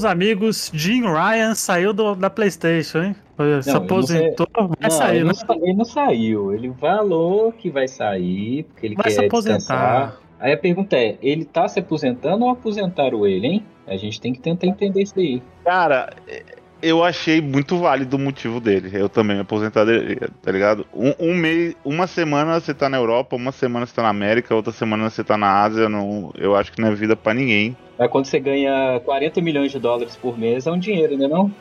meus amigos, Jim Ryan saiu da PlayStation, hein? Se Não, aposentou, vai sair, ele né? ele não saiu. Ele falou que vai sair, porque ele Vai se quer descansar. aposentar. Aí a pergunta é, ele tá se aposentando ou aposentaram ele, hein? A gente tem que tentar entender isso aí. Cara, eu achei muito válido o motivo dele. Eu também me aposentadoria, tá ligado? Um mês, uma semana você tá na Europa, uma semana você tá na América, outra semana você tá na Ásia. Não, eu acho que não é vida pra ninguém. Mas quando você ganha 40 milhões de dólares por mês, é um dinheiro, né não?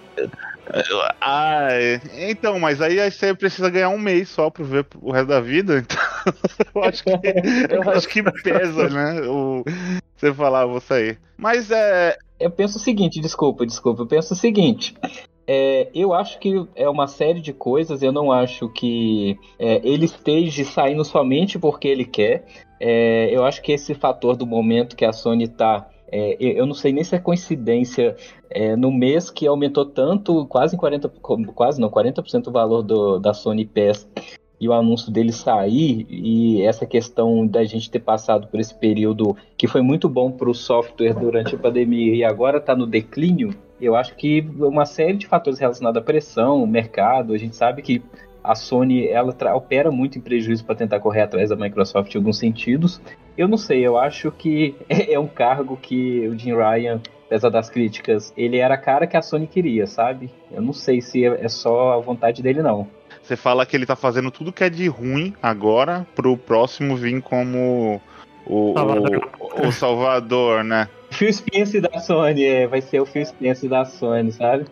Então, mas aí você precisa ganhar um mês só pra ver o resto da vida. Então, eu acho que pesa, né? Você falar, vou sair. Mas Eu penso o seguinte, desculpa, eu penso o seguinte. Eu acho que é uma série de coisas. Eu não acho que ele esteja saindo somente porque ele quer. Eu acho que esse fator do momento que a Sony tá. Eu não sei nem se é coincidência. No mês que aumentou tanto, quase em 40% o valor da Sony PES e o anúncio dele sair, e essa questão da gente ter passado por esse período que foi muito bom para o software durante a pandemia e agora está no declínio, eu acho que uma série de fatores relacionados à pressão, mercado, a gente sabe que a Sony ela opera muito em prejuízo para tentar correr atrás da Microsoft em alguns sentidos. Eu não sei, eu acho que é um cargo que o Jim Ryan, apesar das críticas, ele era a cara que a Sony queria, sabe? Eu não sei se é só a vontade dele, não. você fala que ele tá fazendo tudo que é de ruim agora pro próximo vir como o Salvador, né? Phil Spencer da Sony, vai ser o Phil Spencer da Sony, sabe?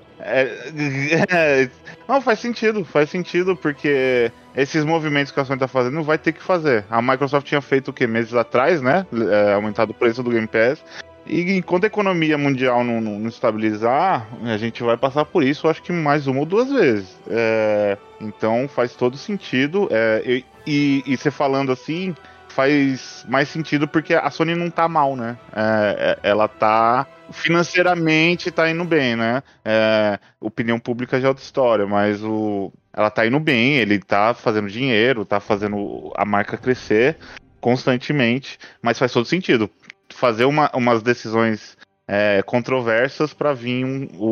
Não, faz sentido, porque esses movimentos que a Sony tá fazendo vai ter que fazer. A Microsoft tinha feito o que? Meses atrás, né? Aumentado o preço do Game Pass. E enquanto a economia mundial não estabilizar, a gente vai passar por isso, acho que mais uma ou duas vezes. Então faz todo sentido. E você falando assim, faz mais sentido porque a Sony não tá mal, né? Ela tá financeiramente tá indo bem, né? Opinião pública já é outra história, mas ela tá indo bem, ele tá fazendo dinheiro, tá fazendo a marca crescer constantemente, mas faz todo sentido fazer umas decisões controversas para vir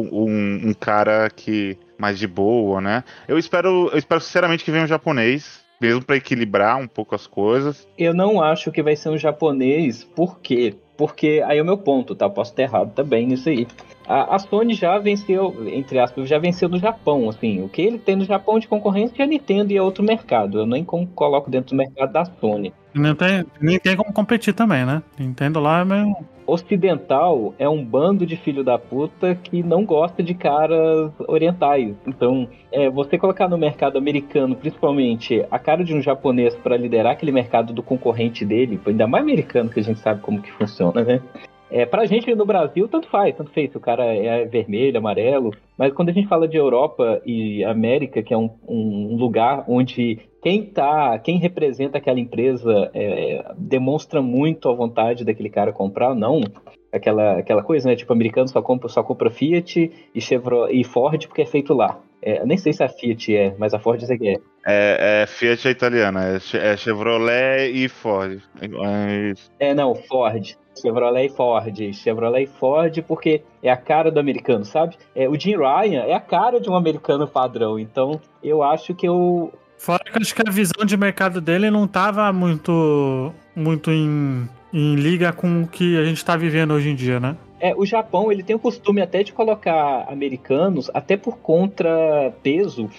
um cara que mais de boa, né? Eu espero sinceramente que venha um japonês, mesmo para equilibrar um pouco as coisas. Eu não acho que vai ser um japonês, por quê? Porque aí é o meu ponto, tá? Posso estar errado também nisso aí. A Sony já venceu, entre aspas, já venceu no Japão, assim. O que ele tem no Japão de concorrência é a Nintendo e é outro mercado. Eu nem coloco dentro do mercado da Sony. Nem tem como competir também, né? Nintendo lá é meio... Ocidental é um bando de filho da puta que não gosta de caras orientais. Então, você colocar no mercado americano, principalmente, a cara de um japonês para liderar aquele mercado do concorrente dele, ainda mais americano, que a gente sabe como que funciona, né? Pra gente no Brasil, tanto faz se o cara é vermelho, amarelo, mas quando a gente fala de Europa e América, que é um lugar onde quem representa aquela empresa demonstra muito a vontade daquele cara comprar, não aquela coisa, né? Tipo, americano só compra Fiat e Chevrolet e Ford porque é feito lá. Nem sei se a Fiat mas a Ford sei que é. Fiat é italiana, é Chevrolet e Ford. Não, Ford. Chevrolet e Ford, porque é a cara do americano, sabe? O Jim Ryan é a cara de um americano padrão, então eu acho que Fora que eu acho que a visão de mercado dele não tava muito em liga com o que a gente tá vivendo hoje em dia, né? O Japão, ele tem o costume até de colocar americanos, até por contrapeso,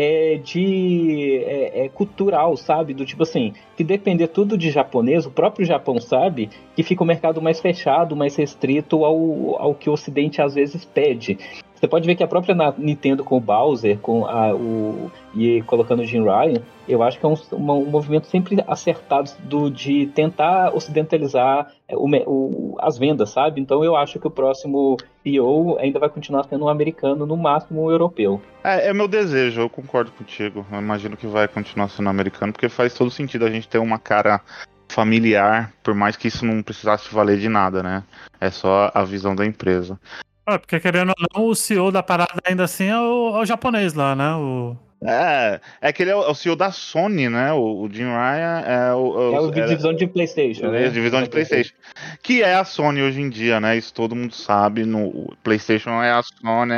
cultural, sabe? Do tipo assim, que depender tudo de japonês, o próprio Japão sabe que fica o mercado mais fechado, mais restrito ao que o Ocidente às vezes pede. Você pode ver que a própria Nintendo com o Bowser, e colocando o Jim Ryan, eu acho que é um movimento sempre acertado de tentar ocidentalizar as vendas, sabe? Então eu acho que o próximo CEO ainda vai continuar sendo um americano, no máximo um europeu. É meu desejo, eu concordo contigo. Eu imagino que vai continuar sendo americano, porque faz todo sentido a gente ter uma cara familiar, por mais que isso não precisasse valer de nada, né? É só a visão da empresa. Porque querendo ou não, o CEO da parada ainda assim é o japonês lá, né? É que ele é o CEO da Sony, né? O Jim Ryan é o divisão de PlayStation, né? É a divisão de PlayStation. Que é a Sony hoje em dia, né? Isso todo mundo sabe. No PlayStation é a Sony,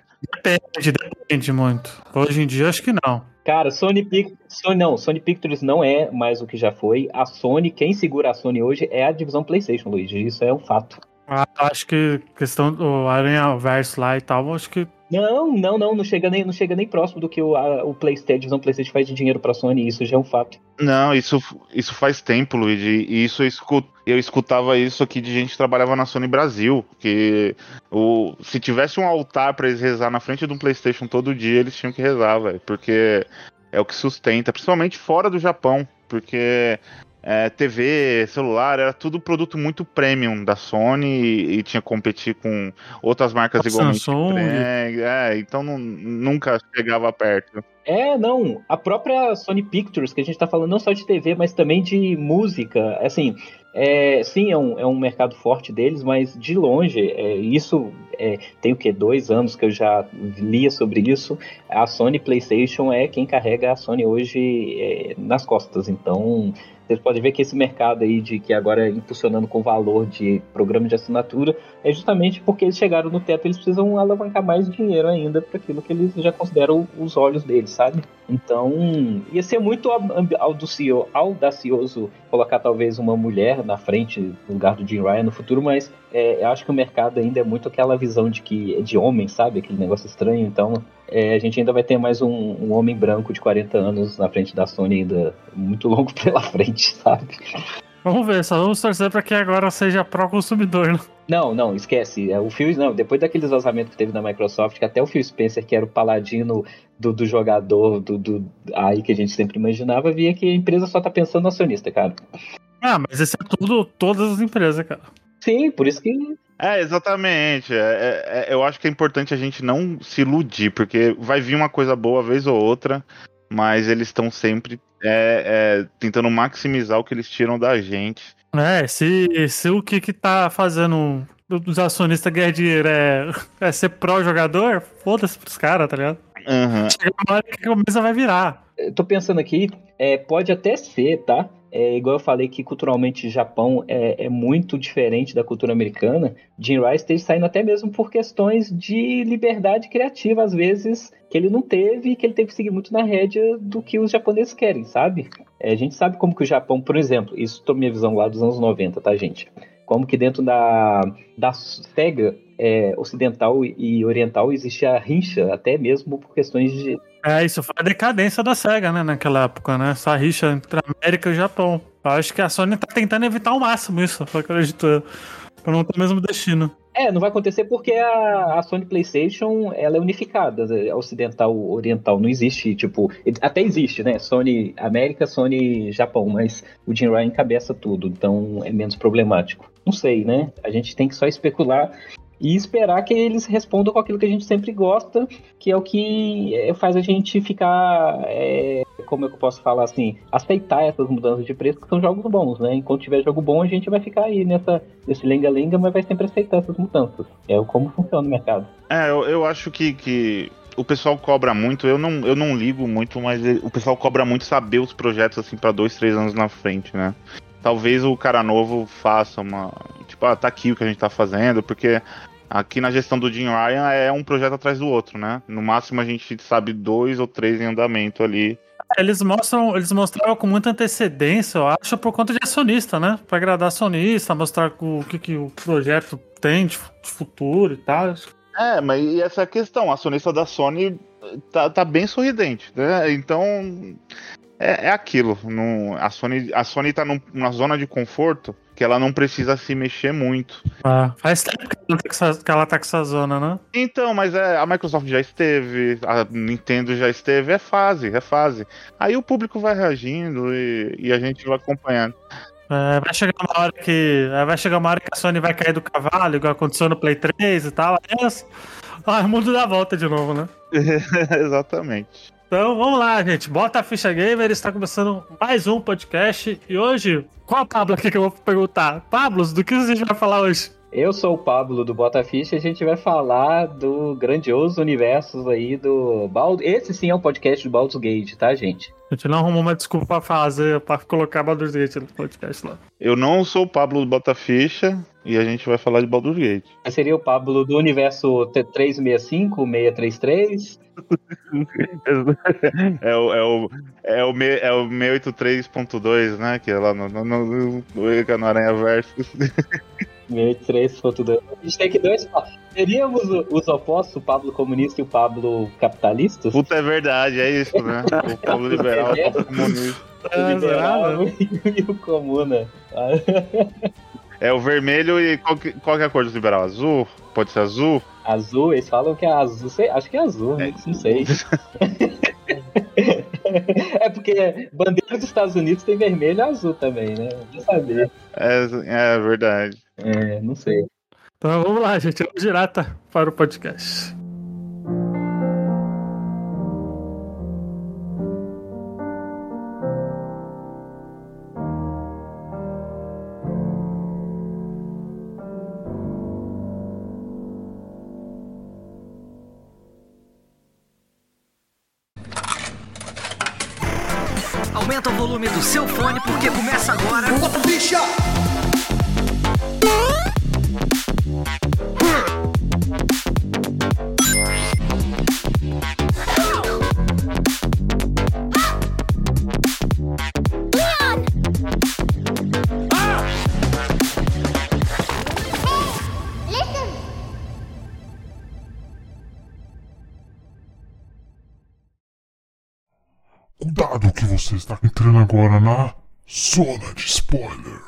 Depende muito. Hoje em dia, acho que não. Cara, Sony Pictures não é mais o que já foi. A Sony, quem segura a Sony hoje é a divisão PlayStation, Luiz. Isso é um fato. Acho que questão do Aranha-Verso lá e tal, acho que... Não chega nem próximo do que o PlayStation, a divisão PlayStation faz de dinheiro pra Sony, isso já é um fato. Não, isso faz tempo, Luigi, e isso eu escutava isso aqui de gente que trabalhava na Sony Brasil, que se tivesse um altar pra eles rezar na frente de um PlayStation todo dia, eles tinham que rezar, velho, porque é o que sustenta, principalmente fora do Japão, porque... TV, celular, era tudo produto muito premium da Sony e tinha que competir com outras marcas igualmente. Samsung. Então nunca chegava perto. Não, a própria Sony Pictures, que a gente tá falando não só de TV, mas também de música, assim, sim, é um mercado forte deles, mas de longe, tem o quê? 2 anos que eu já lia sobre isso, a Sony PlayStation é quem carrega a Sony hoje nas costas, então... Vocês podem ver que esse mercado aí de que agora é impulsionando com valor de programa de assinatura é justamente porque eles chegaram no teto, eles precisam alavancar mais dinheiro ainda para aquilo que eles já consideram os olhos deles, sabe? Então, ia ser muito audacioso colocar talvez uma mulher na frente no lugar do Jim Ryan no futuro, mas eu acho que o mercado ainda é muito aquela visão de que é de homem, sabe? Aquele negócio estranho, então... a gente ainda vai ter mais um homem branco de 40 anos na frente da Sony ainda muito longo pela frente, sabe? Vamos ver, só vamos torcer pra que agora seja pró-consumidor, né? Não, esquece. O Phil, depois daqueles vazamentos que teve na Microsoft, que até o Phil Spencer, que era o paladino do jogador, aí que a gente sempre imaginava, via que a empresa só tá pensando no acionista, cara. Mas isso é todas as empresas, cara. Sim, por isso que... Exatamente. Eu acho que é importante a gente não se iludir, porque vai vir uma coisa boa vez ou outra, mas eles estão sempre tentando maximizar o que eles tiram da gente. Se o que tá fazendo os acionistas ganhar dinheiro é ser pró-jogador, foda-se pros caras, tá ligado? Uhum. Chega uma hora que a mesa vai virar. Eu tô pensando aqui, pode até ser, tá? Igual eu falei que culturalmente o Japão é muito diferente da cultura americana, Jim Ryan esteja saindo até mesmo por questões de liberdade criativa, às vezes, que ele não teve e que ele teve que seguir muito na rédea do que os japoneses querem, sabe? A gente sabe como que o Japão, por exemplo, isso tô minha visão lá dos anos 90, tá, gente? Como que dentro da SEGA ocidental e oriental existia rincha, até mesmo por questões de... Isso foi a decadência da SEGA, né, naquela época, né? Essa rixa entre a América e o Japão. Eu acho que a Sony tá tentando evitar ao máximo isso, eu acredito. Pra não ter o mesmo destino. Não vai acontecer porque a Sony PlayStation, ela é unificada, ocidental, oriental, não existe, tipo, até existe, né, Sony América, Sony Japão, mas o Jim Ryan encabeça tudo, então é menos problemático. Não sei, né, a gente tem que só especular e esperar que eles respondam com aquilo que a gente sempre gosta, que é o que faz a gente ficar, como é que eu posso falar assim, aceitar essas mudanças de preço, que são jogos bons, né? Enquanto tiver jogo bom, a gente vai ficar aí nesse lenga-lenga, mas vai sempre aceitar essas mudanças. É como funciona o mercado. Eu acho que o pessoal cobra muito, eu não ligo muito, mas o pessoal cobra muito saber os projetos assim pra 2-3 anos na frente, né? Talvez o cara novo faça tá aqui o que a gente tá fazendo, porque aqui na gestão do Jim Ryan é um projeto atrás do outro, né? No máximo a gente sabe 2 ou 3 em andamento ali. Eles mostraram com muita antecedência, eu acho, por conta de acionista, né? Pra agradar acionista, mostrar o que o projeto tem de futuro e tal. Mas e essa é a questão, a acionista da Sony tá bem sorridente, né? Então... É aquilo, a Sony tá numa zona de conforto que ela não precisa se mexer muito. Faz tempo que ela tá com essa zona, né? Então, mas a Microsoft já esteve, a Nintendo já esteve, é fase. Aí o público vai reagindo e a gente vai acompanhando. Vai chegar uma hora que a Sony vai cair do cavalo, igual aconteceu no Play 3 e tal. O mundo dá volta de novo, né? Exatamente. Então, vamos lá, gente. Bota a Ficha Gamer, está começando mais um podcast. E hoje, qual Pablo aqui que eu vou perguntar? Pablo, do que a gente vai falar hoje? Eu sou o Pablo do Botaficha e a gente vai falar do grandioso universo aí do Esse sim é o podcast do Baldur's Gate, tá, gente? A gente não arrumou uma desculpa pra colocar Baldur's Gate no podcast lá. Eu não sou o Pablo do Botaficha e a gente vai falar de Baldur's Gate. Seria o Pablo do universo 365, 633? É o 683.2, né? Que é lá no Aranha Versus. 683.2. A gente tem que dois. Teríamos os opostos, o Pablo comunista e o Pablo capitalista? Puta, é verdade, é isso, né? O Pablo liberal e o Pablo comunista. O liberal e o comuna. É o vermelho e qual que é a cor do liberal? Azul? Pode ser azul? Azul, eles falam que é azul. Acho que é azul, né? Não sei. É porque bandeira dos Estados Unidos tem vermelho e azul também, né? Não saber. É verdade. Não sei. Então vamos lá, gente. Vamos direto para o podcast. Aumenta o volume do seu fone porque começa agora. Bicha! Cuidado que você está entrando agora na zona de spoiler.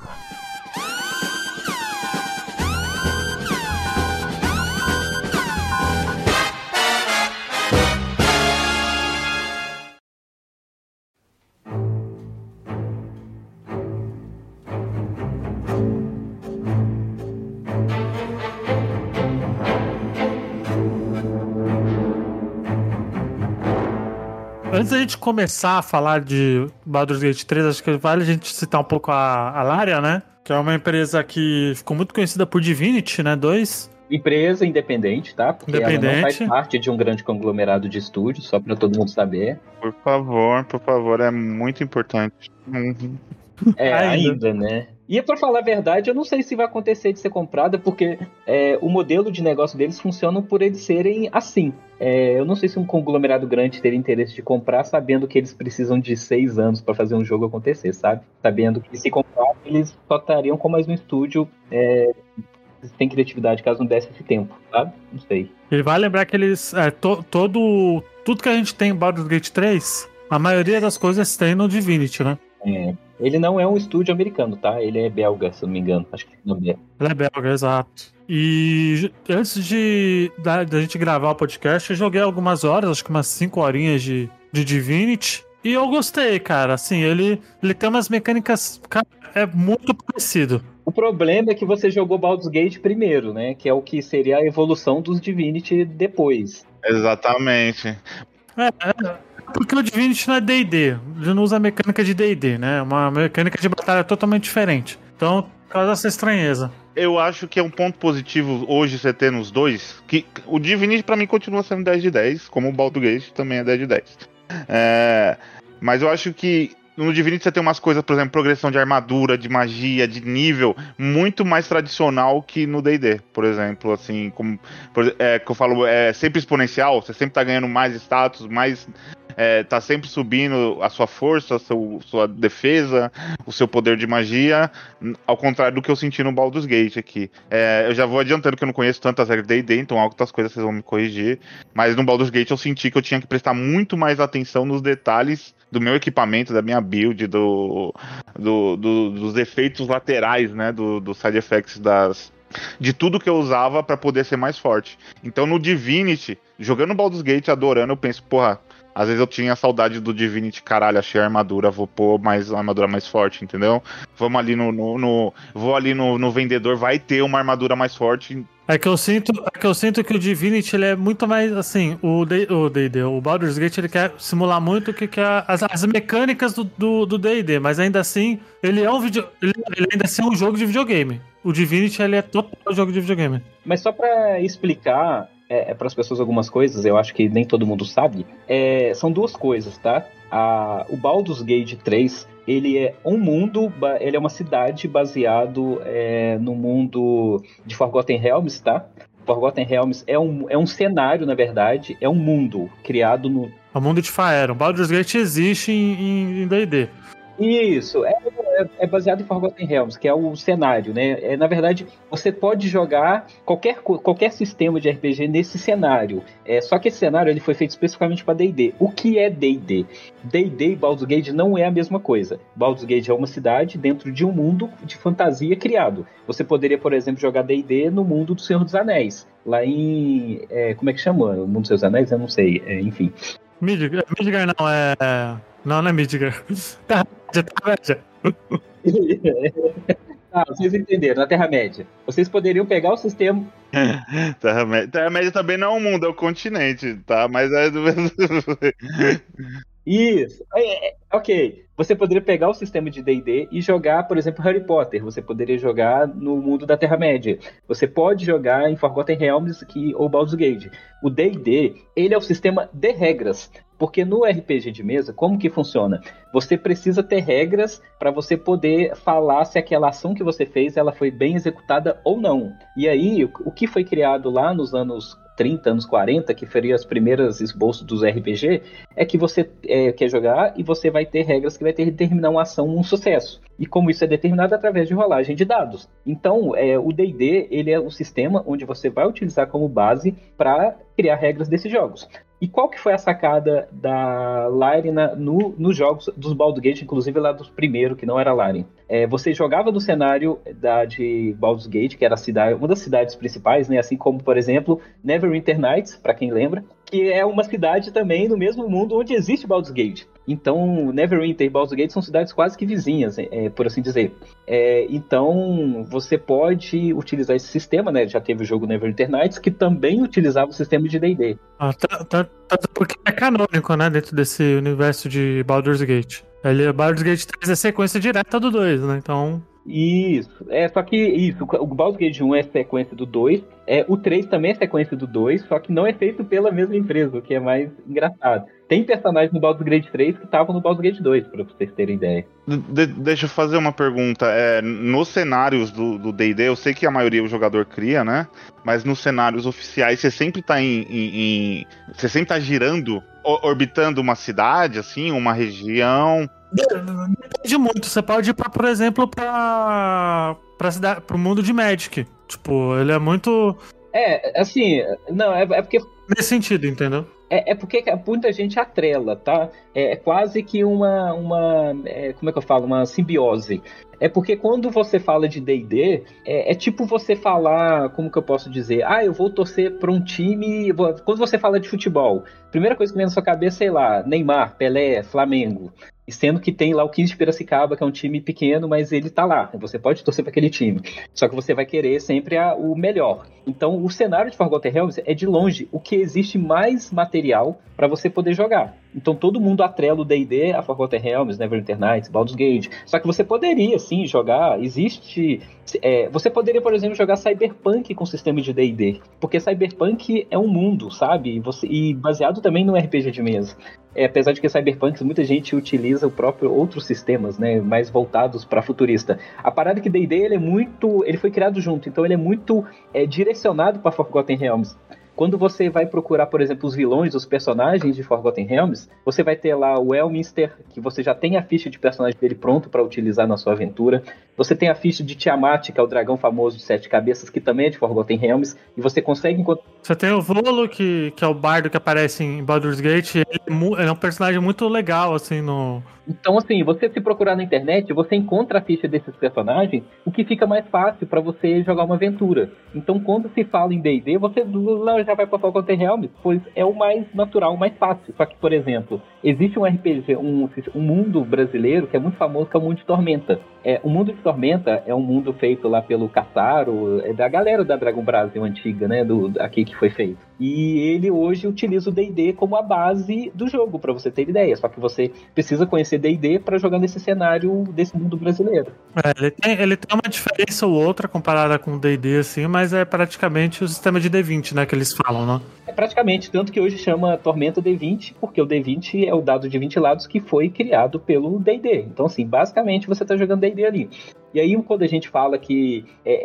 Antes da gente começar a falar de Baldur's Gate 3, acho que vale a gente citar um pouco a Larian, né? Que é uma empresa que ficou muito conhecida por Divinity, né? 2. Empresa independente, tá? Porque ela não faz parte de um grande conglomerado de estúdios, só pra todo mundo saber. Por favor, é muito importante. Ainda, né? E pra falar a verdade, eu não sei se vai acontecer de ser comprada, porque o modelo de negócio deles funciona por eles serem assim. Eu não sei se um conglomerado grande teria interesse de comprar, sabendo que eles precisam de 6 anos pra fazer um jogo acontecer, sabe? Sabendo que se comprar, eles só estariam com mais um estúdio sem criatividade, caso não desse esse tempo, sabe? Não sei. E vai lembrar que eles... tudo que a gente tem em Baldur's Gate 3, a maioria das coisas tem no Divinity, né? Ele não é um estúdio americano, tá? Ele é belga, se eu não me engano. Acho que não é. Ele é belga, exato. E antes da gente gravar o podcast, eu joguei algumas horas, acho que umas 5 horinhas de Divinity. E eu gostei, cara. Assim, ele tem umas mecânicas... Cara, é muito parecido. O problema é que você jogou Baldur's Gate primeiro, né? Que é o que seria a evolução dos Divinity depois. Exatamente. Porque o Divinity não é D&D. Ele não usa a mecânica de D&D, né? Uma mecânica de batalha totalmente diferente. Então, causa essa estranheza. Eu acho que é um ponto positivo hoje você ter nos dois, que o Divinity pra mim continua sendo 10 de 10, como o Baldur's Gate também é 10 de 10. Mas eu acho que no Divinity você tem umas coisas, por exemplo, progressão de armadura, de magia, de nível, muito mais tradicional que no D&D, por exemplo, assim, como que eu falo, é sempre exponencial, você sempre tá ganhando mais status, mais... tá sempre subindo a sua força, sua defesa, o seu poder de magia, ao contrário do que eu senti no Baldur's Gate aqui. Eu já vou adiantando que eu não conheço tantas regras de D&D, então algumas coisas vocês vão me corrigir, mas no Baldur's Gate eu senti que eu tinha que prestar muito mais atenção nos detalhes do meu equipamento, da minha build, dos efeitos laterais, né, dos side effects de tudo que eu usava pra poder ser mais forte. Então no Divinity, jogando Baldur's Gate, adorando, eu penso, porra, às vezes eu tinha saudade do Divinity, caralho, achei a armadura, vou pôr a armadura mais forte, entendeu? Vamos ali vou ali no vendedor, vai ter uma armadura mais forte. É que eu sinto que o Divinity ele é muito mais assim, o Baldur's Gate ele quer simular muito o que é as mecânicas do D&D, mas ainda assim ele é ele ainda assim é um jogo de videogame. O Divinity ele é total jogo de videogame. Mas só pra explicar para as pessoas algumas coisas, eu acho que nem todo mundo sabe, são duas coisas, tá? O Baldur's Gate 3, ele é um mundo, ele é uma cidade baseado no mundo de Forgotten Realms, tá? Forgotten Realms é um cenário, na verdade, é um mundo criado no... É o mundo de Faerun. Baldur's Gate existe em D&D. Isso, é baseado em Forgotten Realms, que é o cenário, né? Na verdade, você pode jogar qualquer sistema de RPG nesse cenário. Só que esse cenário ele foi feito especificamente para D&D. O que é D&D? D&D e Baldur's Gate não é a mesma coisa. Baldur's Gate é uma cidade dentro de um mundo de fantasia criado. Você poderia, por exemplo, jogar D&D no mundo do Senhor dos Anéis. Lá em... como é que chama? O mundo dos Seus Anéis? Eu não sei. Enfim. Midgard não, Não é Midgard. Terra-média. Vocês entenderam, na Terra-média. Vocês poderiam pegar o sistema... Terra-média também não é um mundo, é um continente, tá? Mas é do mesmo... Isso, ok. Você poderia pegar o sistema de D&D e jogar, por exemplo, Harry Potter. Você poderia jogar no mundo da Terra-média. Você pode jogar em Forgotten Realms ou Baldur's Gate. O D&D, ele é o sistema de regras. Porque no RPG de mesa, como que funciona? Você precisa ter regras para você poder falar se aquela ação que você fez ela foi bem executada ou não. E aí, o que foi criado lá nos anos 30, anos 40, que foram as primeiras esboços dos RPG, é que você quer jogar e você vai ter regras que vai ter que determinar uma ação, um sucesso. E como isso é determinado através de rolagem de dados. Então, o D&D, ele é o sistema onde você vai utilizar como base para criar regras desses jogos. E qual que foi a sacada da Lyre nos jogos dos Baldur's Gate, inclusive lá dos primeiros, que não era Lyre? Você jogava no cenário de Baldur's Gate, que era uma das cidades principais, né? Assim como, por exemplo, Neverwinter Nights, para quem lembra, que é uma cidade também no mesmo mundo onde existe Baldur's Gate. Então, Neverwinter e Baldur's Gate são cidades quase que vizinhas, por assim dizer. Então, você pode utilizar esse sistema, né? Já teve o jogo Neverwinter Nights, que também utilizava o sistema de D&D. Porque é canônico, né? Dentro desse universo de Baldur's Gate. Baldur's Gate 3 é sequência direta do 2, né? Então... Isso, só que o Baldur's Gate 1 é sequência do 2, o 3 também é sequência do 2, só que não é feito pela mesma empresa, o que é mais engraçado. Tem personagens no Baldur's Gate 3 que estavam no Baldur's Gate 2, pra vocês terem ideia. Deixa eu fazer uma pergunta. Nos cenários do D&D, eu sei que a maioria o jogador cria, né? Mas nos cenários oficiais, você sempre tá você sempre tá girando, orbitando uma cidade, assim, uma região... Depende muito. Você pode ir, por exemplo, pro mundo de Magic. Tipo, ele é muito... assim... Não, é porque... Nesse sentido, entendeu? É porque muita gente atrela, tá? É quase que uma como é que eu falo? Uma simbiose. É porque quando você fala de D&D, é tipo você falar, como que eu posso dizer? Eu vou torcer para um time... Quando você fala de futebol, a primeira coisa que vem na sua cabeça, sei lá, Neymar, Pelé, Flamengo. Sendo que tem lá o 15 de Piracicaba, que é um time pequeno, mas ele tá lá. Você pode torcer para aquele time. Só que você vai querer sempre o melhor. Então, o cenário de Forgotten Realms é, de longe, o que existe mais material para você poder jogar. Então, todo mundo atrela o D&D a Forgotten Realms, Neverwinter Nights, Baldur's Gate. Só que você poderia, sim, jogar... você poderia, por exemplo, jogar Cyberpunk com sistema de D&D. Porque Cyberpunk é um mundo, sabe? E baseado também no RPG de mesa. Apesar de que Cyberpunk, muita gente utiliza o próprio outros sistemas, né, mais voltados para futurista. A parada é que D&D ele foi criado junto, então ele é muito direcionado para Forgotten Realms. Quando você vai procurar, por exemplo, os vilões, os personagens de Forgotten Realms, você vai ter lá o Elminster, que você já tem a ficha de personagem dele pronto para utilizar na sua aventura. Você tem a ficha de Tiamat, que é o dragão famoso de 7 cabeças, que também é de Forgotten Realms, e você consegue encontrar... Você tem o Volo, que é o bardo que aparece em Baldur's Gate, ele é um personagem muito legal, assim, no... Então, assim, você se procurar na internet, você encontra a ficha desses personagens, o que fica mais fácil para você jogar uma aventura. Então, quando se fala em D&D, você já vai pra Forgotten Realms, pois é o mais natural, o mais fácil. Só que, por exemplo, existe um RPG, um mundo brasileiro que é muito famoso, que é o mundo de Tormenta. O mundo de Tormenta é um mundo feito lá pelo Cassaro, da galera da Dragon Brasil antiga, né, aqui que foi feito. E ele hoje utiliza o D&D como a base do jogo, pra você ter ideia. Só que você precisa conhecer D&D pra jogar nesse cenário desse mundo brasileiro. Ele tem uma diferença ou outra comparada com o D&D, assim, mas é praticamente o sistema de D20, né, que eles falam, né? É praticamente, tanto que hoje chama Tormenta D20, porque o D20 é o dado de 20 lados que foi criado pelo D&D. Então, assim, basicamente você tá jogando D&D ali. E aí, quando a gente fala que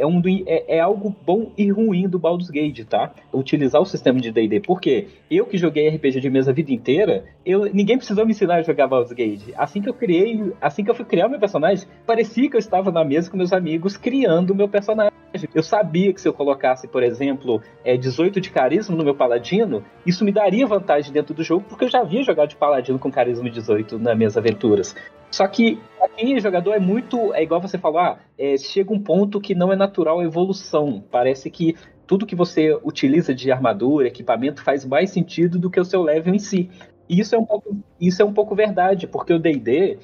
é algo bom e ruim do Baldur's Gate, tá? Utilizar o sistema de D&D. Por quê? Eu que joguei RPG de mesa a vida inteira, ninguém precisou me ensinar a jogar Baldur's Gate. Assim que eu fui criar o meu personagem, parecia que eu estava na mesa com meus amigos criando o meu personagem. Eu sabia que se eu colocasse, por exemplo, 18 de carisma no meu paladino, isso me daria vantagem dentro do jogo, porque eu já havia jogado de paladino com carisma 18 nas minhas aventuras. Só que aqui o jogador é igual você falou, chega um ponto que não é natural a evolução. Parece que tudo que você utiliza de armadura, equipamento, faz mais sentido do que o seu level em si. E isso é um pouco verdade, porque o D&D,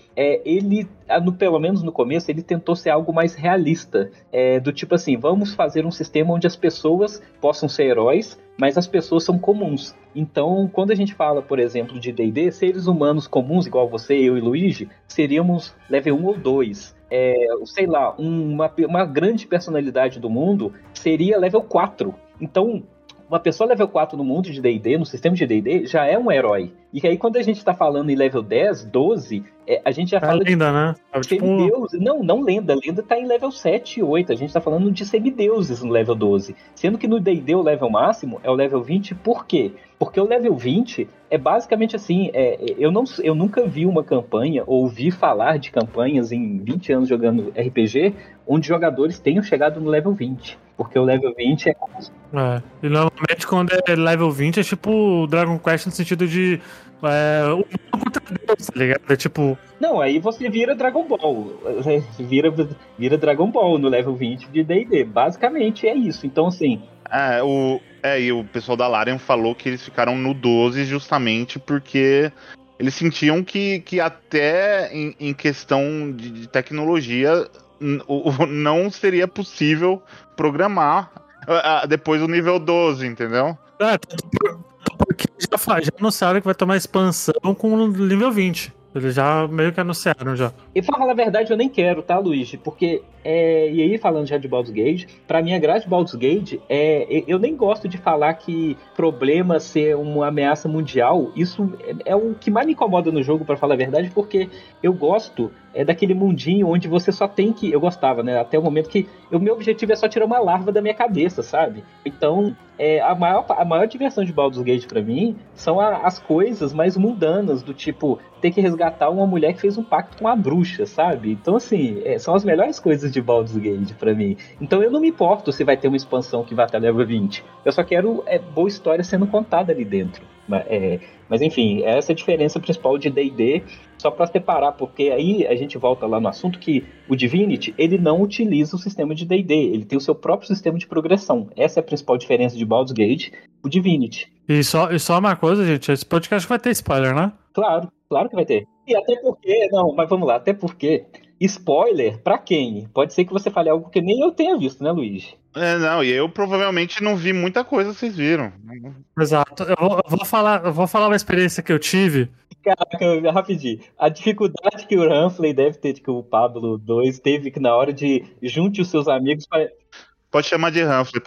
pelo menos no começo, ele tentou ser algo mais realista. Do tipo assim, vamos fazer um sistema onde as pessoas possam ser heróis, mas as pessoas são comuns. Então, quando a gente fala, por exemplo, de D&D, seres humanos comuns, igual você, eu e Luigi, seríamos level 1 ou 2. Sei lá, uma grande personalidade do mundo seria level 4. Então, uma pessoa level 4 no mundo de D&D, no sistema de D&D, já é um herói. E aí, quando a gente tá falando em level 10, 12, a gente já fala lenda, né? de semideuses. Não lenda. Lenda tá em level 7 e 8. A gente tá falando de semideuses no level 12. Sendo que no D&D o level máximo é o level 20. Por quê? Porque o level 20 é basicamente assim, eu nunca vi uma campanha, ou ouvi falar de campanhas em 20 anos jogando RPG, onde jogadores tenham chegado no level 20. Porque o level 20 E normalmente quando é level 20 é tipo Dragon Quest no sentido de humano contra Deus, tá ligado? É tipo... Não, aí você vira Dragon Ball. Vira Dragon Ball no level 20 de D&D. Basicamente é isso. Então, assim... E o pessoal da Larian falou que eles ficaram no 12 justamente porque eles sentiam que até em questão de tecnologia não seria possível programar depois do nível 12, entendeu? Porque já anunciaram que vai tomar expansão com o nível 20. Eles já meio que anunciaram já. E pra falar a verdade, eu nem quero, tá, Luigi? Porque, e aí falando já de Baldur's Gate, pra mim a graça de Baldur's Gate eu nem gosto de falar que problema ser uma ameaça mundial. Isso é o que mais me incomoda no jogo, pra falar a verdade, porque eu gosto daquele mundinho onde você só tem que... Eu gostava, né? Até o momento que o meu objetivo é só tirar uma larva da minha cabeça, sabe? Então, a maior diversão de Baldur's Gate pra mim são as coisas mais mundanas, do tipo ter que resgatar uma mulher que fez um pacto com uma bruxa, sabe? Então, assim, são as melhores coisas de Baldur's Gate pra mim. Então eu não me importo se vai ter uma expansão que vai até level 20. Eu só quero boa história sendo contada ali dentro. Mas enfim, essa é a diferença principal de D&D, só para separar, porque aí a gente volta lá no assunto que o Divinity, ele não utiliza o sistema de D&D, ele tem o seu próprio sistema de progressão. Essa é a principal diferença de Baldur's Gate, o Divinity. E só uma coisa, gente, esse podcast vai ter spoiler, né? Claro que vai ter. E até porque, mas vamos lá, até porque, spoiler pra quem? Pode ser que você fale algo que nem eu tenha visto, né, Luigi? Não, e eu provavelmente não vi muita coisa, vocês viram. Exato. Eu vou falar uma experiência que eu tive. Caraca, rapidinho. A dificuldade que o Ramfley deve ter, que o Pablo 2 teve que na hora de junte os seus amigos pra... Pode chamar de Ramfley.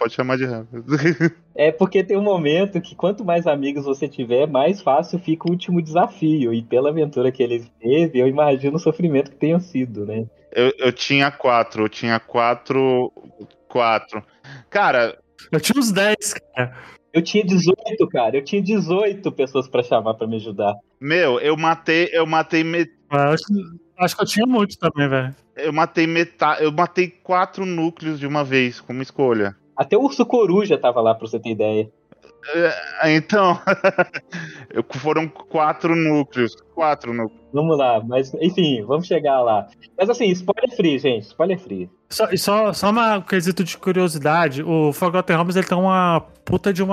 É porque tem um momento que quanto mais amigos você tiver, mais fácil fica o último desafio. E pela aventura que ele teve, eu imagino o sofrimento que tenha sido, né? Eu tinha 4. Cara... Eu tinha uns 10, cara. Eu tinha 18, cara. Eu tinha 18 pessoas pra chamar pra me ajudar. Meu, eu matei Acho que eu tinha muito também, velho. Eu matei 4 núcleos de uma vez, com uma escolha. Até o Urso Coruja tava lá, pra você ter ideia. Então, foram 4 núcleos. 4 núcleos. Vamos lá, mas enfim, vamos chegar lá. Mas assim, spoiler free, gente, spoiler free. Só uma quesito de curiosidade, o Forgotten Realms ele tem uma puta de um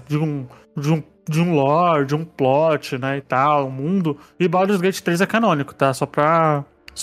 lore, de um plot, né, e tal, um mundo. E Baldur's Gate 3 é canônico, tá? Só pra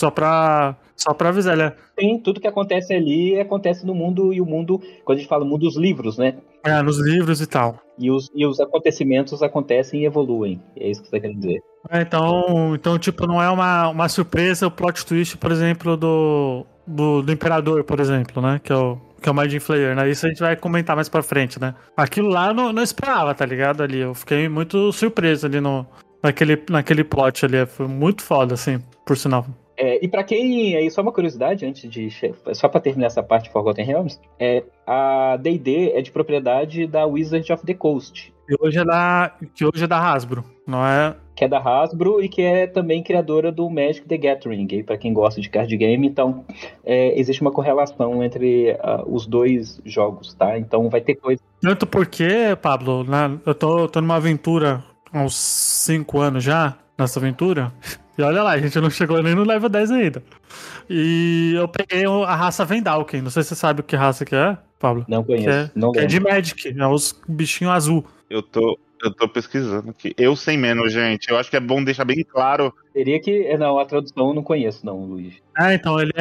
avisar, né? Sim, tudo que acontece ali acontece no mundo, e o mundo, quando a gente fala mundo dos livros, né? Nos livros e tal. E os acontecimentos acontecem e evoluem. É isso que você quer dizer. Então, tipo, não é uma surpresa o plot twist, por exemplo, do Imperador, por exemplo, né? Que é o Mind Flayer, né? Isso a gente vai comentar mais pra frente, né? Aquilo lá eu não esperava, tá ligado? Ali, eu fiquei muito surpreso ali naquele plot ali. Foi muito foda, assim, por sinal. E pra quem, aí só uma curiosidade, só pra terminar essa parte de Forgotten Realms, a D&D é de propriedade da Wizard of the Coast. Que hoje é da Hasbro, não é? Que é da Hasbro e que é também criadora do Magic the Gathering, aí pra quem gosta de card game. Então, existe uma correlação entre os dois jogos, tá? Então vai ter coisa... Tanto porque, Pablo, né, eu tô numa aventura há uns 5 anos já, nessa aventura... E olha lá, a gente não chegou nem no level 10 ainda. E eu peguei a raça Vendalken. Não sei se você sabe o que raça que é, Pablo. Não conheço. Que é de Magic. É os bichinhos azul. Eu tô pesquisando aqui. Eu sei menos, gente. Eu acho que é bom deixar bem claro. Teria que... Não, a tradução eu não conheço, não, Luiz. Então, ele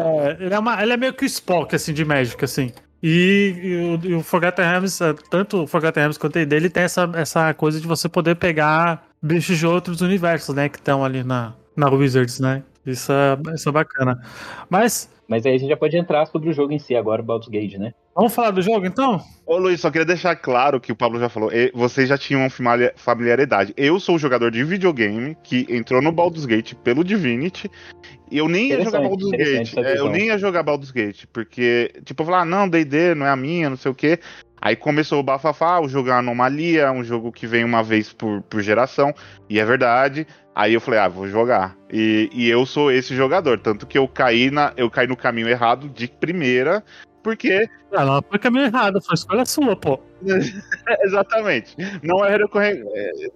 é meio que o Spock, assim, de Magic, assim. E o Forgotten Realms, tanto o Forgotten Realms quanto o D&D, ele tem essa coisa de você poder pegar bichos de outros universos, né? Que estão ali na Wizards, né? Isso é bacana. Mas aí a gente já pode entrar sobre o jogo em si agora, o Baldur's Gate, né? Vamos falar do jogo, então? Ô, Luiz, só queria deixar claro que o Pablo já falou. Vocês já tinham familiaridade. Eu sou o jogador de videogame que entrou no Baldur's Gate pelo Divinity. E eu nem ia jogar Baldur's Gate. Eu nem ia jogar Baldur's Gate. Porque, tipo, eu falava, não, D&D não é a minha, não sei o quê. Aí começou o bafafá, o jogo é uma anomalia, um jogo que vem uma vez por geração. E é verdade. Aí eu falei, vou jogar. E eu sou esse jogador. Tanto que eu caí no caminho errado de primeira. Porque... Não foi caminho errado, foi escolha sua, pô. Exatamente. Não é recorrente.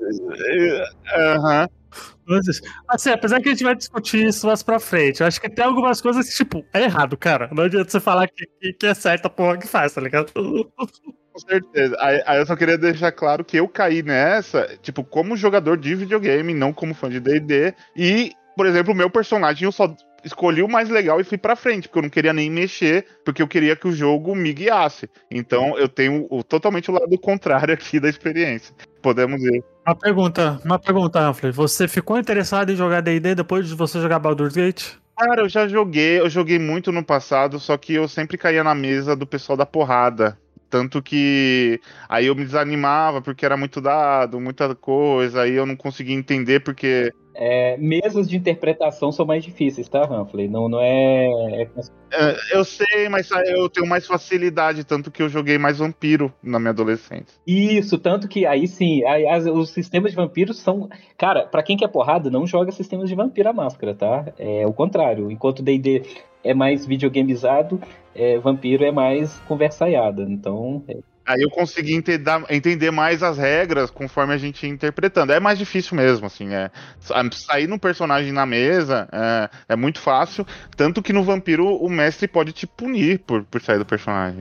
Aham. Assim, apesar que a gente vai discutir isso mais pra frente, eu acho que tem algumas coisas que, tipo, é errado, cara. Não adianta você falar que é certo a porra que faz, tá ligado? Com certeza. Aí eu só queria deixar claro que eu caí nessa, tipo, como jogador de videogame, não como fã de D&D. E, por exemplo, o meu personagem eu só escolhi o mais legal e fui pra frente, porque eu não queria nem mexer, porque eu queria que o jogo me guiasse. Então eu tenho totalmente o lado contrário aqui da experiência. Podemos ir. Uma pergunta, Humphrey. Você ficou interessado em jogar D&D depois de você jogar Baldur's Gate? Cara, eu joguei muito no passado, só que eu sempre caía na mesa do pessoal da porrada. Tanto que aí eu me desanimava porque era muito dado, muita coisa, aí eu não conseguia entender porque... Mesas de interpretação são mais difíceis, tá, Humphrey? Não é... Eu sei, mas eu tenho mais facilidade, tanto que eu joguei mais vampiro na minha adolescência. Isso, tanto que aí sim, os sistemas de vampiros são... Cara, pra quem quer porrada, não joga sistemas de vampiro à máscara, tá? É o contrário. Enquanto o D&D é mais videogameizado, vampiro é mais conversaiada. Então... Aí eu consegui entender mais as regras conforme a gente ia interpretando. É mais difícil mesmo, assim. Sair no personagem na mesa é muito fácil. Tanto que no vampiro o mestre pode te punir por sair do personagem.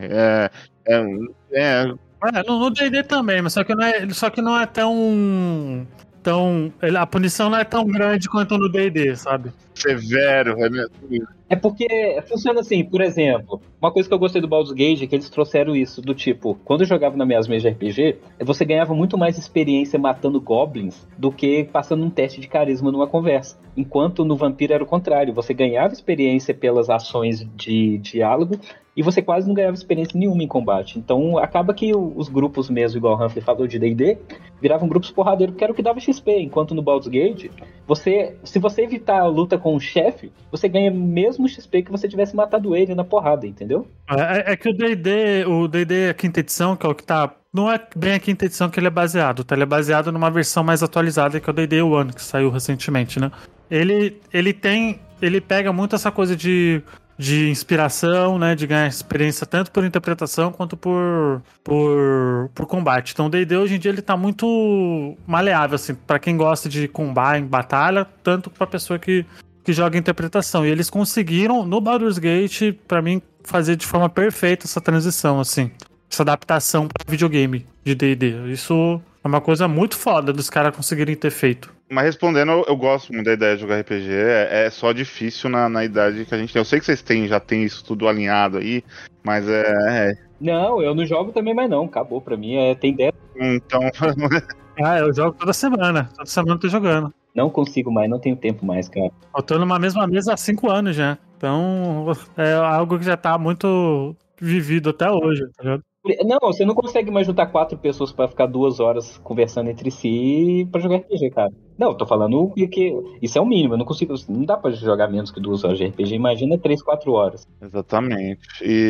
No D&D também, mas só que não é tão... a punição não é tão grande quanto no D&D, sabe? Severo, É porque funciona assim, por exemplo, uma coisa que eu gostei do Baldur's Gate é que eles trouxeram isso, do tipo, quando eu jogava na minhas mesas de RPG, você ganhava muito mais experiência matando goblins do que passando um teste de carisma numa conversa. Enquanto no Vampiro era o contrário, você ganhava experiência pelas ações de diálogo e você quase não ganhava experiência nenhuma em combate. Então acaba que os grupos mesmo, igual o Humphrey falou de D&D, viravam grupos porradeiros, porque era o que dava XP, enquanto no Baldur's Gate, se você evitar a luta com o chefe, você ganha mesmo XP que você tivesse matado ele na porrada, entendeu? É que o D&D, a quinta edição, que é o que tá... Não é bem a quinta edição que ele é baseado, tá? Ele é baseado numa versão mais atualizada, que é o D&D One, que saiu recentemente, né? Ele pega muito essa coisa de de inspiração, né? De ganhar experiência tanto por interpretação quanto por combate. Então o D&D hoje em dia ele tá muito maleável, assim, pra quem gosta de combate em batalha, tanto pra pessoa que joga interpretação. E eles conseguiram, no Baldur's Gate, pra mim, fazer de forma perfeita essa transição, assim. Essa adaptação para videogame de D&D. Isso é uma coisa muito foda dos caras conseguirem ter feito. Mas respondendo, eu gosto muito da ideia de jogar RPG. É só difícil na idade que a gente tem. Eu sei que vocês já tem isso tudo alinhado aí, mas Não, eu não jogo também mais não. Acabou pra mim. Tem 10. Então... Eu jogo toda semana. Toda semana eu tô jogando. Não consigo mais, não tenho tempo mais, cara. Eu tô numa mesma mesa há 5 anos já. Então, é algo que já tá muito vivido até hoje, tá ligado? Não, você não consegue mais juntar 4 pessoas pra ficar 2 horas conversando entre si pra jogar RPG, cara. Não, eu tô falando que isso é o mínimo, eu não consigo, não dá pra jogar menos que 2 horas de RPG, imagina 3, 4 horas. Exatamente.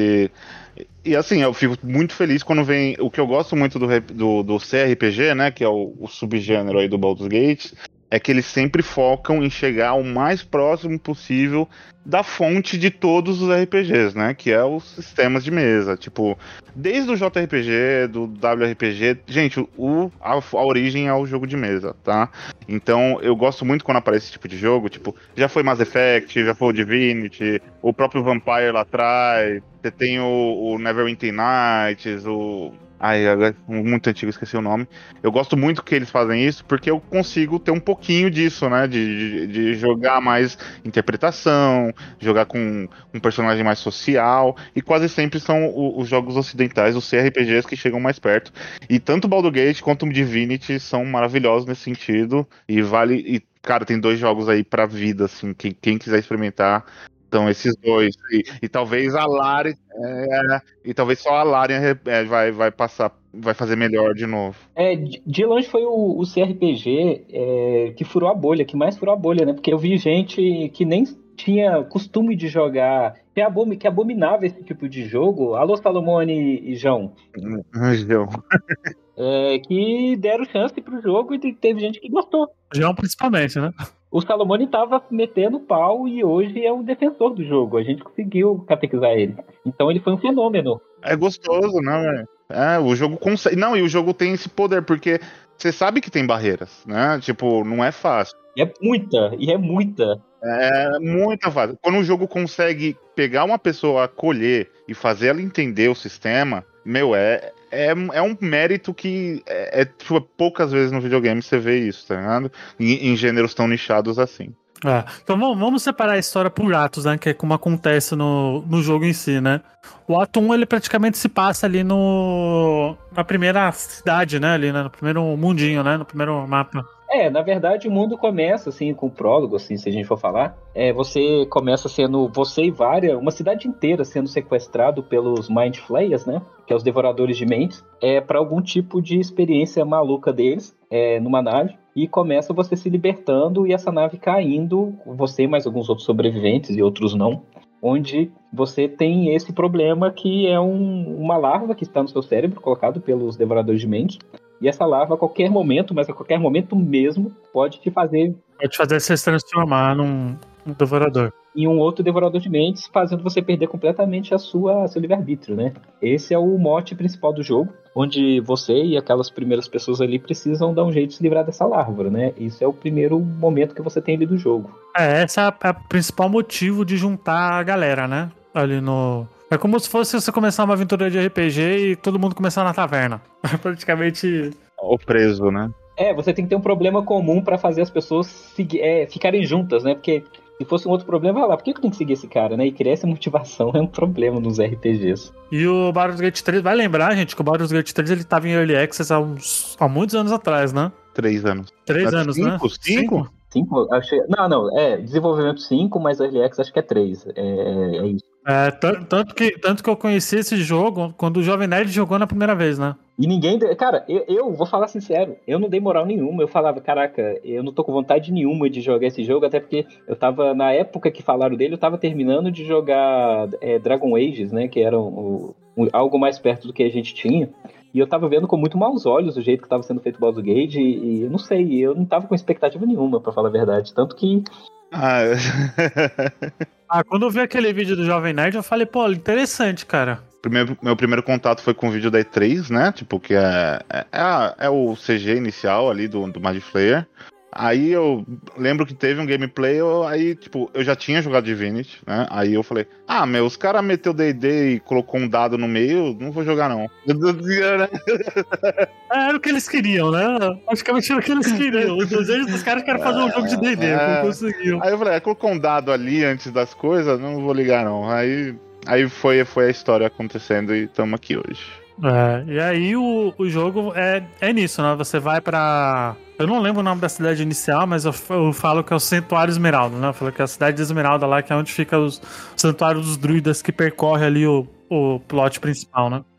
E assim, eu fico muito feliz quando vem, o que eu gosto muito do CRPG, né, que é o subgênero aí do Baldur's Gate, é que eles sempre focam em chegar o mais próximo possível da fonte de todos os RPGs, né? Que é os sistemas de mesa. Tipo, desde o JRPG, do WRPG... Gente, a origem é o jogo de mesa, tá? Então, eu gosto muito quando aparece esse tipo de jogo. Tipo, já foi Mass Effect, já foi o Divinity, o próprio Vampire lá atrás. Você tem o Neverwinter Nights, agora, muito antigo, esqueci o nome. Eu gosto muito que eles fazem isso, porque eu consigo ter um pouquinho disso, né? De jogar mais interpretação, jogar com um personagem mais social, e quase sempre são os jogos ocidentais, os CRPGs que chegam mais perto. E tanto o Baldur's Gate quanto o Divinity são maravilhosos nesse sentido, cara, tem 2 jogos aí pra vida, assim, quem quiser experimentar. Então, esses 2. E talvez a Larian. E talvez só a Larian vai passar. Vai fazer melhor de novo. De longe foi o CRPG que furou a bolha, que mais furou a bolha, né? Porque eu vi gente que nem tinha costume de jogar, que abominava esse tipo de jogo. Alô, Salomone e João. João. Que deram chance pro jogo e teve gente que gostou. João principalmente, né? O Salomone tava metendo pau e hoje é o defensor do jogo. A gente conseguiu catequizar ele. Então ele foi um fenômeno. É gostoso, né, velho? O jogo consegue. Não, e o jogo tem esse poder, porque você sabe que tem barreiras, né? Tipo, não é fácil. É muita. É muita fácil. Quando o jogo consegue pegar uma pessoa, acolher e fazer ela entender o sistema, é um mérito que tipo, poucas vezes no videogame você vê isso, tá ligado? Em gêneros tão nichados assim. Então vamos separar a história por atos, né? Que é como acontece no jogo em si, né? O ato 1, ele praticamente se passa ali na primeira cidade, né? Ali, né? No primeiro mundinho, né? No primeiro mapa. Na verdade o mundo começa assim com o prólogo, assim, se a gente for falar. Você começa sendo, você e uma cidade inteira sendo sequestrado pelos Mind Flayers, né? Que é os devoradores de mentes, para algum tipo de experiência maluca deles, numa nave. E começa você se libertando e essa nave caindo, você e mais alguns outros sobreviventes e outros não, onde você tem esse problema que é uma larva que está no seu cérebro, colocado pelos devoradores de mentes. E essa larva, a qualquer momento, mas a qualquer momento mesmo, pode te fazer... Pode fazer você se transformar num devorador. Em um outro devorador de mentes, fazendo você perder completamente seu livre-arbítrio, né? Esse é o mote principal do jogo, onde você e aquelas primeiras pessoas ali precisam dar um jeito de se livrar dessa larva, né? Isso é o primeiro momento que você tem ali do jogo. Esse é o principal motivo de juntar a galera, né? Ali no... É como se fosse você começar uma aventura de RPG e todo mundo começar na taverna. Praticamente... O preso, né? Você tem que ter um problema comum pra fazer as pessoas ficarem juntas, né? Porque se fosse um outro problema, vai lá, por que eu tenho que seguir esse cara, né? E criar essa motivação é um problema nos RPGs. E o Baldur's Gate 3, vai lembrar, gente, que o Baldur's Gate 3 ele tava em Early Access há muitos anos atrás, né? 3 anos. 3 anos, 5, né? 5? 5? Não, desenvolvimento 5, mas Early Access acho que é 3. É isso. Tanto que eu conheci esse jogo quando o Jovem Nerd jogou na primeira vez, né? E ninguém... Cara, eu vou falar sincero, eu não dei moral nenhuma. Eu falava, caraca, eu não tô com vontade nenhuma de jogar esse jogo, até porque eu tava, na época que falaram dele, eu tava terminando de jogar Dragon Ages, né? Que era algo mais perto do que a gente tinha. E eu tava vendo com muito maus olhos o jeito que tava sendo feito o Baldur's Gate, e eu não sei, eu não tava com expectativa nenhuma, pra falar a verdade. Tanto que... Quando eu vi aquele vídeo do Jovem Nerd, eu falei, pô, interessante, cara. Meu primeiro contato foi com o vídeo da E3, né? Tipo, que é o CG inicial ali do Magic Flyer. Aí eu lembro que teve um gameplay, aí, tipo, eu já tinha jogado Divinity, né? Aí eu falei, os caras meteu D&D e colocou um dado no meio, não vou jogar, não. Era o que eles queriam, né? Praticamente era o que eles queriam. Os desejos dos caras querem fazer um jogo de D&D, não conseguiam. Aí eu falei, colocou um dado ali antes das coisas, não vou ligar, não. Aí foi a história acontecendo e estamos aqui hoje. E aí o jogo é nisso, né? Você vai pra... Eu não lembro o nome da cidade inicial, mas eu falo que é o Santuário Esmeralda, né? Eu falo que é a cidade de Esmeralda lá, que é onde fica o Santuário dos Druidas, que percorre ali o plot principal, né?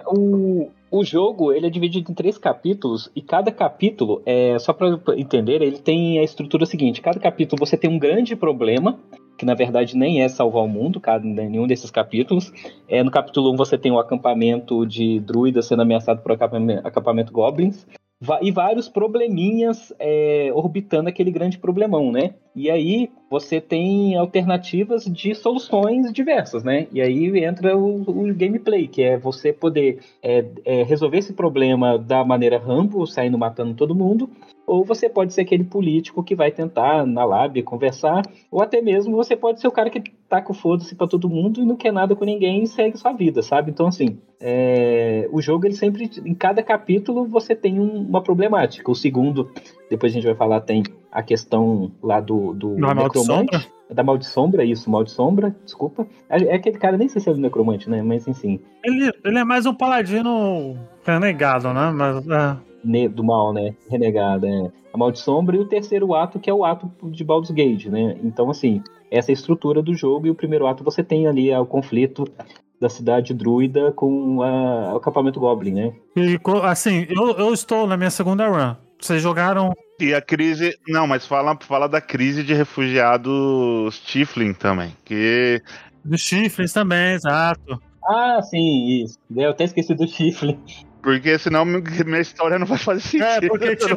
O jogo, ele é dividido em 3 capítulos, e cada capítulo, só pra entender, ele tem a estrutura seguinte: cada capítulo você tem um grande problema, que na verdade nem é salvar o mundo, nenhum desses capítulos. No capítulo 1 você tem o acampamento de druidas sendo ameaçado por acampamento goblins, e vários probleminhas orbitando aquele grande problemão, né? E aí você tem alternativas de soluções diversas, né? E aí entra o gameplay, que é você poder resolver esse problema da maneira Rambo, saindo matando todo mundo, ou você pode ser aquele político que vai tentar na lábia conversar, ou até mesmo você pode ser o cara que taca o foda-se pra todo mundo e não quer nada com ninguém e segue sua vida, sabe? Então, assim, o jogo, ele sempre, em cada capítulo, você tem uma problemática. O segundo, depois a gente vai falar, tem a questão lá do necromante. Da Maldisombra, isso, Maldisombra, desculpa. É aquele cara, nem sei se é do necromante, né? Mas, enfim. Ele é mais um paladino renegado, né? Mas, do mal, né? Renegado, a Maldisombra, e o terceiro ato, que é o ato de Baldur's Gate, né? Então, assim, essa é a estrutura do jogo, e o primeiro ato você tem ali o conflito da cidade druida com o acampamento Goblin, né? E, assim, eu estou na minha segunda run. Vocês jogaram... E a crise... Não, mas fala da crise de refugiados Tiflin também, que... Dos Tiflins também, exato. Sim, isso. Eu até esqueci do Tiflin. Porque senão minha história não vai fazer sentido.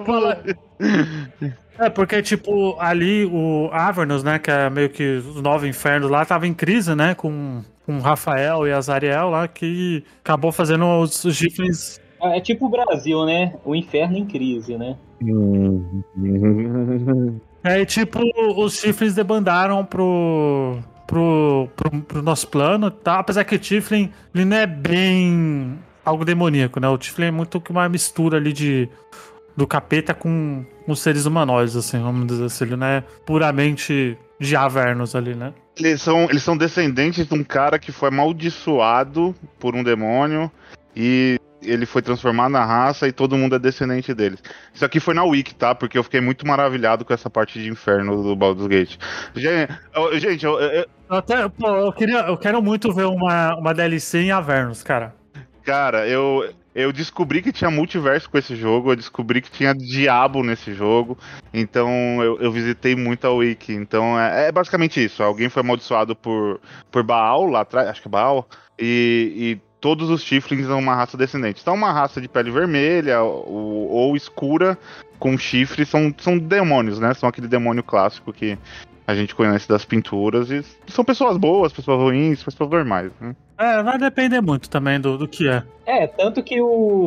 Porque, tipo, ali o Avernus, né, que é meio que os 9 infernos lá, tava em crise, né, com Rafael e Azariel lá, que acabou fazendo os Tiflins... É tipo o Brasil, né? O inferno em crise, né? Tipo, os Tiflins debandaram pro nosso plano, tá? Apesar que o Tiflin, ele não é bem algo demoníaco, né? O Tiflin é muito que uma mistura ali do capeta com os seres humanoides, assim, vamos dizer assim. Ele não é puramente de Avernus ali, né? Eles são descendentes de um cara que foi amaldiçoado por um demônio e ele foi transformado na raça e todo mundo é descendente deles. Isso aqui foi na Wiki, tá? Porque eu fiquei muito maravilhado com essa parte de inferno do Baldur's Gate. Gente, eu quero muito ver uma DLC em Avernus, cara. Cara, eu descobri que tinha multiverso com esse jogo, eu descobri que tinha diabo nesse jogo, então eu visitei muito a Wiki. Então é basicamente isso. Alguém foi amaldiçoado por Baal lá atrás, acho que é Baal, e todos os Tiflins são uma raça descendente. Então, uma raça de pele vermelha ou escura com chifres são demônios, né? São aquele demônio clássico que a gente conhece das pinturas. E são pessoas boas, pessoas ruins, pessoas normais, né? Vai depender muito também do que é. Tanto que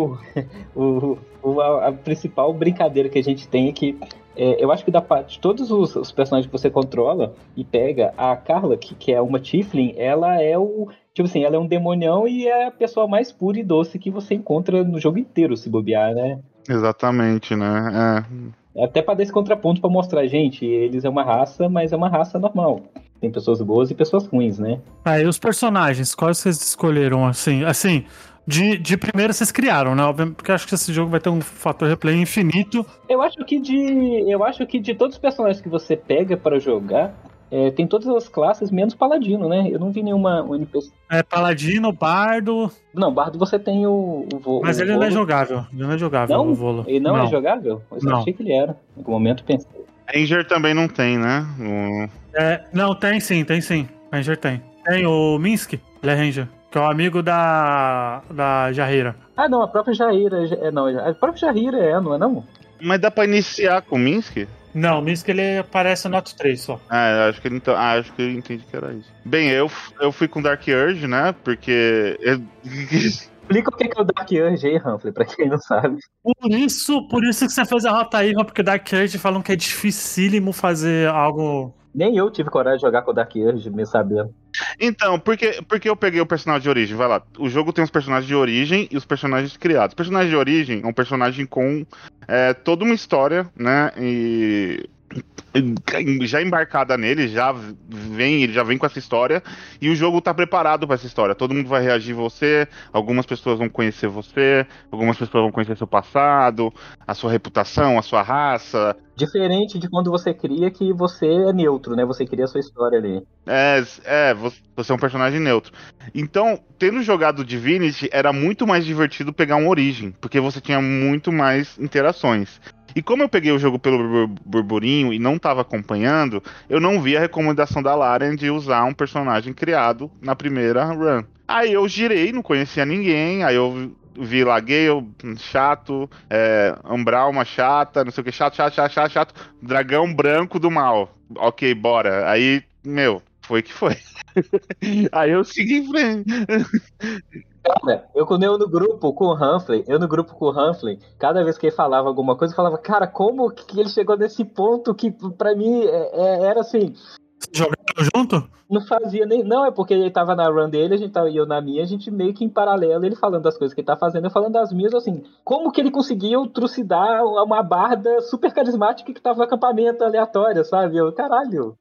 a principal brincadeira que a gente tem é que eu acho que da parte de todos os personagens que você controla e pega, a Carla, que é uma Tiflin, ela é ela é um demonião e é a pessoa mais pura e doce que você encontra no jogo inteiro, se bobear, né? Exatamente, né? Até pra dar esse contraponto pra mostrar, gente, eles é uma raça, mas é uma raça normal. Tem pessoas boas e pessoas ruins, né? E os personagens, quais vocês escolheram, assim? Assim, de primeiro vocês criaram, né? Obviamente, porque eu acho que esse jogo vai ter um fator replay infinito. Eu acho que de todos os personagens que você pega pra jogar, tem todas as classes, menos Paladino, né? Eu não vi nenhuma NPC. Paladino, Bardo... Não, Bardo você tem o Mas ele não é jogável. Ele não é jogável, não? o Volo. Ele não é jogável? Eu achei que ele era. Em algum momento eu pensei. Ranger também não tem, né? Não, tem sim. Ranger tem. Tem o Minsk, ele é Ranger. Que é o amigo da Jaheira. Não, a própria Jaheira. A própria Jaheira não é não? Mas dá pra iniciar com o Minsk? Não, Minsk ele aparece no Ato 3 só. Acho que ele então. Acho que eu entendi que era isso. Bem, eu fui com Dark Urge, né? Porque. Explica o que é o Dark Urge aí, Humphrey, pra quem não sabe. Por isso que você fez a rota aí, porque Dark Urge falam que é dificílimo fazer algo. Nem eu tive coragem de jogar com o Dark Urge, me sabendo. Então, porque eu peguei o personagem de origem? Vai lá. O jogo tem os personagens de origem e os personagens criados. O personagem de origem é um personagem com toda uma história, né? E já embarcada nele, ele já vem com essa história e o jogo tá preparado para essa história. Todo mundo vai reagir a você, algumas pessoas vão conhecer você, algumas pessoas vão conhecer seu passado, a sua reputação, a sua raça. Diferente de quando você cria que você é neutro, né? Você cria a sua história ali. Você é um personagem neutro. Então, tendo jogado Divinity, era muito mais divertido pegar um Origin, porque você tinha muito mais interações. E como eu peguei o jogo pelo burburinho e não estava acompanhando, eu não vi a recomendação da Larian de usar um personagem criado na primeira run. Aí eu girei, não conhecia ninguém, aí eu vi lá Gale, chato, Umbral, uma chata, não sei o que, chato, dragão branco do mal. Ok, bora. Aí, foi que foi. Aí eu segui em frente. Cara, quando eu no grupo com o Humphrey, cada vez que ele falava alguma coisa, eu falava, cara, como que ele chegou nesse ponto que pra mim era assim. Jogaram junto? Não fazia nem. Não, é porque ele tava na run dele, e eu na minha, a gente meio que em paralelo, ele falando das coisas que ele tá fazendo, eu falando das minhas, assim, como que ele conseguiu trucidar uma barda super carismática que tava no acampamento aleatório, sabe? Eu, caralho.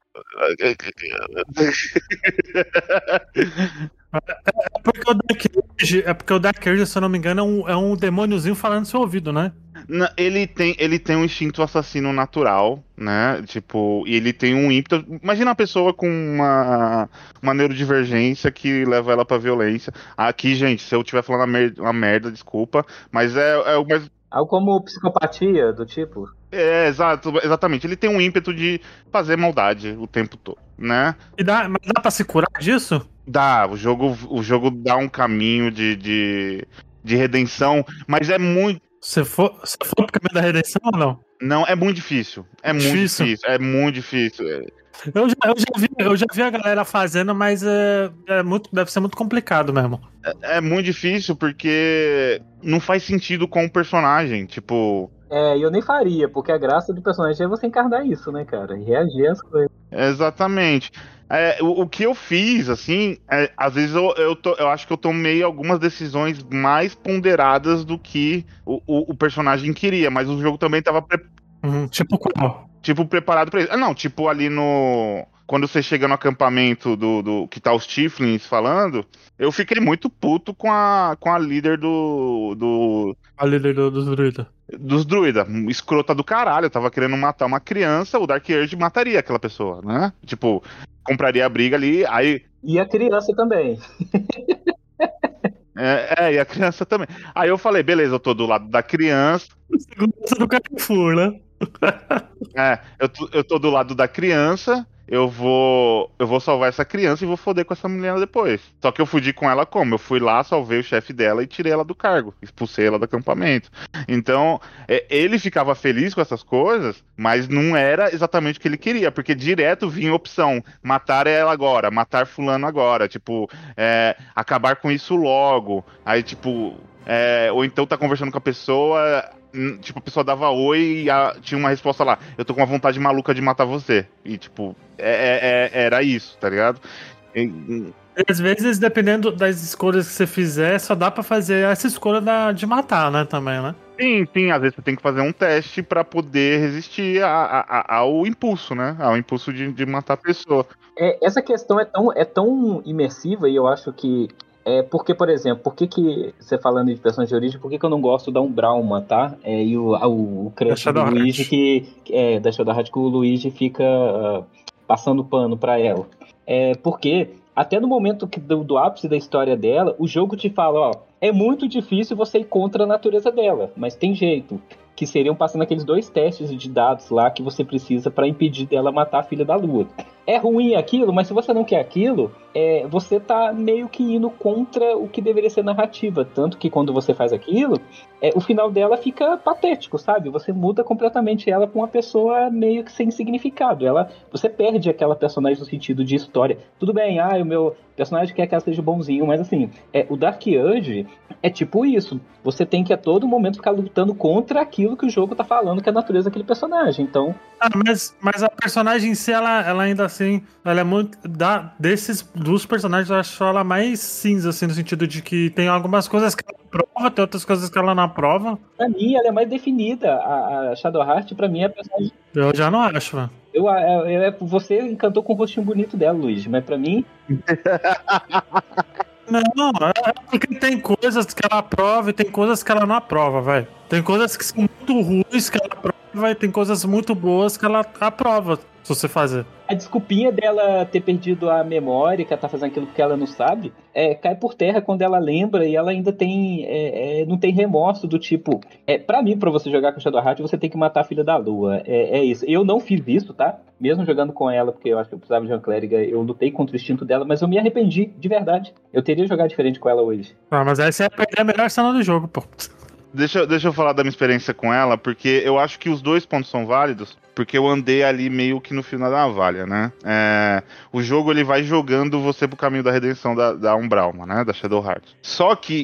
É porque o Dark Urge, se eu não me engano, é um demôniozinho falando no seu ouvido, né? Ele tem um instinto assassino natural, né? Tipo, e ele tem um ímpeto. Imagina uma pessoa com uma neurodivergência que leva ela pra violência. Aqui, gente, se eu estiver falando uma merda, desculpa, mas é o mais. Algo como psicopatia, do tipo. Exatamente. Ele tem um ímpeto de fazer maldade o tempo todo, né? Mas dá pra se curar disso? Dá, o jogo dá um caminho de redenção, mas é muito. Você for pro caminho da redenção ou não? Não, é muito difícil. É muito difícil. É muito difícil. Eu já vi a galera fazendo, mas deve ser muito complicado mesmo. É muito difícil porque não faz sentido com o personagem, tipo. Eu nem faria, porque a graça do personagem é você encarnar isso, né, cara? E reagir às coisas. Exatamente. O que eu fiz, assim, às vezes eu acho que eu tomei algumas decisões mais ponderadas do que o personagem queria, mas o jogo também tava tipo qual? Tipo, preparado pra isso. Não, tipo ali no. Quando você chega no acampamento do que tá os Tiflins falando, eu fiquei muito puto com a líder A líder dos druidas. Dos druidas. Escrota do caralho. Eu tava querendo matar uma criança, o Dark Urge mataria aquela pessoa, né? Tipo, compraria a briga ali, aí. E a criança também. E a criança também. Aí eu falei, beleza, eu tô do lado da criança. Segurança do Carrefour, né? Eu tô do lado da criança, eu vou salvar essa criança e vou foder com essa mulher depois. Só que eu fudi com ela como? Eu fui lá, salvei o chefe dela e tirei ela do cargo, expulsei ela do acampamento. Então, ele ficava feliz com essas coisas, mas não era exatamente o que ele queria, porque direto vinha a opção, matar ela agora, matar fulano agora, tipo, acabar com isso logo. Aí, tipo, ou então tá conversando com a pessoa. Tipo, a pessoa dava oi e tinha uma resposta lá, eu tô com uma vontade maluca de matar você. E, tipo, era isso, tá ligado? Às vezes, dependendo das escolhas que você fizer, só dá pra fazer essa escolha de matar, né, também, né? Sim, às vezes você tem que fazer um teste pra poder resistir ao impulso, né? Ao impulso de matar a pessoa. Essa questão é tão imersiva e eu acho que porque, por exemplo, por que você falando de personagem de origem, por que eu não gosto da Umbrauma, tá? E o crush do Luigi da Shadowheart que o Luigi fica passando pano pra ela. Porque até no momento do ápice da história dela, o jogo te fala, ó, é muito difícil você ir contra a natureza dela, mas tem jeito. Que seriam passando aqueles 2 testes de dados lá que você precisa pra impedir dela matar a filha da Lua. é ruim aquilo, mas se você não quer aquilo, você tá meio que indo contra o que deveria ser narrativa. Tanto que quando você faz aquilo, o final dela fica patético, sabe? Você muda completamente ela pra uma pessoa meio que sem significado. Você perde aquela personagem no sentido de história. Tudo bem, o meu personagem quer que ela seja bonzinho, mas assim, o Dark Urge é tipo isso. Você tem que a todo momento ficar lutando contra aquilo que o jogo tá falando, que é a natureza daquele personagem. Então... mas a personagem em si, ela ainda assim, ela é muito... dos personagens, eu acho ela mais cinza, assim, no sentido de que tem algumas coisas que ela aprova, tem outras coisas que ela não aprova. Pra mim, ela é mais definida. A Shadowheart, pra mim, é a personagem... Eu já não acho, mano. Você encantou com o rostinho bonito dela, Luiz, mas pra mim... Não, é porque tem coisas que ela aprova e tem coisas que ela não aprova, velho. Tem coisas que são muito ruins que ela aprova e tem coisas muito boas que ela aprova, se você fazer. A desculpinha dela ter perdido a memória, que ela tá fazendo aquilo porque ela não sabe, cai por terra quando ela lembra e ela ainda tem não tem remorso do tipo... pra mim, pra você jogar com Shadowheart, você tem que matar a filha da lua. É isso. Eu não fiz isso, tá? Mesmo jogando com ela, porque eu acho que eu precisava de uma clériga, eu lutei contra o instinto dela, mas eu me arrependi, de verdade. Eu teria jogado diferente com ela hoje. Mas aí você ia perder a melhor cena do jogo, pô. Deixa eu falar da minha experiência com ela, porque eu acho que os dois pontos são válidos, porque eu andei ali meio que no final da navalha, né? O jogo, ele vai jogando você pro caminho da redenção da Umbralma, né? Da Shadowheart. Só que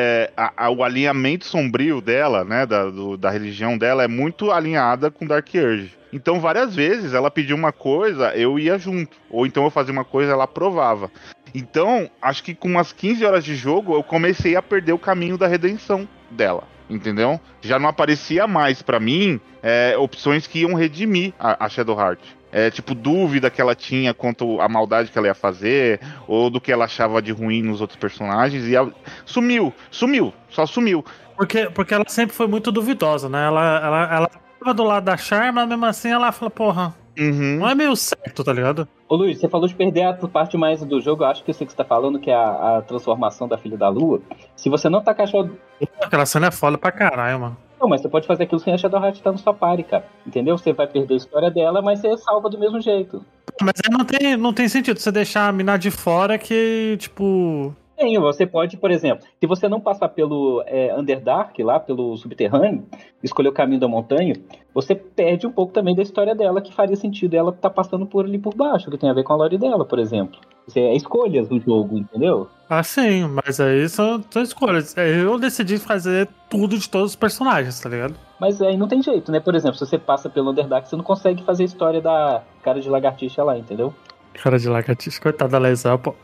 o alinhamento sombrio dela, né? Da religião dela, é muito alinhada com Dark Urge. Então, várias vezes, ela pediu uma coisa, eu ia junto. Ou então eu fazia uma coisa, ela aprovava. Então, acho que com umas 15 horas de jogo, eu comecei a perder o caminho da redenção dela, entendeu? Já não aparecia mais pra mim opções que iam redimir a Shadowheart. Tipo, dúvida que ela tinha quanto à maldade que ela ia fazer, ou do que ela achava de ruim nos outros personagens, e sumiu, só sumiu. Porque ela sempre foi muito duvidosa, né? Ela tava do lado da Char, mas mesmo assim ela fala, porra, não é meio certo, tá ligado? Ô Luiz, você falou de perder a parte mais do jogo, eu acho que eu sei que você tá falando, que é a transformação da Filha da Lua. Se você não tá com a Aquela cena é foda pra caralho, mano. Não, mas você pode fazer aquilo sem a Shadowheart estar no sua party, cara. Entendeu? Você vai perder a história dela, mas você salva do mesmo jeito. Mas aí não tem sentido você deixar a mina de fora que, tipo... Você pode, por exemplo, se você não passar pelo Underdark, lá pelo subterrâneo, escolher o caminho da montanha, você perde um pouco também da história dela, que faria sentido ela tá passando por ali por baixo, que tem a ver com a lore dela, por exemplo. Escolhas do jogo, entendeu? Ah, sim, mas aí são escolhas. Eu decidi fazer tudo de todos os personagens, tá ligado? Mas aí não tem jeito, né? Por exemplo, se você passa pelo Underdark, você não consegue fazer a história da cara de lagartixa lá, entendeu? Cara de lagartixa, coitada da Lesal, pô.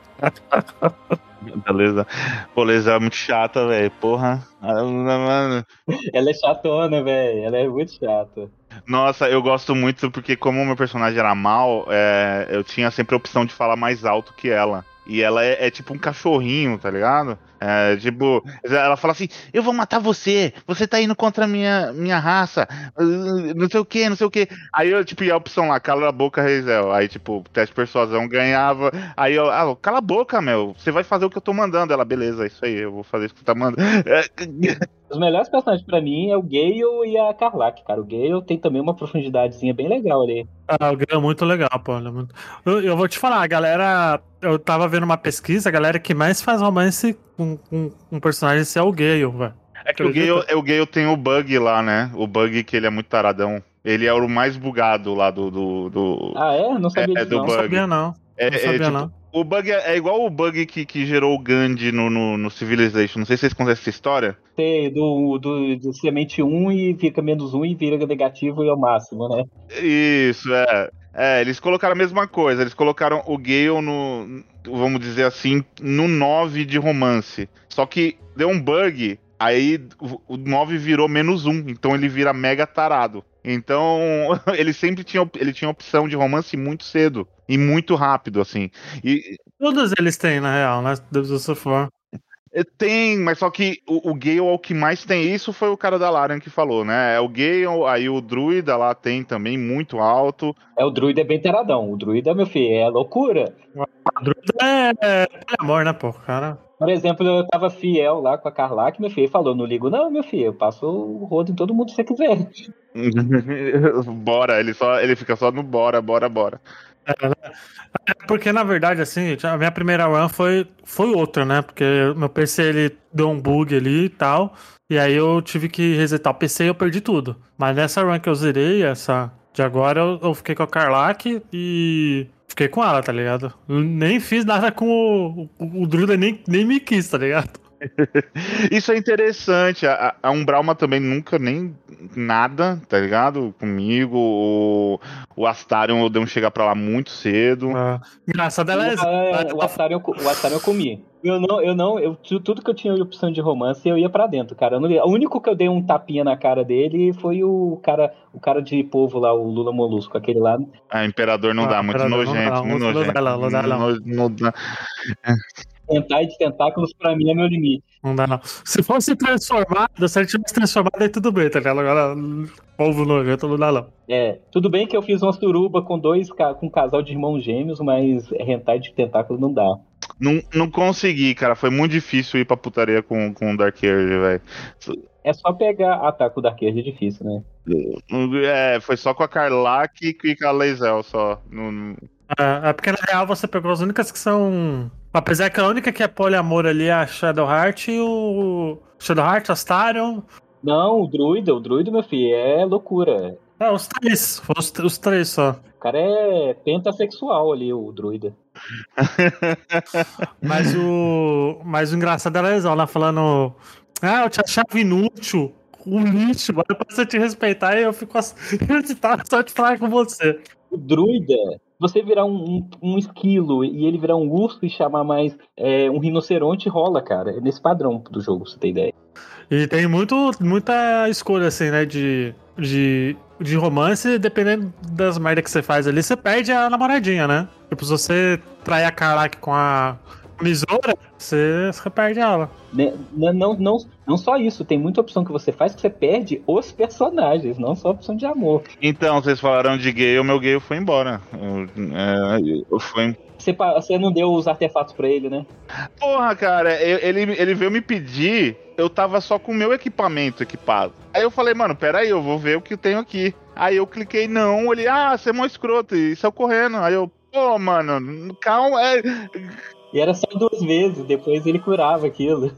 Beleza. Pô, Lesal é muito chata, velho. Porra. Mano. Ela é chatona, velho. Ela é muito chata. Nossa, eu gosto muito porque como o meu personagem era mal, eu tinha sempre a opção de falar mais alto que ela. E ela é tipo um cachorrinho, tá ligado? Tipo, ela fala assim, eu vou matar você tá indo contra a minha raça, não sei o que. Aí eu, tipo, ia a opção lá, cala a boca, Reizel. Aí, tipo, teste de persuasão ganhava. Aí eu, cala a boca, meu, você vai fazer o que eu tô mandando. Ela, beleza, é isso aí, eu vou fazer isso que você tá mandando. Os melhores personagens pra mim é o Gale e a Karlach, cara. O Gale tem também uma profundidadezinha bem legal ali. O Gale é muito legal, pô. Eu vou te falar, a galera... Eu tava vendo uma pesquisa, a galera que mais faz romance com um personagem é o Gale, velho. É que o Gale tem o bug lá, né? O bug que ele é muito taradão. Ele é o mais bugado lá do... Ah, é? Não sabia disso, do não. bug. Não sabia, não. Não sabia, não. O bug é igual o bug que gerou o Gandhi no Civilization. Não sei se vocês conhecem essa história. Sei, do semente 1 e fica menos 1 e vira negativo e é o máximo, né? Isso, eles colocaram a mesma coisa. Eles colocaram o Gale no, vamos dizer assim, no 9 de romance. Só que deu um bug, aí o 9 virou menos 1. Então ele vira mega tarado. Então, ele tinha opção de romance muito cedo e muito rápido, assim. Todos eles têm, na real, né? Se você for. Tem, mas só que o Gale é o que mais tem. Isso foi o cara da Larian que falou, né? É o Gale, aí o Druida lá tem também, muito alto. O Druida é bem taradão. O Druida, meu filho, é loucura. O Druida é amor, né, pô, cara? Por exemplo, eu tava fiel lá com a Carla, que meu filho falou, não ligo não, meu filho, eu passo o rodo em todo mundo que você quiser. Bora, ele fica só no bora. Porque, na verdade, assim, a minha primeira run foi outra, né? Porque meu PC, ele deu um bug ali e tal. E aí eu tive que resetar o PC e eu perdi tudo. Mas nessa run que eu zerei, essa de agora, eu fiquei com a Karlak e fiquei com ela, tá ligado? Eu nem fiz nada com o Druida, nem me quis, tá ligado? Isso é interessante. A Umbralma também nunca nem nada, tá ligado? Comigo. O Astarion eu devo chegar pra lá muito cedo. Engraçado, ela O Astarion eu comi. Tudo que eu tinha de opção de romance, eu ia pra dentro, cara. O único que eu dei um tapinha na cara dele foi o cara de povo lá, o Lula Molusco, aquele lá. Imperador não dá, muito nojento. Muito nojento. Não dá. Tentar de tentáculos pra mim é meu limite. Não dá, não. Se fosse transformado, se ele tivesse transformado, aí tudo bem, tá ligado? Agora, povo nojento não dá, não. Tudo bem que eu fiz uma suruba com com um casal de irmãos gêmeos, mas hentai de tentáculo não dá. Não consegui, cara. Foi muito difícil ir pra putaria com o Dark Age, velho. É só pegar ataque o Dark Age, é difícil, né? Foi só com a Karlak e com a Lae'zel só. É porque na real você pegou as únicas que são. Apesar que a única que é poliamor ali é a Shadowheart e o. Shadowheart, Astarion. Não, o druida, meu filho, é loucura. Os três. Os três só. O cara é pentasexual ali, o druida. Mas o engraçado era eles, ela falando. Eu te achava inútil. Um lixo, mas depois você te respeitar e eu fico irritado só de falar com você. O druida, você virar um esquilo e ele virar um urso e chamar mais um rinoceronte, rola, cara. É nesse padrão do jogo, pra você ter ideia. E tem muita escolha, assim, né, de romance, dependendo das merdas que você faz ali, você perde a namoradinha, né? Tipo, se você trair a Karlak com a Misora, você perde ela. Não só isso, tem muita opção que você faz que você perde os personagens, não só a opção de amor. Então, vocês falaram de gay, o meu gay foi embora. Você não deu os artefatos pra ele, né? Porra, cara, ele veio me pedir, eu tava só com o meu equipamento equipado. Aí eu falei, mano, peraí, eu vou ver o que eu tenho aqui. Aí eu cliquei não, ele, você é mó escroto, e saiu correndo. Aí eu, pô, mano, calma, E era só 2 vezes, depois ele curava aquilo.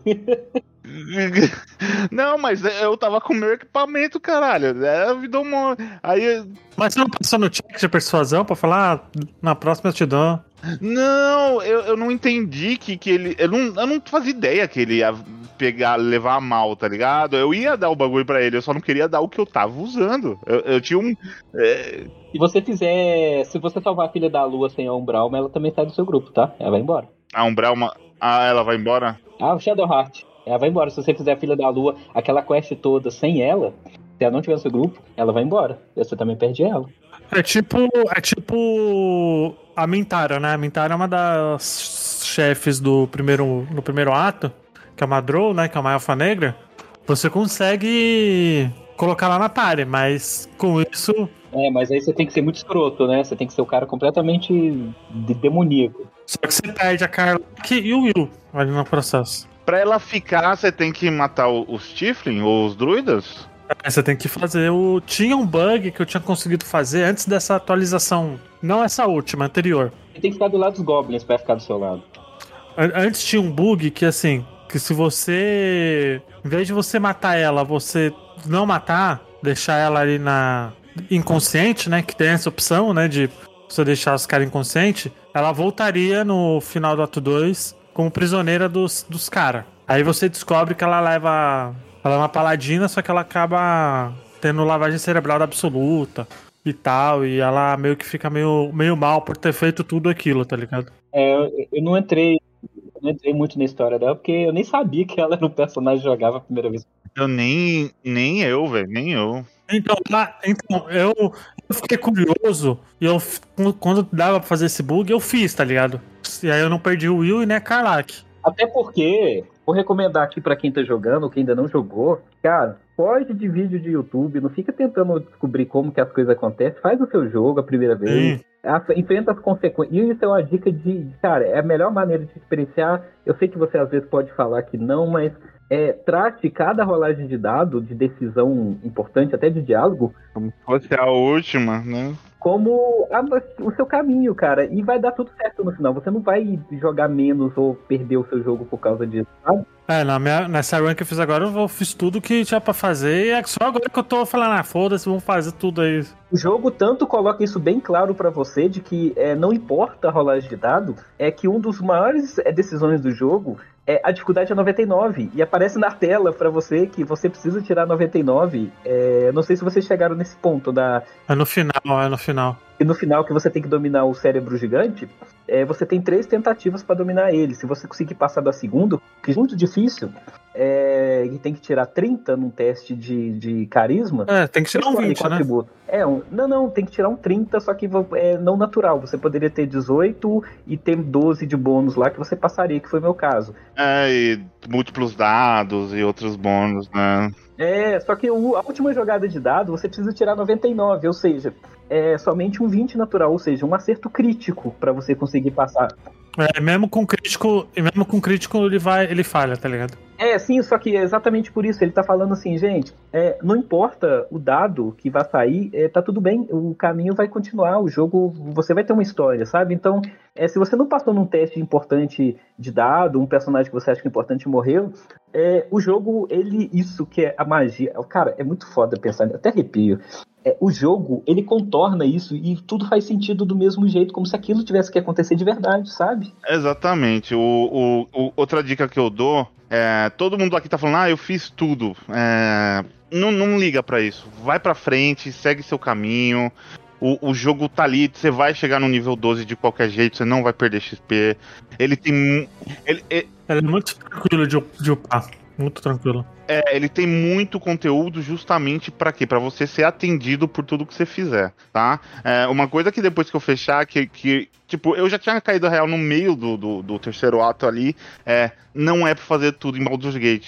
Não, mas eu tava com o meu equipamento, caralho. Me deu uma. Aí. Mas você não passou no check de persuasão pra falar, na próxima eu te dou? Não, eu não entendi que ele. Eu não fazia ideia que ele ia levar a mal, tá ligado? Eu ia dar o bagulho pra ele, eu só não queria dar o que eu tava usando. Eu tinha um. Se você salvar a filha da Lua sem a Umbralma, ela também sai do seu grupo, tá? Ela vai embora. A Umbralma. Ela vai embora? O Shadowheart. Ela vai embora. Se você fizer a filha da Lua, aquela quest toda sem ela, se ela não tiver no seu grupo, ela vai embora. E você também perde ela. É tipo a Mintara, né? A Mintara é uma das chefes no primeiro ato, que é uma Drow, né? Que é uma elfa negra. Você consegue colocar lá na party, mas com isso... Mas aí você tem que ser muito escroto, né? Você tem que ser o cara completamente demoníaco. Só que você perde a Karlak e o Will ali no processo. Pra ela ficar, você tem que matar os Tiflin ou os druidas? Você tem que fazer Tinha um bug que eu tinha conseguido fazer antes dessa atualização. Não essa última, anterior. Você tem que ficar do lado dos goblins pra ficar do seu lado. Antes tinha um bug que, assim, que se você... Em vez de você matar ela, você não matar, deixar ela ali inconsciente, né? Que tem essa opção, né? De você deixar os caras inconscientes. Ela voltaria no final do ato 2 como prisioneira dos caras. Aí você descobre que ela é uma paladina, só que ela acaba tendo lavagem cerebral absoluta e tal. E ela meio que fica meio mal por ter feito tudo aquilo, tá ligado? Eu não entrei muito na história dela, porque eu nem sabia que ela era um personagem que jogava a primeira vez. Eu nem eu, velho, nem eu. Então, eu fiquei curioso e quando dava pra fazer esse bug, eu fiz, tá ligado? E aí eu não perdi o Will e nem a Karlak. Até porque, vou recomendar aqui pra quem tá jogando, ou quem ainda não jogou, cara, foge de vídeo de YouTube, não fica tentando descobrir como que as coisas acontecem, faz o seu jogo a primeira vez. Enfrenta as consequências. E isso é uma dica cara, é a melhor maneira de experienciar. Eu sei que você às vezes pode falar que não, mas trate cada rolagem de dado, de decisão importante, até de diálogo, Como se fosse a última, né? como o seu caminho, cara. E vai dar tudo certo no final. Você não vai jogar menos ou perder o seu jogo por causa disso, sabe? Nessa run que eu fiz agora, eu fiz tudo que tinha pra fazer. E é só agora que eu tô falando, foda-se, vamos fazer tudo aí. O jogo tanto coloca isso bem claro pra você, de que não importa a rolagem de dado, é que um dos maiores decisões do jogo a dificuldade é 99, e aparece na tela pra você que você precisa tirar 99. Não sei se vocês chegaram nesse ponto É no final. E no final que você tem que dominar o cérebro gigante, você tem 3 tentativas pra dominar ele. Se você conseguir passar da segunda, que é muito difícil, e tem que tirar 30 num teste de carisma. Tem que tirar um 20, né? Não, tem que tirar um 30, só que não natural. Você poderia ter 18 e ter 12 de bônus lá que você passaria, que foi o meu caso. E múltiplos dados e outros bônus, né? Só que a última jogada de dado você precisa tirar 99, ou seja, somente um 20 natural, ou seja, um acerto crítico pra você conseguir passar. Mesmo com crítico ele falha, tá ligado? Sim, só que é exatamente por isso, ele tá falando assim, gente, não importa o dado que vai sair, tá tudo bem, o caminho vai continuar, o jogo, você vai ter uma história, sabe? Então, se você não passou num teste importante de dado, um personagem que você acha que é importante morreu, o jogo, isso que é a magia, cara, é muito foda pensar, até arrepio. O jogo, ele contorna isso e tudo faz sentido do mesmo jeito, como se aquilo tivesse que acontecer de verdade, sabe? Exatamente. Outra dica que eu dou todo mundo aqui tá falando, eu fiz tudo. Não liga pra isso. Vai pra frente, segue seu caminho. O jogo tá ali, você vai chegar no nível 12 de qualquer jeito, você não vai perder XP. Ele tem. Ele é muito tranquilo de upar. Muito tranquilo. Ele tem muito conteúdo justamente pra quê? Pra você ser atendido por tudo que você fizer, tá? Uma coisa que depois que eu fechar, tipo, eu já tinha caído a real no meio do terceiro ato ali, não é pra fazer tudo em Baldur's Gate.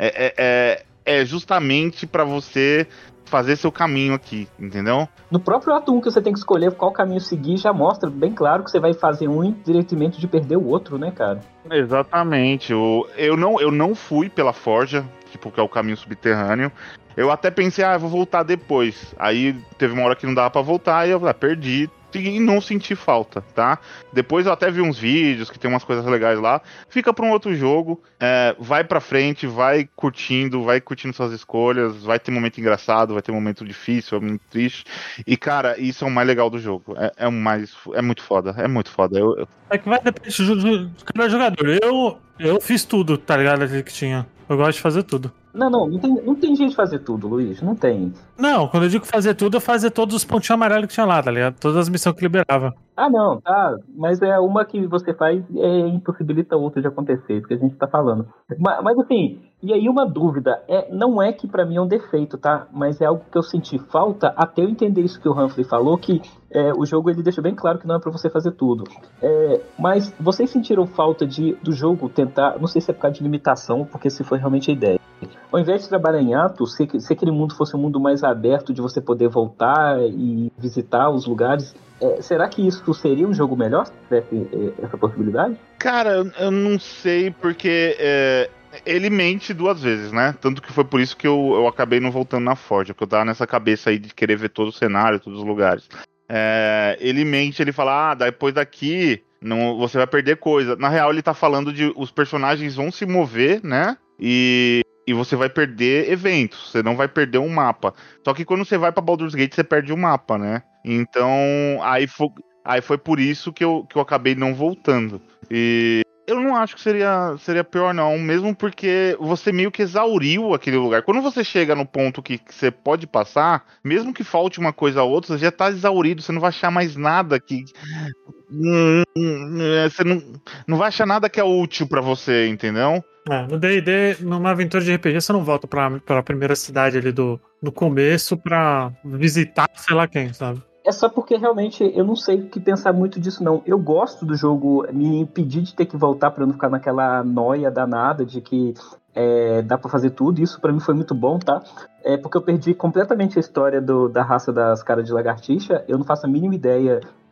É justamente pra você fazer seu caminho aqui, entendeu? No próprio ato 1 que você tem que escolher qual caminho seguir, já mostra bem claro que você vai fazer um em detrimento de perder o outro, né, cara? Exatamente. Eu não fui pela Forja, que é o caminho subterrâneo. Eu até pensei, eu vou voltar depois. Aí teve uma hora que não dava pra voltar e eu perdi e não senti falta, tá? Depois eu até vi uns vídeos que tem umas coisas legais lá. Fica pra um outro jogo, vai pra frente, vai curtindo suas escolhas, vai ter momento engraçado, vai ter momento difícil, muito triste. E, cara, isso é o mais legal do jogo. É muito foda, é muito foda. É que vai depender de cada jogador. Eu fiz tudo, tá ligado? Que tinha. Eu gosto de fazer tudo. Não tem jeito de fazer tudo, Luiz, não tem. Não, quando eu digo fazer tudo, eu fazia todos os pontinhos amarelos que tinha lá, tá ligado? Todas as missões que liberava. Não, tá, mas uma que você faz impossibilita a outra de acontecer, isso que a gente tá falando. Mas assim, e aí uma dúvida, não é que pra mim é um defeito, tá? Mas é algo que eu senti falta até eu entender isso que o Humphrey falou, que o jogo ele deixa bem claro que não é pra você fazer tudo. Mas vocês sentiram falta do jogo tentar, não sei se é por causa de limitação, porque se foi realmente a ideia. Ao invés de trabalhar em ato, se aquele mundo fosse um mundo mais aberto, de você poder voltar e visitar os lugares, será que isso seria um jogo melhor, se tivesse essa possibilidade? Cara, eu não sei, porque ele mente 2 vezes, né? Tanto que foi por isso que eu acabei não voltando na Forja, porque eu tava nessa cabeça aí de querer ver todo o cenário, todos os lugares. Ele mente, ele fala, depois daqui você vai perder coisa. Na real, ele tá falando de os personagens vão se mover, né? E você vai perder eventos, você não vai perder um mapa. Só que quando você vai pra Baldur's Gate, você perde um mapa, né? Então, aí foi por isso que eu acabei não voltando. E eu não acho que seria pior, não. Mesmo porque você meio que exauriu aquele lugar. Quando você chega no ponto que você pode passar, mesmo que falte uma coisa ou outra, você já tá exaurido, você não vai achar mais nada que... Você não vai achar nada que é útil pra você, entendeu? No D&D, numa aventura de RPG, você não volta pra primeira cidade ali do começo pra visitar sei lá quem, sabe? É só porque realmente eu não sei o que pensar muito disso, não. Eu gosto do jogo me impedir de ter que voltar pra não ficar naquela noia danada de que dá pra fazer tudo. Isso pra mim foi muito bom, tá? Porque eu perdi completamente a história da raça das caras de lagartixa. Eu não faço a mínima ideia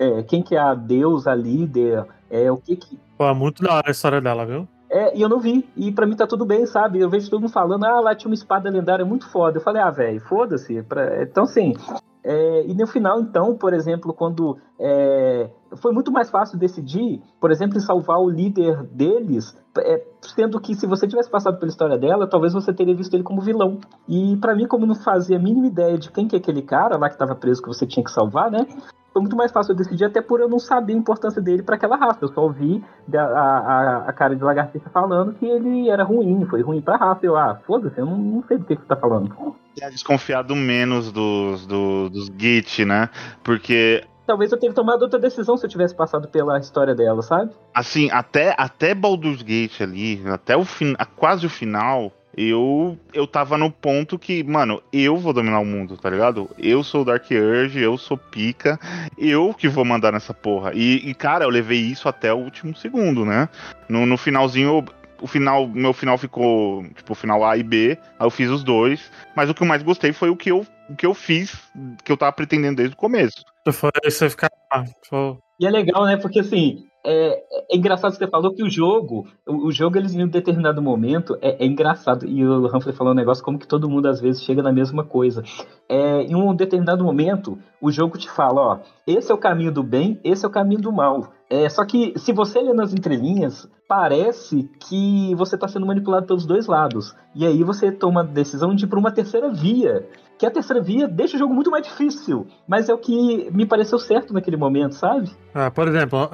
quem que é a deusa, a líder, o que que... Pô, é muito da hora a história dela, viu? E eu não vi, e pra mim tá tudo bem, sabe? Eu vejo todo mundo falando, lá tinha uma espada lendária muito foda. Eu falei, velho, foda-se. Então, assim, e no final, então, por exemplo, quando foi muito mais fácil decidir, por exemplo, em salvar o líder deles, sendo que se você tivesse passado pela história dela, talvez você teria visto ele como vilão. E pra mim, como não fazia a mínima ideia de quem que é aquele cara lá que tava preso que você tinha que salvar, né? Foi muito mais fácil eu decidir, até por eu não saber a importância dele para aquela raça. Eu só ouvi a cara de Lagartixa falando que ele era ruim, foi ruim pra raça. Eu, foda-se, eu não sei do que você tá falando. Tinha desconfiado menos dos Git, né? Porque... Talvez eu tenha tomado outra decisão se eu tivesse passado pela história dela, sabe? Assim, até Baldur's Gate ali, até quase o final... Eu tava no ponto que, mano, eu vou dominar o mundo, tá ligado? Eu sou o Dark Urge, eu sou pica, eu que vou mandar nessa porra. E cara, eu levei isso até o último segundo, né? No finalzinho, meu final ficou, tipo, final A e B, aí eu fiz os dois, mas o que eu mais gostei foi o que eu fiz, que eu tava pretendendo desde o começo. Foi você ficar... E é legal, né? Porque, assim... É engraçado que você falou que o jogo eles em um determinado momento é engraçado, e o Humphrey falou um negócio como que todo mundo às vezes chega na mesma coisa. Em um determinado momento o jogo te fala, esse é o caminho do bem, esse é o caminho do mal. Só que se você ler nas entrelinhas, parece que você está sendo manipulado pelos dois lados, e aí você toma a decisão de ir para uma terceira via, que a terceira via deixa o jogo muito mais difícil, mas é o que me pareceu certo naquele momento, sabe? Por exemplo,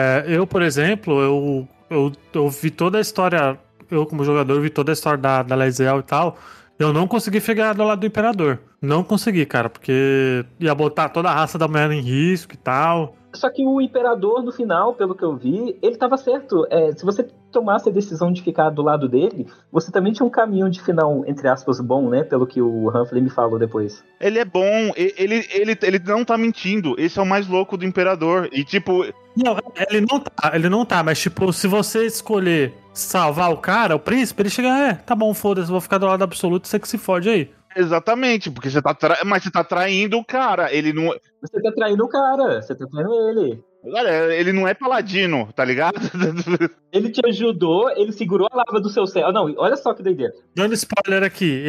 eu vi toda a história, eu como jogador vi toda a história da Lae'zel e tal, eu não consegui chegar do lado do Imperador. Não consegui, cara, porque ia botar toda a raça da mulher em risco e tal. Só que o Imperador, no final, pelo que eu vi, ele tava certo. Se você tomasse a decisão de ficar do lado dele, você também tinha um caminho de final, entre aspas, bom, né? Pelo que o Humphrey me falou depois. Ele é bom, ele não tá mentindo. Esse é o mais louco do Imperador. E tipo... Não, ele não tá, mas tipo, se você escolher salvar o cara, o príncipe, ele chega, tá bom, foda-se, eu vou ficar do lado absoluto, você que se fode aí. Exatamente, porque mas você tá traindo o cara, ele não... Você tá traindo o cara, você tá traindo ele. Olha, ele não é paladino, tá ligado? Ele te ajudou, ele segurou a lava do seu céu. Não, olha só que doideira. Dando spoiler aqui,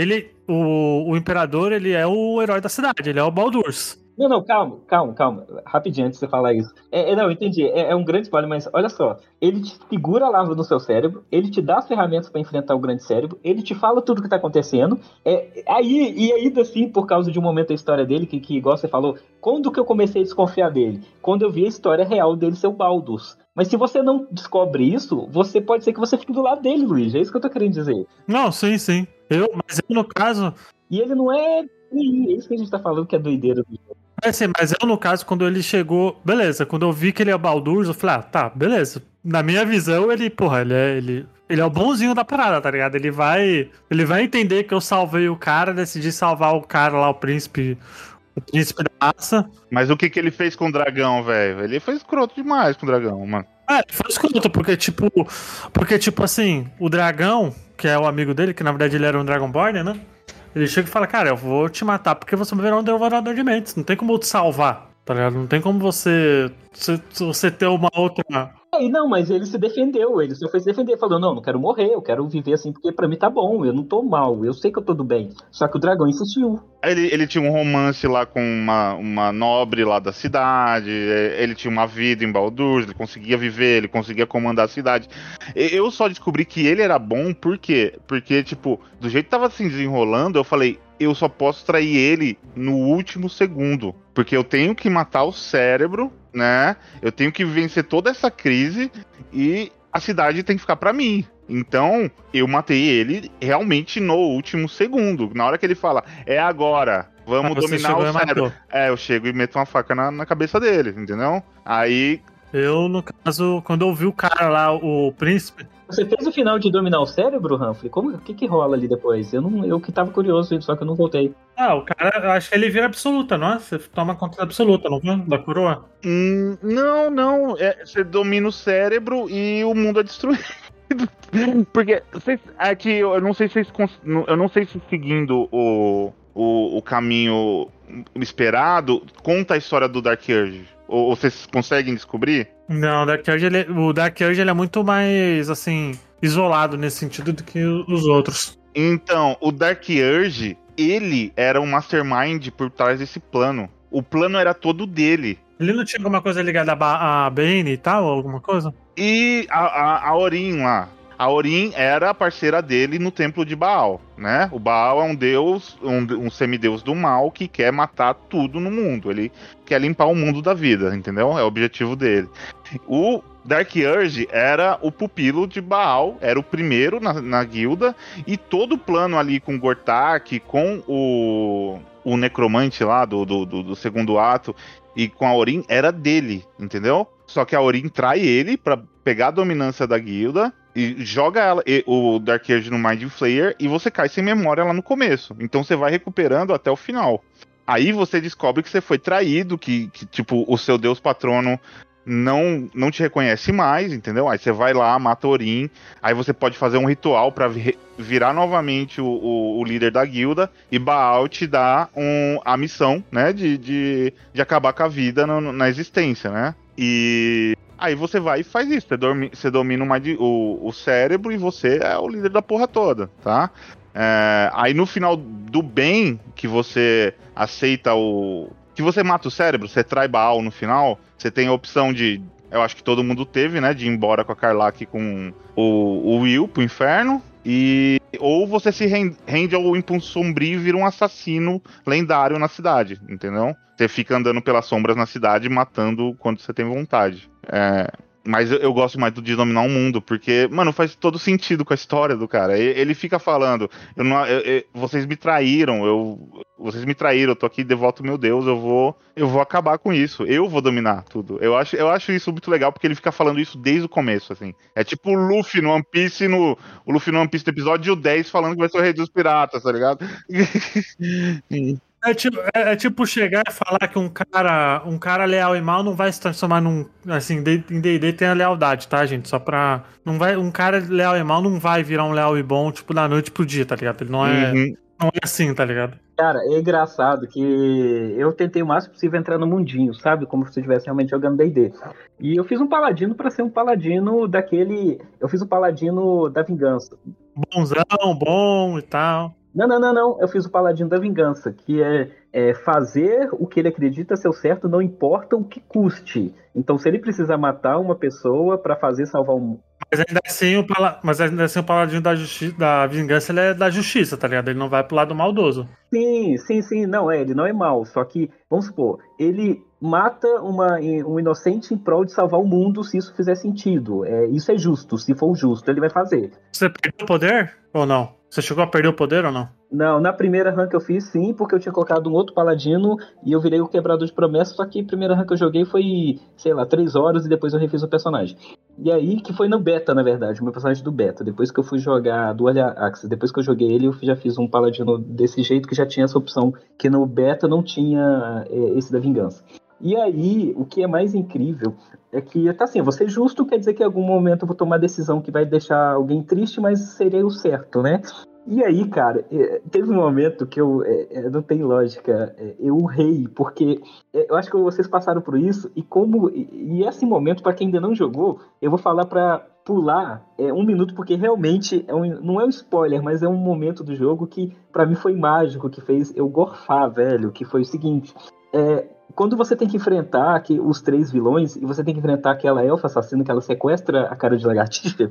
o Imperador, ele é o herói da cidade, ele é o Baldurs. Não, calma. Rapidinho, antes de você falar isso. Não, eu entendi. É um grande spoiler, mas olha só. Ele te segura a lava no seu cérebro, ele te dá as ferramentas pra enfrentar o grande cérebro, ele te fala tudo o que tá acontecendo. Ainda assim, por causa de um momento da história dele, que igual você falou, quando que eu comecei a desconfiar dele? Quando eu vi a história real dele ser o Baldurs. Mas se você não descobre isso, pode ser que você fique do lado dele, Luiz. É isso que eu tô querendo dizer. Não, sim. Mas eu, no caso... E ele não é... É isso que a gente tá falando que é doideira do jogo. Mas eu, no caso, quando ele chegou... Beleza, quando eu vi que ele é o Baldurs, eu falei, tá, beleza. Na minha visão, ele é o bonzinho da parada, tá ligado? Ele vai entender que eu salvei o cara, decidi salvar o cara lá, o príncipe da raça. Mas o que ele fez com o dragão, velho? Ele foi escroto demais com o dragão, mano. Ele foi escroto, porque tipo assim, o dragão, que é o amigo dele, que na verdade ele era um Dragonborn, né? Ele chega e fala, cara, eu vou te matar porque você vai virar um devorador de mentes. Não tem como eu te salvar, tá ligado? Não tem como você ter uma outra... Não, mas ele se defendeu, ele só foi se defender, falou, não quero morrer, eu quero viver assim, porque pra mim tá bom, eu não tô mal, eu sei que eu tô do bem. Só que o dragão insistiu. Ele tinha um romance lá com uma nobre lá da cidade, ele tinha uma vida em Baldur's, ele conseguia viver, ele conseguia comandar a cidade. Eu só descobri que ele era bom, por quê? Porque, tipo, do jeito que tava se desenrolando, eu falei, eu só posso trair ele no último segundo, porque eu tenho que matar o cérebro, né? Eu tenho que vencer toda essa crise e a cidade tem que ficar pra mim. Então, eu matei ele realmente no último segundo. Na hora que ele fala, é agora, vamos dominar o cérebro. Eu chego e meto uma faca na cabeça dele, entendeu? Aí... Eu, no caso, quando eu vi o cara lá, o príncipe... Você fez o final de dominar o cérebro, Humphrey? O que rola ali depois? Eu que tava curioso, só que eu não voltei. O cara, eu acho que ele vira absoluta, não é? Você toma conta da absoluta, não é? Da coroa? Não. Você domina o cérebro e o mundo é destruído. Porque aqui eu não sei se seguindo o caminho esperado conta a história do Dark Urge. Ou vocês conseguem descobrir? Não, o Dark Urge ele é muito mais, assim, isolado nesse sentido do que os outros. Então, o Dark Urge, ele era um mastermind por trás desse plano. O plano era todo dele. Ele não tinha alguma coisa ligada a Bane e tal, alguma coisa? E a Orin lá. A Orin era a parceira dele no templo de Baal, né? O Baal é um deus, um semideus do mal que quer matar tudo no mundo. Ele quer limpar o mundo da vida, entendeu? É o objetivo dele. O Dark Urge era o pupilo de Baal, era o primeiro na guilda, e todo o plano ali com Gortak, com o necromante lá do segundo ato, e com a Orin, era dele, entendeu? Só que a Orin trai ele pra pegar a dominância da guilda e joga o Dark Urge no Mind Flayer e você cai sem memória lá no começo. Então você vai recuperando até o final. Aí você descobre que você foi traído, que tipo, o seu deus patrono não te reconhece mais, entendeu? Aí você vai lá, mata Orin, aí você pode fazer um ritual pra virar novamente o líder da guilda, e Baal te dá a missão, né, de acabar com a vida na existência, né? E aí você vai e faz isso, você domina o cérebro e você é o líder da porra toda, tá? Aí no final do bem, que você aceita que você mata o cérebro, você trai Baal no final, você tem a opção de, eu acho que todo mundo teve, né, de ir embora com a Karlach com o Will pro inferno, ou você se rende ao impulso sombrio e vira um assassino lendário na cidade, entendeu? Você fica andando pelas sombras na cidade matando quando você tem vontade. Mas eu gosto mais de dominar o mundo, porque, mano, faz todo sentido com a história do cara. Ele fica falando, vocês me traíram, eu tô aqui de volta ao meu Deus, eu vou acabar com isso, eu vou dominar tudo. Eu acho isso muito legal, porque ele fica falando isso desde o começo, assim. É tipo o Luffy no One Piece, no episódio 10, falando que vai ser o rei dos piratas, tá ligado? É tipo chegar e falar que um cara leal e mal não vai se transformar num. Assim, em D&D tem a lealdade, tá, gente? Só pra. Um cara leal e mal não vai virar um leal e bom, tipo, da noite pro dia, tá ligado? Ele não é. Uhum. Não é assim, tá ligado? Cara, é engraçado que eu tentei o máximo possível entrar no mundinho, sabe? Como se eu estivesse realmente jogando D&D. E eu fiz um paladino pra ser um paladino daquele. Eu fiz um paladino da vingança. Bonzão, bom e tal. Não. Eu fiz o Paladino da Vingança, que é fazer o que ele acredita ser o certo, não importa o que custe. Então, se ele precisar matar uma pessoa pra fazer salvar um. Mas ainda assim o Paladino da Vingança, ele é da justiça, tá ligado? Ele não vai pro lado maldoso. Sim. Não, ele não é mal. Só que, vamos supor, ele mata um inocente em prol de salvar o mundo, se isso fizer sentido. Isso é justo. Se for justo, ele vai fazer. Você perdeu o poder ou não? Você chegou a perder o poder ou não? Não, na primeira run que eu fiz, sim, porque eu tinha colocado um outro paladino e eu virei o quebrador de promessas, só que a primeira run que eu joguei foi, sei lá, 3 horas e depois eu refiz o personagem. E aí, que foi no beta, na verdade, o meu personagem do beta. Depois que eu fui jogar do Dual Axis, depois que eu joguei ele, eu já fiz um paladino desse jeito, que já tinha essa opção, que no beta não tinha esse da vingança. E aí, o que é mais incrível é que, tá assim, vou ser justo, quer dizer que em algum momento eu vou tomar decisão que vai deixar alguém triste, mas seria o certo, né? E aí, cara, teve um momento que não tem lógica, eu urrei, porque eu acho que vocês passaram por isso, e esse momento, pra quem ainda não jogou, eu vou falar pra pular 1 minuto, porque realmente não é um spoiler, mas é um momento do jogo que pra mim foi mágico, que fez eu gorfar, velho, que foi o seguinte, quando você tem que enfrentar os 3 vilões, e você tem que enfrentar aquela elfa assassina que ela sequestra a cara de lagartixa,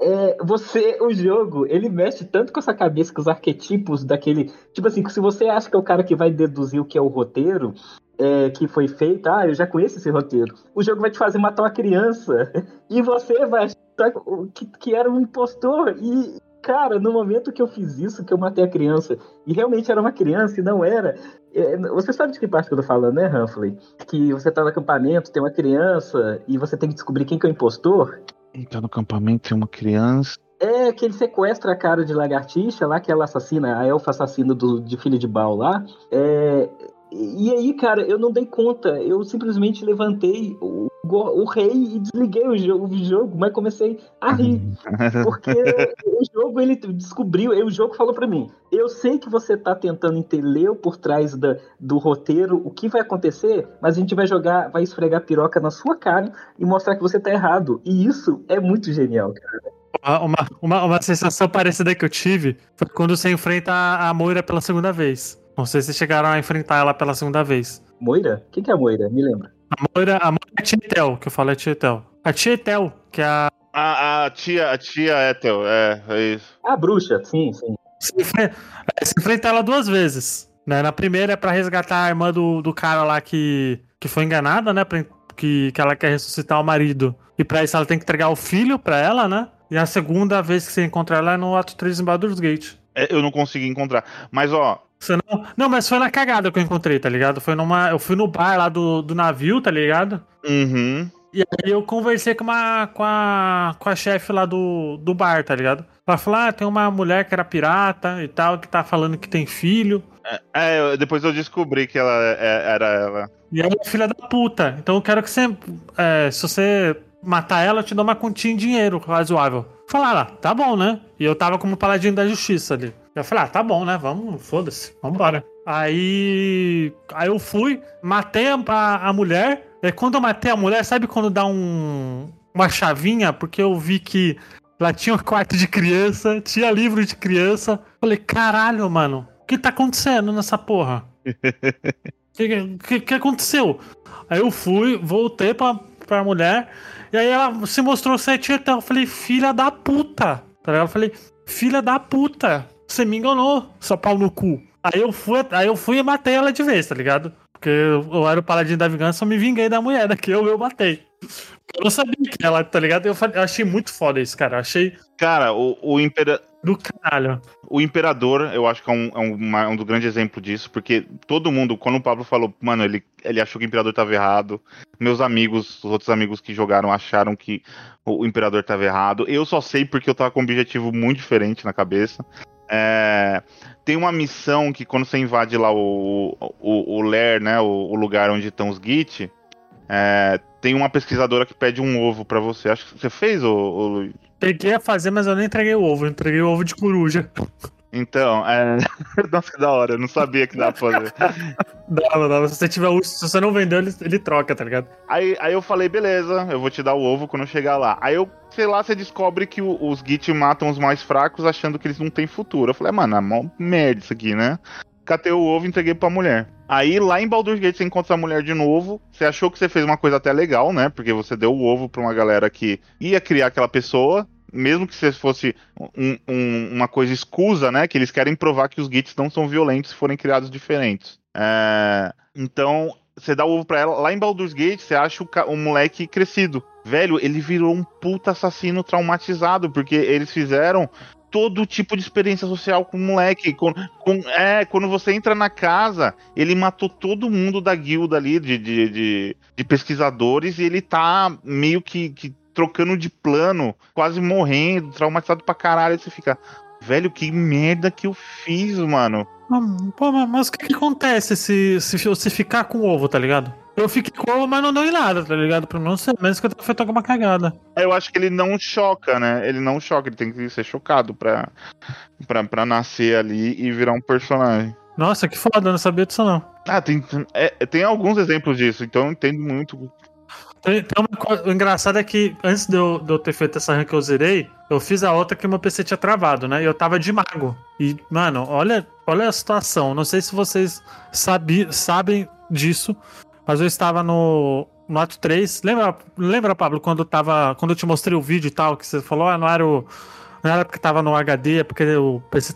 o jogo, ele mexe tanto com essa cabeça, com os arquetipos daquele... Tipo assim, se você acha que é o cara que vai deduzir o que é o roteiro, que foi feito, eu já conheço esse roteiro. O jogo vai te fazer matar uma criança, e você vai achar que era um impostor, e... Cara, no momento que eu fiz isso, que eu matei a criança, e realmente era uma criança e não era... Você sabe de que parte que eu tô falando, né, Humphrey? Que você tá no acampamento, tem uma criança, e você tem que descobrir quem que é o impostor. Tá no acampamento, tem uma criança... Que ele sequestra a cara de lagartixa lá, que ela assassina, a elfa assassina de filho de Baal lá. E aí, cara, eu não dei conta, eu simplesmente levantei o o rei e desliguei o jogo, mas comecei a rir. Porque o jogo, ele descobriu, o jogo falou pra mim, eu sei que você tá tentando entender por trás do roteiro o que vai acontecer, mas a gente vai esfregar piroca na sua cara e mostrar que você tá errado. E isso é muito genial, cara. Uma sensação parecida que eu tive foi quando você enfrenta a Moira pela segunda vez. Não sei se chegaram a enfrentar ela pela segunda vez. Moira? O que é a Moira? Me lembra. A Moira é a Tietel, que eu falo é Tietel. A Tietel, que é a... A tia Ethel, é isso. A bruxa, sim. Você enfrenta ela 2 vezes. Né? Na primeira é pra resgatar a irmã do cara lá que foi enganada, né? Que ela quer ressuscitar o marido. E pra isso ela tem que entregar o filho pra ela, né? E a segunda vez que você encontra ela é no ato 3 em Baldur's Gate. Eu não consegui encontrar. Mas, ó... Não, mas foi na cagada que eu encontrei, tá ligado? Eu fui no bar lá do navio, tá ligado? Uhum. E aí eu conversei com a chefe lá do bar, tá ligado? Ela falou, tem uma mulher que era pirata e tal, que tá falando que tem filho. Depois eu descobri que ela era ela. E aí é filha da puta. Então eu quero que você, se você matar ela, eu te dou uma continha em dinheiro razoável. Falaram, tá bom, né? E eu tava como paladino da justiça ali. Eu falei, tá bom, né? Vamos, foda-se, vambora. Aí eu fui, matei a mulher. E quando eu matei a mulher, sabe quando dá uma chavinha? Porque eu vi que lá tinha um quarto de criança, tinha livro de criança. Falei, caralho, mano, o que tá acontecendo nessa porra? O que aconteceu? Aí eu fui, voltei pra mulher. E aí ela se mostrou ser Tietel. Eu falei, filha da puta. Tá ligado? Eu falei, filha da puta. Você me enganou, seu pau no cu. Aí eu fui e matei ela de vez, tá ligado? Porque eu era o paladino da vingança, eu me vinguei da mulher, daqui eu matei. Eu não sabia que ela, tá ligado? Eu achei muito foda isso, cara. Eu achei... Cara, o Imperador... Do caralho. O Imperador, eu acho que é um dos grandes exemplos disso, porque todo mundo, quando o Pablo falou, mano, ele achou que o Imperador tava errado, meus amigos, os outros amigos que jogaram acharam que o Imperador tava errado, eu só sei porque eu tava com um objetivo muito diferente na cabeça. Tem uma missão que quando você invade lá o Lair, né, o lugar onde estão os Git, tem uma pesquisadora que pede um ovo pra você. Acho que você fez, Luiz? Peguei a fazer, mas eu nem entreguei o ovo. Eu entreguei o ovo de coruja. Então, nossa, que da hora. Eu não sabia que dava pra fazer. Dava. Se você tiver urso, se você não vendeu, ele troca, tá ligado? Aí eu falei, beleza, eu vou te dar o ovo quando eu chegar lá. Aí sei lá, você descobre que os Git matam os mais fracos achando que eles não têm futuro. Eu falei, mano, é mó merda isso aqui, né? Catei o ovo e entreguei pra mulher. Aí lá em Baldur's Gate você encontra a mulher de novo. Você achou que você fez uma coisa até legal, né? Porque você deu o ovo pra uma galera que ia criar aquela pessoa. Mesmo que você fosse uma coisa escusa, né? Que eles querem provar que os Gits não são violentos se forem criados diferentes. Então, você dá o ovo pra ela. Lá em Baldur's Gate, você acha o moleque crescido. Velho, ele virou um puta assassino traumatizado. Porque eles fizeram todo tipo de experiência social com o moleque. Quando você entra na casa, ele matou todo mundo da guilda ali de pesquisadores. E ele tá meio que trocando de plano, quase morrendo, traumatizado pra caralho. Aí você fica, velho, que merda que eu fiz, mano. Pô, mas o que acontece se você ficar com o ovo, tá ligado? Eu fiquei com o ovo, mas não deu em nada, tá ligado? Pra não ser menos que eu tenha feito alguma cagada. Eu acho que ele não choca, né? Ele não choca, ele tem que ser chocado pra nascer ali e virar um personagem. Nossa, que foda, eu não sabia disso não. Tem alguns exemplos disso, então eu entendo muito. Tem uma coisa, o engraçado é que antes de eu ter feito essa run que eu zerei, eu fiz a outra que meu PC tinha travado, né? E eu tava de mago. E, mano, olha a situação. Não sei se vocês sabem disso, mas eu estava no ato 3. Lembra, Pablo, quando eu te mostrei o vídeo e tal, que você falou, não era porque tava no HD, é porque o PC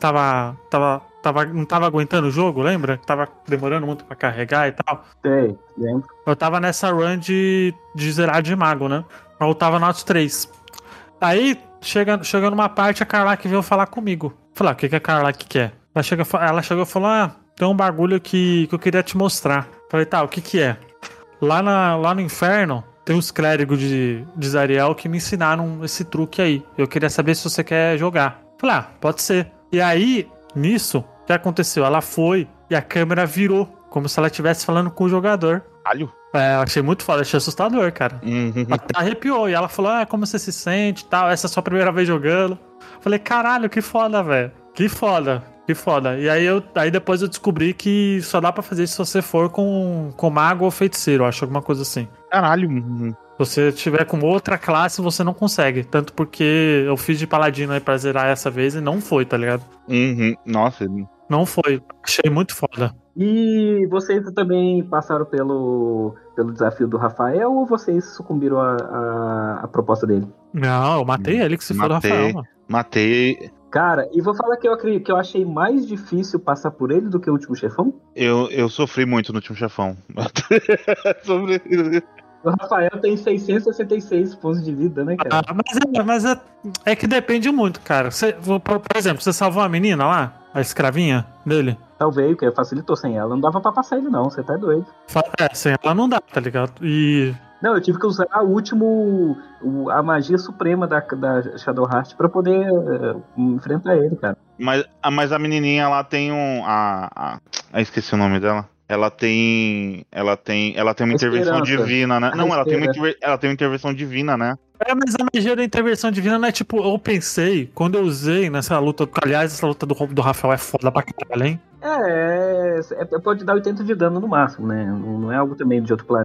não tava aguentando o jogo, lembra? Tava demorando muito pra carregar e tal. Sei, lembro. Eu tava nessa run de zerar de mago, né? Eu tava no ato 3. Aí, chega numa parte, a Karlach veio falar comigo. Falei, o que a Karlach quer? Ela chegou e falou, tem um bagulho que eu queria te mostrar. Falei, tá, o que é? Lá no inferno, tem os clérigos de Zariel que me ensinaram esse truque aí. Eu queria saber se você quer jogar. Falei, pode ser. E aí, nisso, o que aconteceu? Ela foi e a câmera virou, como se ela estivesse falando com o jogador. É, eu achei muito foda, achei assustador, cara. Uhum. Até arrepiou. E ela falou, como você se sente e tal, essa é a sua primeira vez jogando. Falei, caralho, que foda, velho. Que foda, que foda. E aí depois eu descobri que só dá pra fazer isso se você for com mago ou feiticeiro, eu acho, alguma coisa assim. Caralho. Se você tiver com outra classe, você não consegue. Tanto porque eu fiz de paladino aí pra zerar essa vez e não foi, tá ligado? Uhum. Nossa. Não foi. Achei muito foda. E vocês também passaram pelo desafio do Rafael ou vocês sucumbiram à proposta dele? Não, eu matei ele que se for do Rafael, mano. Matei. Cara, e vou falar que eu achei mais difícil passar por ele do que o último chefão. Eu sofri muito no último chefão. O Rafael tem 666 pontos de vida, né, cara? Mas é que depende muito, cara. Por exemplo, você salvou a menina lá? A escravinha dele? Talvez, porque facilitou sem ela. Não dava pra passar ele, não. Você tá doido. Sem ela não dá, tá ligado? Não, eu tive que usar a magia suprema da Shadowheart pra poder enfrentar ele, cara. Mas a menininha lá tem esqueci o nome dela. Ela tem uma intervenção divina, né? Não, ela tem uma intervenção divina, né? Mas a magia da intervenção divina não é tipo, eu pensei, quando eu usei nessa luta, aliás, essa luta do Rafael é foda pra caralho, hein? Pode dar 80 de dano no máximo, né? Não é algo também de outro planeta.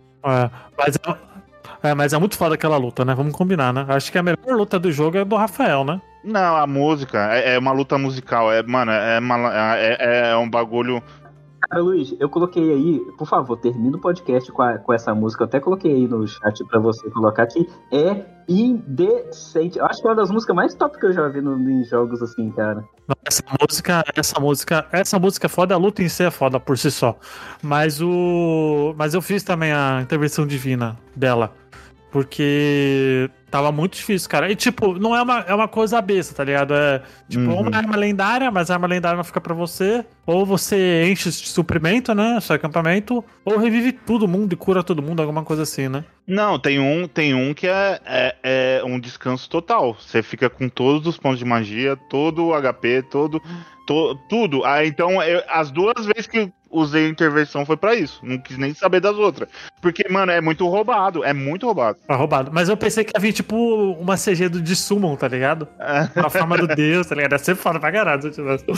Mas é muito foda aquela luta, né? Vamos combinar, né? Acho que a melhor luta do jogo é do Rafael, né? Não, a música é uma luta musical. Mano, é um bagulho. Cara, Luiz, eu coloquei aí, por favor, termina o podcast com essa música. Eu até coloquei aí no chat pra você colocar, que é indecente. Eu acho que é uma das músicas mais top que eu já vi em jogos assim, cara. Essa música é foda, a luta em si é foda por si só. Mas eu fiz também a intervenção divina dela. Porque tava muito difícil, cara. E, tipo, não é uma coisa besta, tá ligado? É, tipo, uma arma lendária, mas a arma lendária não fica pra você. Ou você enche de suprimento, né? Seu acampamento. Ou revive todo mundo e cura todo mundo, alguma coisa assim, né? Não, tem um que é um descanso total. Você fica com todos os pontos de magia, todo o HP, tudo. Então, as duas vezes que usei a intervenção foi pra isso. Não quis nem saber das outras. Porque, mano, é muito roubado. É muito roubado. É roubado. Mas eu pensei que ia vir, tipo, uma CG de Summon, tá ligado? A forma do Deus, tá ligado? Ia ser foda pra caralho se eu tivesse.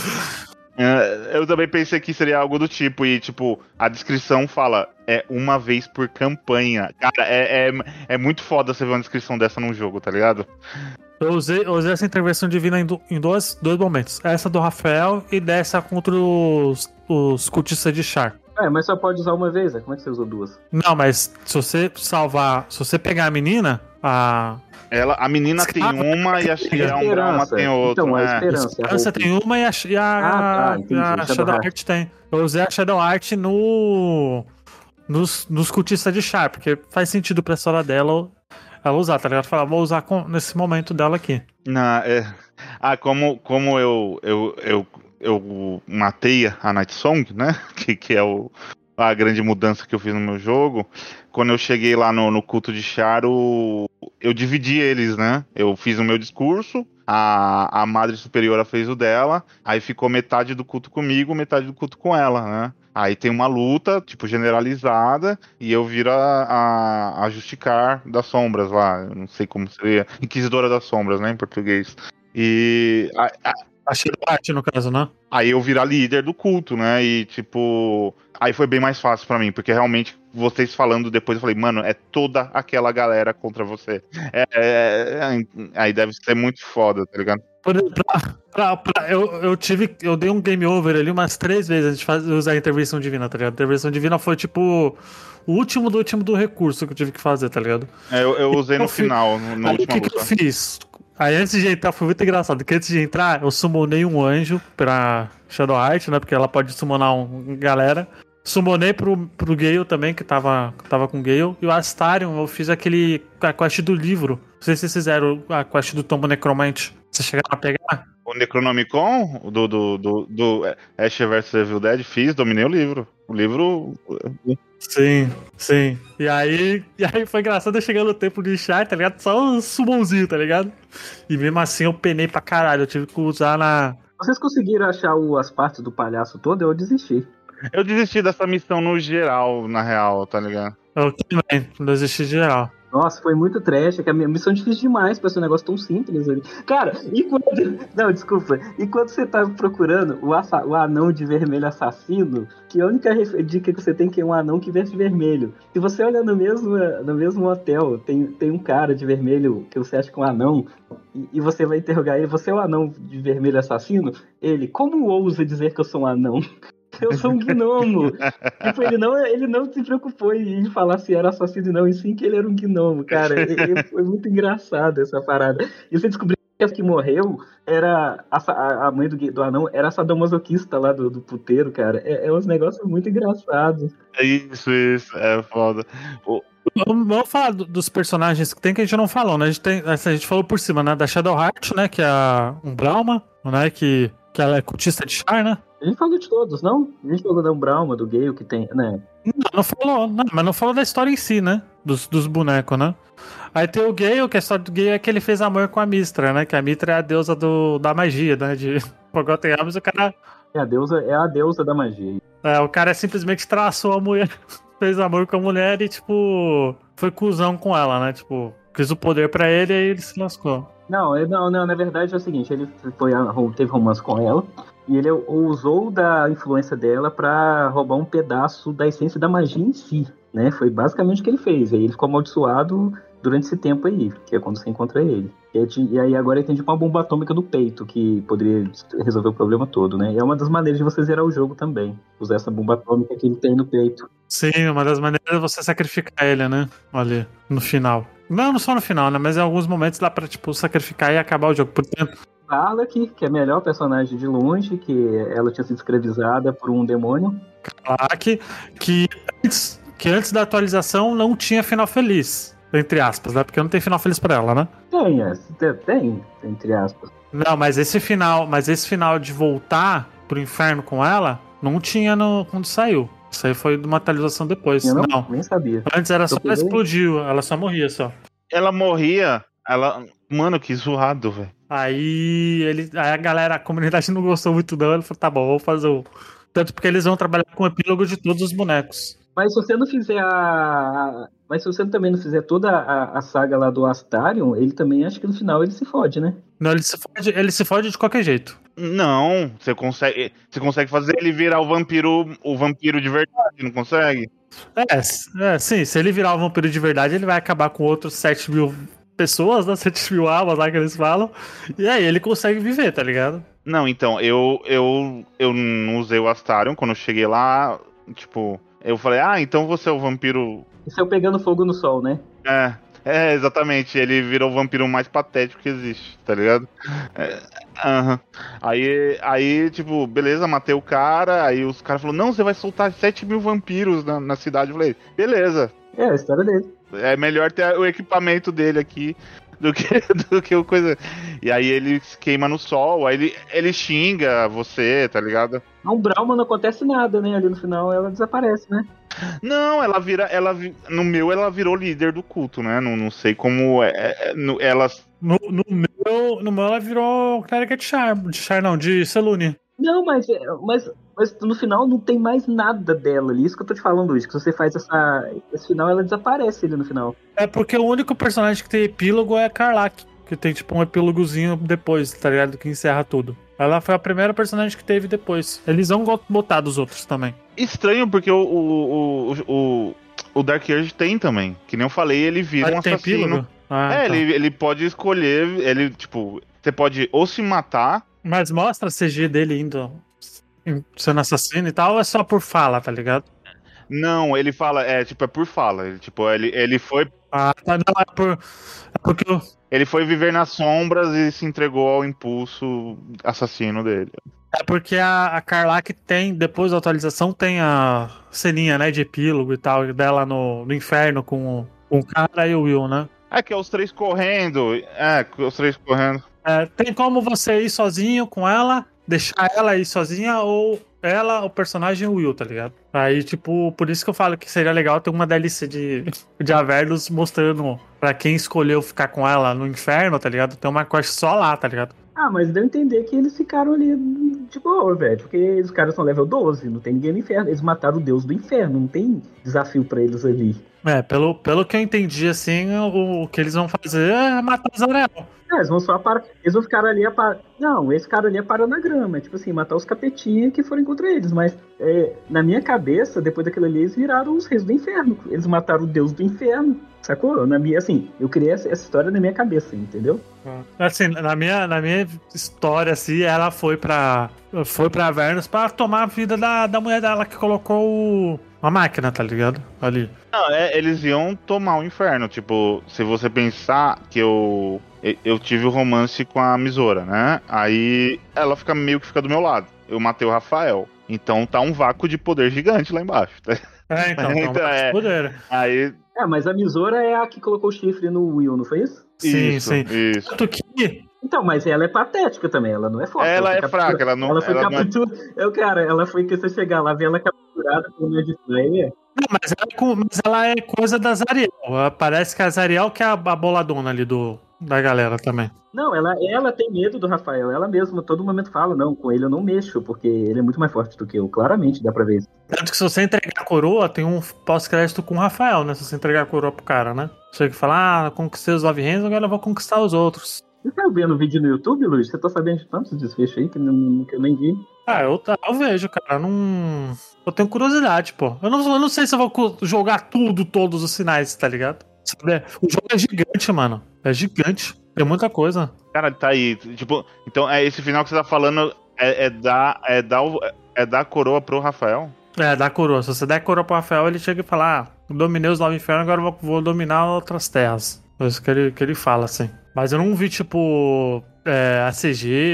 Eu também pensei que seria algo do tipo. E, tipo, a descrição fala... É uma vez por campanha. Cara, é muito foda você ver uma descrição dessa num jogo, tá ligado? Eu usei essa intervenção divina em dois momentos. Essa do Rafael e dessa contra os cultistas de Char. Mas só pode usar uma vez, né? Como é que você usou duas? Não, mas se você pegar a menina, a menina tem uma e a Umbralma tem outra. Então, a Esperança tem uma e a Shadowheart tem. Eu usei a Shadowheart nos cultistas de Char, porque faz sentido pra história dela ela usar, tá ligado? Falar, vou usar nesse momento dela aqui. Como eu matei a Night Song, né? Que é a grande mudança que eu fiz no meu jogo. Quando eu cheguei lá no culto de Char, eu dividi eles, né? Eu fiz o meu discurso, a Madre Superiora fez o dela, aí ficou metade do culto comigo, metade do culto com ela, né? Aí tem uma luta, tipo, generalizada, e eu viro a Justicar das Sombras lá. Eu não sei como seria. Inquisidora das Sombras, né, em português. E... A Shadowheart, no caso, né? Aí eu viro a líder do culto, né, e, tipo... Aí foi bem mais fácil pra mim, porque realmente, vocês falando depois, eu falei, mano, é toda aquela galera contra você. Aí deve ser muito foda, tá ligado? Eu dei um game over ali umas 3 vezes antes de usar a intervenção divina, tá ligado? A intervenção divina foi tipo o último do recurso que eu tive que fazer, tá ligado? Eu usei no final, na última luta. O que eu fiz? Aí antes de entrar, foi muito engraçado, porque antes de entrar, eu summonei um anjo pra Shadowheart, né? Porque ela pode summonar galera. Summonei pro Gale também, que tava com o Gale. E o Astarion, eu fiz a quest do livro. Não sei se vocês fizeram a quest do Tombo Necromante. Vocês chegaram a pegar? O Necronomicon, do Ash vs Evil Dead, dominei o livro. O livro... Sim. E aí foi engraçado eu chegar no templo de Char, tá ligado? Só um summonzinho, tá ligado? E mesmo assim eu penei pra caralho. Eu tive que usar Vocês conseguiram achar as partes do palhaço todo? Eu desisti. Eu desisti dessa missão no geral, na real, tá ligado? Eu também, não desisti de geral. Nossa, foi muito trash, que a missão difícil demais pra ser um negócio tão simples ali. Cara, e quando... Não, desculpa. E quando você tá procurando o anão de vermelho assassino, que a única dica que você tem que é um anão que veste vermelho. Se você olhar no mesmo hotel, tem um cara de vermelho que você acha que é um anão, e você vai interrogar ele, você é o anão de vermelho assassino? Ele, como ousa dizer que eu sou um anão? Eu sou um gnomo. Tipo, ele não se preocupou em falar se era assassino não, e sim que ele era um gnomo, cara. Foi muito engraçado essa parada. E você descobriu que a que morreu era a mãe do anão, era a sadomasoquista lá do puteiro, cara. É uns negócios muito engraçados. Isso, é foda. Vamos falar dos personagens que a gente não falou, né? A gente falou por cima, né? Da Shadowheart, né? Que é um Brauma, né? Que ela é cultista de Char, né? A gente falou de todos, não? A gente falou da Umbrauma, do Gale, que tem, né? Não falou, mas não falou da história em si, né? Dos bonecos, né? Aí tem o Gale, que a história do Gale é que ele fez amor com a Mystra, né? Que a Mystra é a deusa da magia, né? De Forgotten Realms, o cara... É a deusa da magia. O cara simplesmente traçou a mulher, fez amor com a mulher e, tipo, foi cuzão com ela, né? Tipo, quis o poder pra ele e aí ele se lascou. Não, na verdade é o seguinte, ele teve romance com ela, e ele usou da influência dela pra roubar um pedaço da essência da magia em si, né? Foi basicamente o que ele fez. Aí ele ficou amaldiçoado durante esse tempo aí, que é quando você encontra ele. E aí agora ele tem tipo uma bomba atômica no peito, que poderia resolver o problema todo, né? E é uma das maneiras de você zerar o jogo também, usar essa bomba atômica que ele tem no peito. Sim, uma das maneiras é você sacrificar ele, né? Olha, no final. Não só no final, né? Mas em alguns momentos dá pra, tipo, sacrificar e acabar o jogo. Portanto... Karlach, que é a melhor personagem de longe, que ela tinha sido escravizada por um demônio. Karlach, que antes da atualização não tinha final feliz, entre aspas, né? Porque não tem final feliz pra ela, né? Tem, entre aspas. Não, mas esse final de voltar pro inferno com ela, não tinha quando saiu. Isso aí foi de uma atualização depois. Eu não, nem sabia. Antes era só ela explodiu, ela só morria só. Ela morria, Mano, que zoado, velho. Aí a galera, a comunidade não gostou muito não, ele falou, tá bom, vou fazer o... Tanto porque eles vão trabalhar com o epílogo de todos os bonecos. Mas se você não fizer Mas se você também não fizer toda a saga lá do Astarion, ele também acho que no final ele se fode, né? Não, ele se fode de qualquer jeito. Não, você consegue fazer ele virar o vampiro de verdade, não consegue? Sim, se ele virar o vampiro de verdade, ele vai acabar com outros 7 mil pessoas, né? 7 mil almas lá que eles falam. E aí ele consegue viver, tá ligado? Não, então, eu não usei o Astarion quando eu cheguei lá, tipo, eu falei, então você é o vampiro... Isso é o pegando fogo no sol, né? Exatamente, ele virou o vampiro mais patético que existe, tá ligado? Aí, tipo, beleza, matei o cara, aí os caras falaram, não, você vai soltar 7 mil vampiros na cidade. Eu falei, beleza. É a história dele. É melhor ter o equipamento dele aqui do que o coisa. E aí ele se queima no sol, aí ele xinga você, tá ligado? Não, Brauma não acontece nada, né? Ali no final ela desaparece, né? Não, no meu ela virou líder do culto, né? Não sei como ela... No meu ela virou clériga de Char não, de Selûnia. Não, mas no final não tem mais nada dela ali. Isso que eu tô te falando, Luiz. Que se você faz esse final, ela desaparece ali no final. É porque o único personagem que tem epílogo é a Karlach, que tem tipo um epílogozinho depois, tá ligado? Que encerra tudo. Ela foi a primeira personagem que teve depois. Eles vão botar dos outros também. Estranho, porque o Dark Age tem também. Que nem eu falei, ele vira um assassino. Epílogo? Tá. Ele pode escolher, ele, tipo, você pode ou se matar. Mas mostra a CG dele indo sendo assassino e tal, ou é só por fala, tá ligado? Não, ele fala, é por fala. Ele foi. Tá, não, porque ele foi viver nas sombras e se entregou ao impulso assassino dele. É porque a Karlach tem, depois da atualização, tem a ceninha, né, de epílogo e tal, dela no inferno com o cara e o Will, né? Que é os três correndo. Tem como você ir sozinho com ela, deixar ela ir sozinha, ou ela, o personagem, o Will, tá ligado? Aí, tipo, por isso que eu falo que seria legal ter uma DLC de Avernus mostrando pra quem escolheu ficar com ela no inferno, tá ligado? Tem uma quest só lá, tá ligado? Ah, mas deu a entender que eles ficaram ali de boa, velho. Porque os caras são level 12, não tem ninguém no inferno. Eles mataram o deus do inferno, não tem desafio pra eles ali. Pelo que eu entendi, assim, o que eles vão fazer é matar o Zariel. Eles vão só parar. Eles vão ficar ali Não, esse cara ali é parando na grama. Tipo assim, matar os capetinhas que forem contra eles. Mas na minha cabeça, depois daquilo ali, eles viraram os reis do inferno. Eles mataram o deus do inferno. Sacou? Assim, eu criei essa história na minha cabeça, entendeu? Assim, na minha história, assim, ela foi pra Avernus pra tomar a vida da mulher dela que colocou uma máquina, tá ligado? Ali. Não, eles iam tomar o inferno. Tipo, se você pensar que eu tive o romance com a Misora, né? Aí ela meio que fica do meu lado. Eu matei o Rafael. Então tá um vácuo de poder gigante lá embaixo. Então tá um poder. Aí... mas a Misora é a que colocou o chifre no Will, não foi isso? Sim. Isso. Tanto que... Então, mas ela é patética também, ela não é forte. Ela é fraca, ela não... Ela foi capturada. Ela foi que você chegar lá, ver ela capturada por meio de Slayer. Não, mas ela é coisa da Zariel. Parece que a Zariel que é a boladona ali da galera também. Não, ela tem medo do Rafael. Ela mesma, todo momento fala, não, com ele eu não mexo, porque ele é muito mais forte do que eu. Claramente, dá pra ver isso. Tanto que se você entregar a coroa, tem um pós-crédito com o Rafael, né? Se você entregar a coroa pro cara, né? Chega e fala, conquistei os 9 reinos, agora eu vou conquistar os outros. Você tá vendo o vídeo no YouTube, Luiz? Você tá sabendo de tantos desfechos aí que eu nem vi? Eu vejo, cara. Eu tenho curiosidade, pô. Eu não sei se eu vou jogar todos os sinais, tá ligado? O jogo é gigante, mano. É gigante. Tem muita coisa. Cara, tá aí. Tipo, então esse final que você tá falando é dar a coroa pro Rafael? Dá a coroa. Se você der a coroa pro Rafael, ele chega e fala: dominei os 9 infernos, agora eu vou dominar outras terras. É isso que ele fala, assim. Mas eu não vi, tipo, a CG,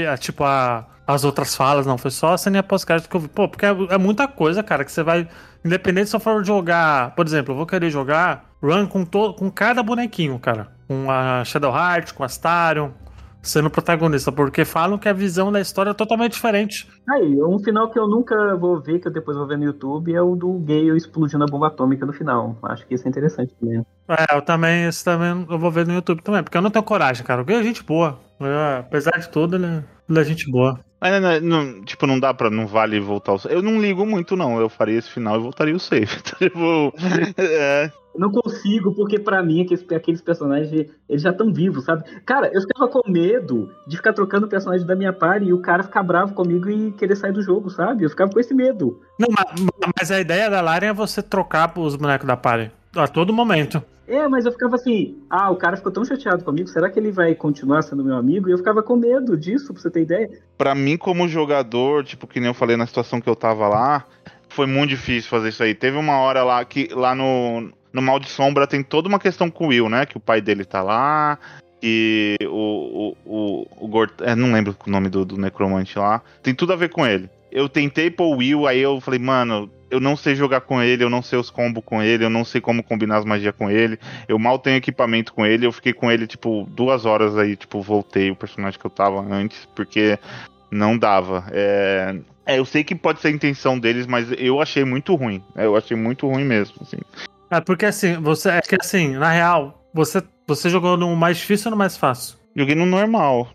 as outras falas, não. Foi só a cena pós-crédito que eu vi. Pô, porque é muita coisa, cara, que você vai... Independente se eu for jogar... Por exemplo, eu vou querer jogar run com cada bonequinho, cara. Com a Shadowheart, com a Astarion, sendo protagonista. Porque falam que a visão da história é totalmente diferente. Aí, um final que eu nunca vou ver, que eu depois vou ver no YouTube, é o do Gale explodindo a bomba atômica no final. Acho que isso é interessante também. Esse também eu vou ver no YouTube também, porque eu não tenho coragem, cara. O Gale é gente boa. Apesar de tudo, ele é gente boa. Tipo, não vale voltar o save. Eu não ligo muito, não. Eu faria esse final e voltaria o save. Tipo, Não consigo, porque pra mim aqueles personagens, eles já estão vivos, sabe? Cara, eu ficava com medo de ficar trocando o personagem da minha party e o cara ficar bravo comigo e querer sair do jogo, sabe? Eu ficava com esse medo. Não, mas a ideia da Laren é você trocar os bonecos da party a todo momento. Mas eu ficava assim, o cara ficou tão chateado comigo, será que ele vai continuar sendo meu amigo? E eu ficava com medo disso, pra você ter ideia. Pra mim, como jogador, tipo, que nem eu falei na situação que eu tava lá, foi muito difícil fazer isso aí. Teve uma hora lá que, lá no Mal de Sombra, tem toda uma questão com o Will, né? Que o pai dele tá lá, e o Gort... não lembro o nome do necromante lá. Tem tudo a ver com ele. Eu tentei pôr o Will, aí eu falei, mano... Eu não sei jogar com ele, eu não sei os combos com ele, eu não sei como combinar as magias com ele. Eu mal tenho equipamento com ele, eu fiquei com ele, tipo, 2 horas aí, tipo, voltei o personagem que eu tava antes, porque não dava. Eu sei que pode ser a intenção deles, mas eu achei muito ruim. Eu achei muito ruim mesmo, assim. Porque assim, na real, você jogou no mais difícil ou no mais fácil? Joguei no normal.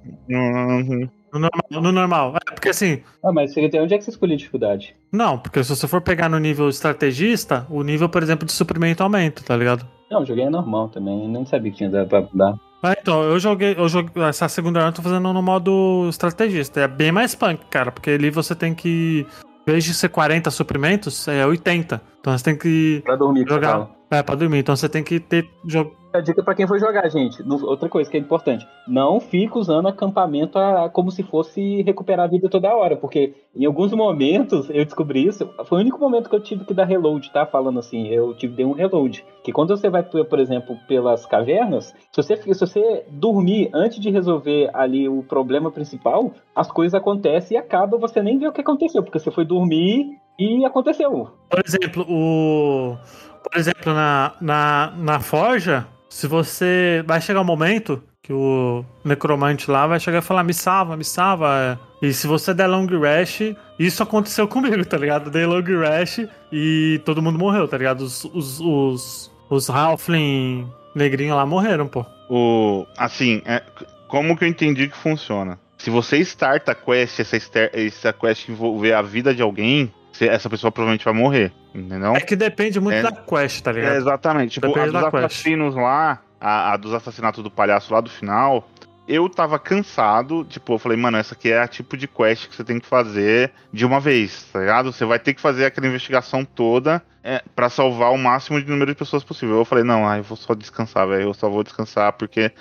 No normal. Porque assim... mas onde é que você escolheu a dificuldade? Não, porque se você for pegar no nível estrategista, o nível, por exemplo, de suprimento aumenta, tá ligado? Não, eu joguei normal também, nem sabia que tinha dado pra dar. Então, eu joguei essa segunda run, eu tô fazendo no modo estrategista. É bem mais punk, cara, porque ali você tem que... Em vez de ser 40 suprimentos, é 80. Então você tem que... Pra dormir, jogar. Pra dormir. Então você tem que ter... A dica pra quem for jogar, gente. Outra coisa que é importante. Não fica usando acampamento como se fosse recuperar a vida toda hora. Porque em alguns momentos eu descobri isso. Foi o único momento que eu tive que dar reload, tá? Falando assim, dei um reload. Que quando você vai, por exemplo, pelas cavernas, se você dormir antes de resolver ali o problema principal, as coisas acontecem e acaba, você nem vê o que aconteceu. Porque você foi dormir e aconteceu. Por exemplo, na forja, se você... Vai chegar um momento que o necromante lá vai chegar e falar, me salva. E se você der long rest, isso aconteceu comigo, tá ligado? Dei long rest e todo mundo morreu, tá ligado? Os halfling negrinhos lá morreram, pô. Assim, como que eu entendi que funciona? Se você starta a quest, essa quest envolver a vida de alguém, essa pessoa provavelmente vai morrer, entendeu? É que depende muito da quest, tá ligado? Exatamente. Tipo, Depende a dos da quest. assassinos lá, a dos assassinatos do palhaço lá do final, eu tava cansado, tipo, eu falei, mano, essa aqui é a tipo de quest que você tem que fazer de uma vez, tá ligado? Você vai ter que fazer aquela investigação toda pra salvar o máximo de número de pessoas possível. Eu falei, não, eu vou só descansar, velho, eu só vou descansar porque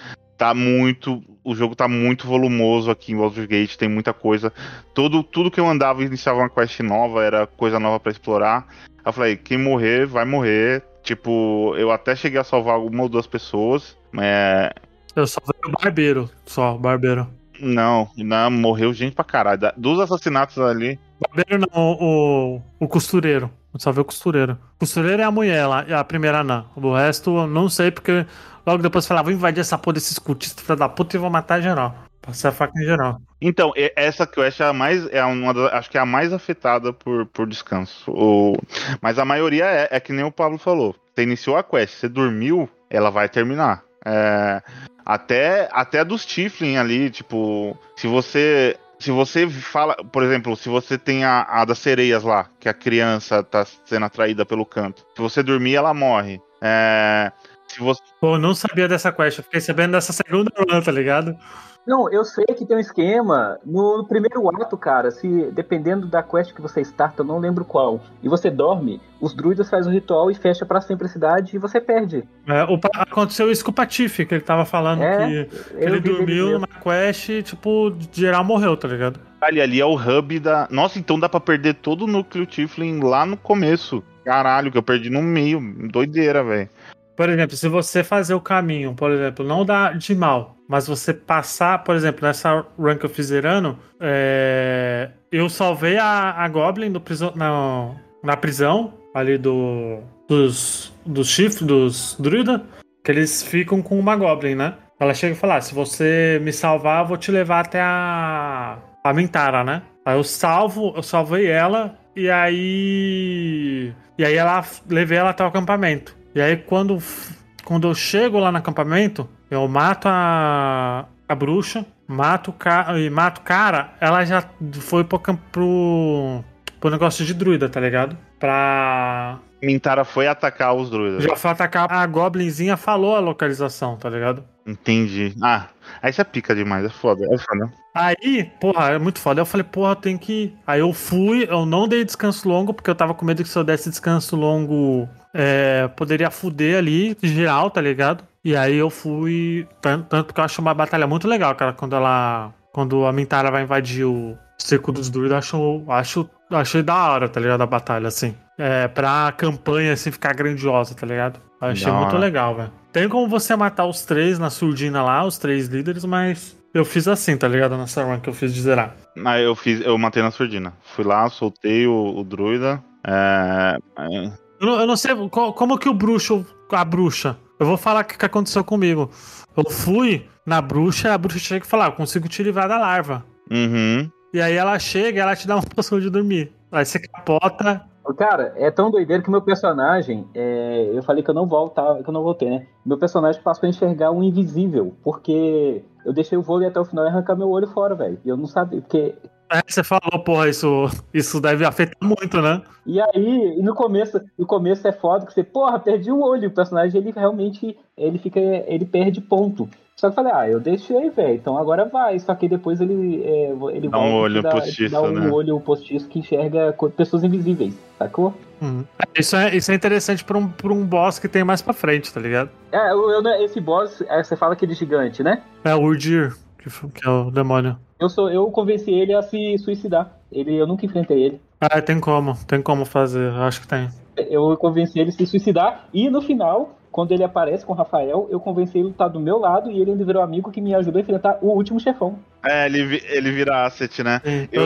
o jogo tá muito volumoso aqui em Baldur's Gate, tem muita coisa. Tudo que eu andava e iniciava uma quest nova, era coisa nova pra explorar. Eu falei, quem morrer, vai morrer. Tipo, eu até cheguei a salvar uma ou duas pessoas, mas... Eu só vi o barbeiro. Não, morreu gente pra caralho. Dos assassinatos ali... Barbeiro não, o costureiro. Eu só vi o costureiro. O costureiro é a mulher lá, e a primeira não. O resto eu não sei, porque logo depois falava, vou invadir essa porra desses cultistas, filha da puta, e vou matar geral. Passar a faca em geral. Então, essa quest é a mais, acho que é a mais afetada por descanso. Mas a maioria é que nem o Pablo falou. Você iniciou a quest, você dormiu, ela vai terminar. Até a dos Tiflin ali, tipo, se você fala, por exemplo, se você tem a das sereias lá, que a criança tá sendo atraída pelo canto, se você dormir, ela morre. Pô, eu não sabia dessa quest, eu fiquei sabendo dessa segunda run, tá ligado? Não, eu sei que tem um esquema no primeiro ato, cara, dependendo da quest que você starta, eu não lembro qual, e você dorme, os druidas fazem o ritual e fecha pra sempre a cidade e você perde. Aconteceu isso com o Patife, que ele tava falando que ele dormiu numa quest e, tipo, geral morreu, tá ligado? Ali é o hub da... Nossa, então dá pra perder todo o núcleo Tiflin lá no começo. Caralho, que eu perdi no meio. Doideira, velho. Por exemplo, se você fazer o caminho, por exemplo, não dá de mal, mas você passar, por exemplo, nessa run que eu fiz zerando, eu salvei a Goblin na prisão ali dos chifres, dos druida, que eles ficam com uma Goblin, né? Ela chega e fala, se você me salvar, eu vou te levar até a Mintara, né? Aí eu salvei ela, e aí levei ela até o acampamento. E aí quando eu chego lá no acampamento, eu mato a bruxa, mato o cara, ela já foi pro negócio de druida, tá ligado? Mintara foi atacar os druidas. Já foi atacar, a goblinzinha falou a localização, tá ligado? Entendi. Aí você pica demais, é foda. Aí, porra, é muito foda. Aí eu falei, porra, tem que... Aí eu não dei descanso longo, porque eu tava com medo que se eu desse descanso longo, poderia fuder ali, geral, tá ligado? E aí eu fui... Tanto que eu acho uma batalha muito legal, cara, quando a Mintara vai invadir o Círculo dos Druidas, achei da hora, tá ligado? A batalha, assim. Pra campanha, assim, ficar grandiosa, tá ligado? Achei muito legal, velho. Tem como você matar os 3 na surdina lá, os 3 líderes, mas eu fiz assim, tá ligado? Nessa run que eu fiz de zerar. Eu matei na surdina. Fui lá, soltei o druida. Eu não sei como que a bruxa. Eu vou falar o que aconteceu comigo. Eu fui na bruxa, a bruxa chega e fala, eu consigo te livrar da larva. Uhum. E aí ela chega e ela te dá uma poção de dormir. Aí você capota. Cara, é tão doideiro que meu personagem, eu falei que eu não voltei, né? Meu personagem passou a enxergar um invisível, porque eu deixei o vôlei até o final e arrancar meu olho fora, velho. E eu não sabia, porque... Você falou, porra, isso deve afetar muito, né? E aí, no começo é foda que você, porra, perdi o olho. O personagem, ele realmente, ele perde ponto. Só que eu falei, eu deixei, velho, então agora vai. Só que depois ele dá um olho postiço, dá um né? olho postiço que enxerga pessoas invisíveis, sacou? Isso é interessante pra um boss que tem mais pra frente, tá ligado? Esse boss, você fala aquele gigante, né? É o Urdir, que é o demônio. Eu convenci ele a se suicidar. Eu nunca enfrentei ele. Tem como fazer, acho que tem. Eu convenci ele a se suicidar e no final, quando ele aparece com o Rafael, eu convenci ele a lutar do meu lado e ele ainda virou amigo que me ajudou a enfrentar o último chefão. Ele vira asset, né?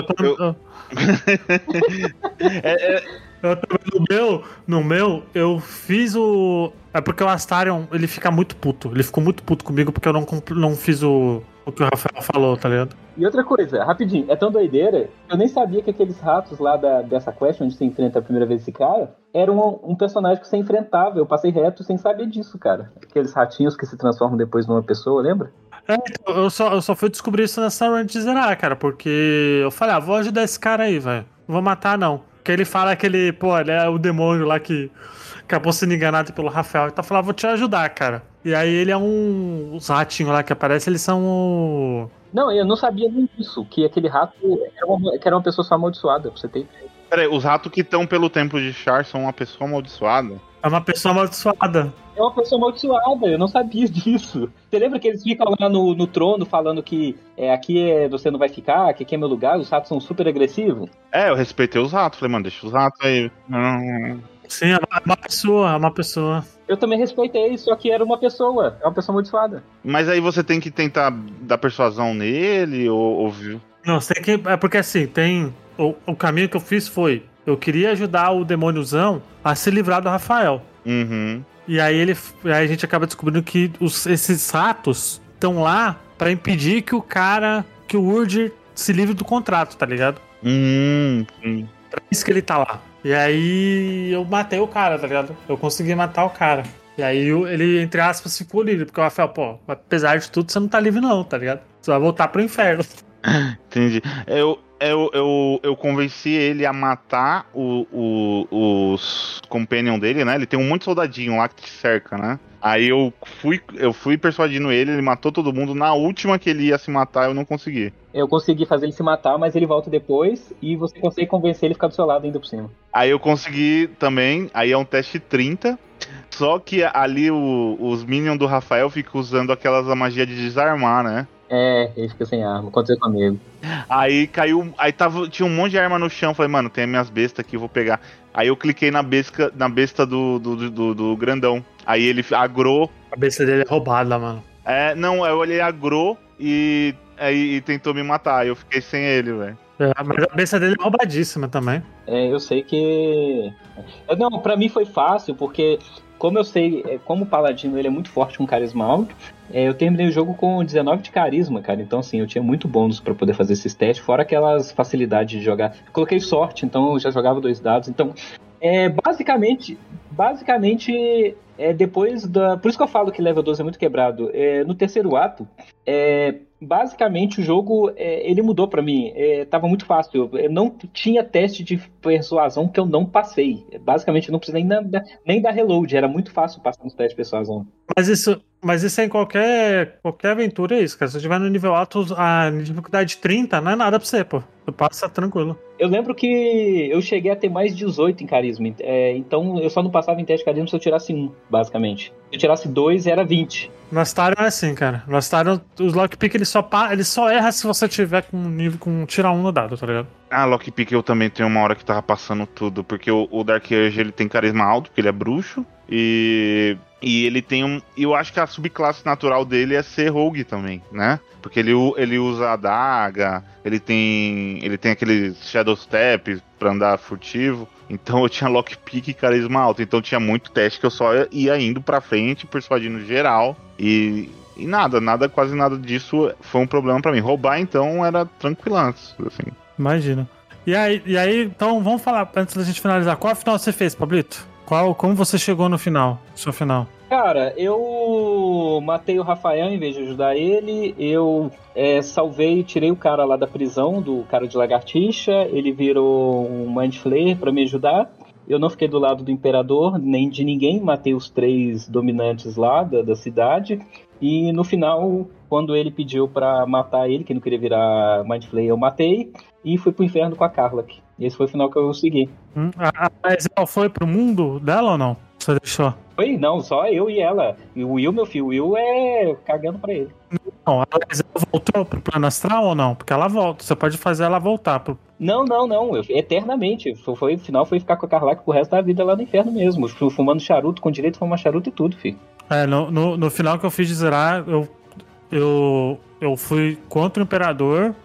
No meu, eu fiz o... É porque o Astarion, ele fica muito puto. Ele ficou muito puto comigo porque eu não fiz o que o Rafael falou, tá ligado? E outra coisa, rapidinho, é tão doideira, eu nem sabia que aqueles ratos lá dessa quest, onde você enfrenta a primeira vez esse cara, era um personagem que você enfrentava. Eu passei reto sem saber disso, cara. Aqueles ratinhos que se transformam depois numa pessoa, lembra? Então, eu só fui descobrir isso nessa run de zerar, cara, porque eu falei, vou ajudar esse cara aí, velho. Não vou matar, não. Porque ele fala que ele, pô, ele é o demônio lá que acabou sendo enganado pelo Rafael. Então eu falei, vou te ajudar, cara. E aí ele é os ratinhos lá que aparecem, eles são o... Não, eu não sabia nem disso, que aquele rato era uma pessoa só amaldiçoada, pra você ter ideia. Peraí, os ratos que estão pelo templo de Char são uma pessoa amaldiçoada? É uma pessoa amaldiçoada. É uma pessoa amaldiçoada, eu não sabia disso. Você lembra que eles ficam lá no trono falando que aqui você não vai ficar, que aqui é meu lugar, os ratos são super agressivos? Eu respeitei os ratos, falei, mano, deixa os ratos aí. Sim, é uma pessoa. Eu também respeitei, só que era uma pessoa amaldiçoada. Mas aí você tem que tentar dar persuasão nele, ou... Não, você tem que... É porque assim, tem... O caminho que eu fiz foi... Eu queria ajudar o demôniozão a se livrar do Rafael. Uhum. E aí a gente acaba descobrindo que esses ratos estão lá pra impedir que o Urdir se livre do contrato, tá ligado? Pra isso que ele tá lá. E aí eu matei o cara, tá ligado? Eu consegui matar o cara. E aí ele, entre aspas, ficou livre. Porque o Rafael, pô, apesar de tudo, você não tá livre não, tá ligado? Você vai voltar pro inferno. Entendi. Eu convenci ele a matar os companion dele, né? Ele tem um monte de soldadinho lá que te cerca, né? Aí eu fui persuadindo ele matou todo mundo. Na última que ele ia se matar, eu não consegui. Eu consegui fazer ele se matar, mas ele volta depois e você consegue convencer ele a ficar do seu lado ainda por cima. Aí eu consegui também, aí é um teste 30. Só que ali os minions do Rafael ficam usando aquelas magias de desarmar, né? Ele fica sem arma, aconteceu comigo. Aí caiu, tinha um monte de arma no chão, falei, mano, tem as minhas bestas aqui, eu vou pegar. Aí eu cliquei na besta do grandão. Aí ele agrou. A besta dele é roubada, mano. Não, eu olhei agrou e tentou me matar, aí eu fiquei sem ele, velho. Mas a besta dele é roubadíssima também. Eu sei que... Não, pra mim foi fácil, porque como eu sei, como o Paladino ele é muito forte com carisma alto, eu terminei o jogo com 19 de carisma, cara. Então, assim, eu tinha muito bônus pra poder fazer esses testes, fora aquelas facilidades de jogar. Coloquei sorte, então eu já jogava 2 dados. Então, basicamente, depois da... Por isso que eu falo que level 12 é muito quebrado. No terceiro ato, basicamente o jogo, ele mudou pra mim. Tava muito fácil. Não tinha teste de persuasão que eu não passei. Basicamente, eu não precisei nem dar reload. Era muito fácil passar nos testes de persuasão. Mas isso é em qualquer aventura, é isso, cara. Se você estiver no nível alto, a dificuldade 30 não é nada pra você, pô. Você passa tranquilo. Eu lembro que eu cheguei a ter mais de 18 em carisma. Então eu só não passava em teste de carisma se eu tirasse 1, basicamente. Se eu tirasse 2, era 20. No Astarion é assim, cara. No Astarion, os Lockpick, ele só erra se você tiver com nível com tirar 1 no dado, tá ligado? Lockpick eu também tenho uma hora que tava passando tudo, porque o Dark Urge, ele tem carisma alto, porque ele é bruxo, e ele tem eu acho que a subclasse natural dele é ser rogue também, né? Porque ele usa a adaga, ele tem aquele Shadow Step pra andar furtivo. Então eu tinha Lockpick e carisma alto. Então tinha muito teste que eu só ia indo pra frente, persuadindo geral. E quase nada disso foi um problema pra mim. Roubar, então, era tranquilanço, assim. Imagina. E aí, então, vamos falar, antes da gente finalizar, qual final você fez, Pablito? Como você chegou no final, seu final? Cara, eu matei o Rafael em vez de ajudar ele. Eu salvei, tirei o cara lá da prisão, do cara de lagartixa. Ele virou um Mind Flayer pra me ajudar. Eu não fiquei do lado do Imperador, nem de ninguém. Matei os 3 dominantes lá da cidade. E no final, quando ele pediu pra matar ele, que não queria virar Mind Flayer, eu matei. E fui pro inferno com a Karlach. Esse foi o final que eu segui. Mas ela foi pro mundo dela ou não? Você deixou? Foi? Não, só eu e ela. E o Will, meu filho, o Will é cagando pra ele. Não, ela voltou pro plano astral ou não? Porque ela volta, você pode fazer ela voltar pro... Não, eternamente. O final foi ficar com a Karlach pro resto da vida lá no inferno mesmo. Fumando charuto, com direito a fumar charuto e tudo, filho. No final que eu fiz de zerar, eu fui contra o Imperador,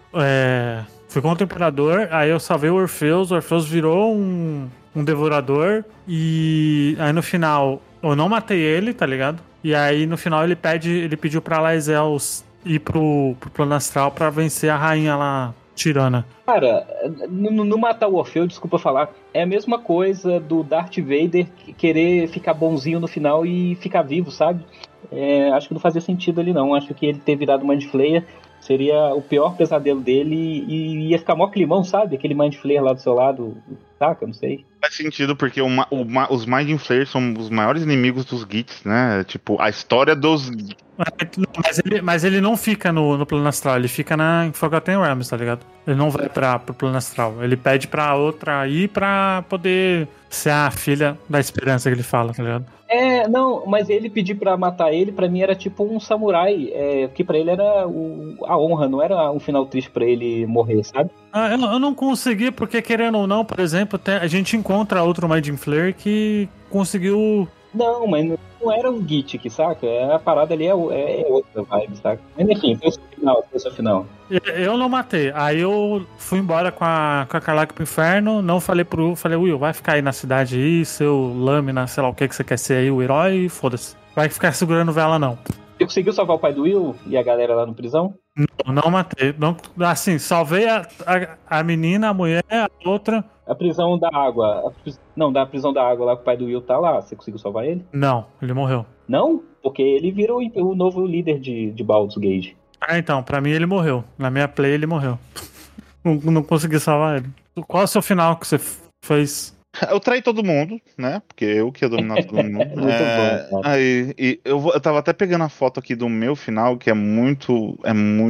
aí eu salvei o Orpheus virou um devorador, e aí no final eu não matei ele, tá ligado? E aí no final ele pediu pra Laezel ir pro plano astral pra vencer a rainha lá, tirana. Cara, no matar o Orfeu, desculpa falar, é a mesma coisa do Darth Vader querer ficar bonzinho no final e ficar vivo, sabe? Acho que não fazia sentido ali não. Acho que ele ter virado Mind Flayer seria o pior pesadelo dele e ia ficar mó climão, sabe? Aquele Mind Flayer lá do seu lado, saca? Não sei. Faz sentido, porque os Mind Flayers são os maiores inimigos dos Gits, né? Tipo, a história dos... Mas ele não fica no plano astral, ele fica em Forgotten Realms, tá ligado? Ele não vai pro plano astral. Ele pede pra outra ir pra poder ser a filha da esperança que ele fala, tá ligado? Não, mas ele pedir pra matar ele, pra mim era tipo um samurai, que pra ele era a honra, não era um final triste pra ele morrer, sabe? Eu não consegui, porque querendo ou não, por exemplo, a gente encontra outro Mind Flayer que conseguiu... Não, mas não era um Git, saca? A parada ali é outra vibe, saca? Mas enfim, foi o seu final. Eu não matei. Aí eu fui embora com a Carlac pro inferno. Não falei Will, vai ficar aí na cidade aí, seu lâmina, sei lá o que você quer ser aí, o herói, e foda-se. Vai ficar segurando vela, não. Você conseguiu salvar o pai do Will e a galera lá no prisão? Não matei. Não, assim, salvei a menina, a mulher, a outra. A prisão da água. Da prisão da água lá que o pai do Will tá lá. Você conseguiu salvar ele? Não, ele morreu. Não? Porque ele virou o novo líder de Baldur's Gate. Então, pra mim ele morreu. Na minha play ele morreu. Não consegui salvar ele. Qual é o seu final que você fez? Eu traí todo mundo, né? Porque eu que ia dominar todo mundo. Muito bom, cara. Aí, eu tava até pegando a foto aqui do meu final, que é muito,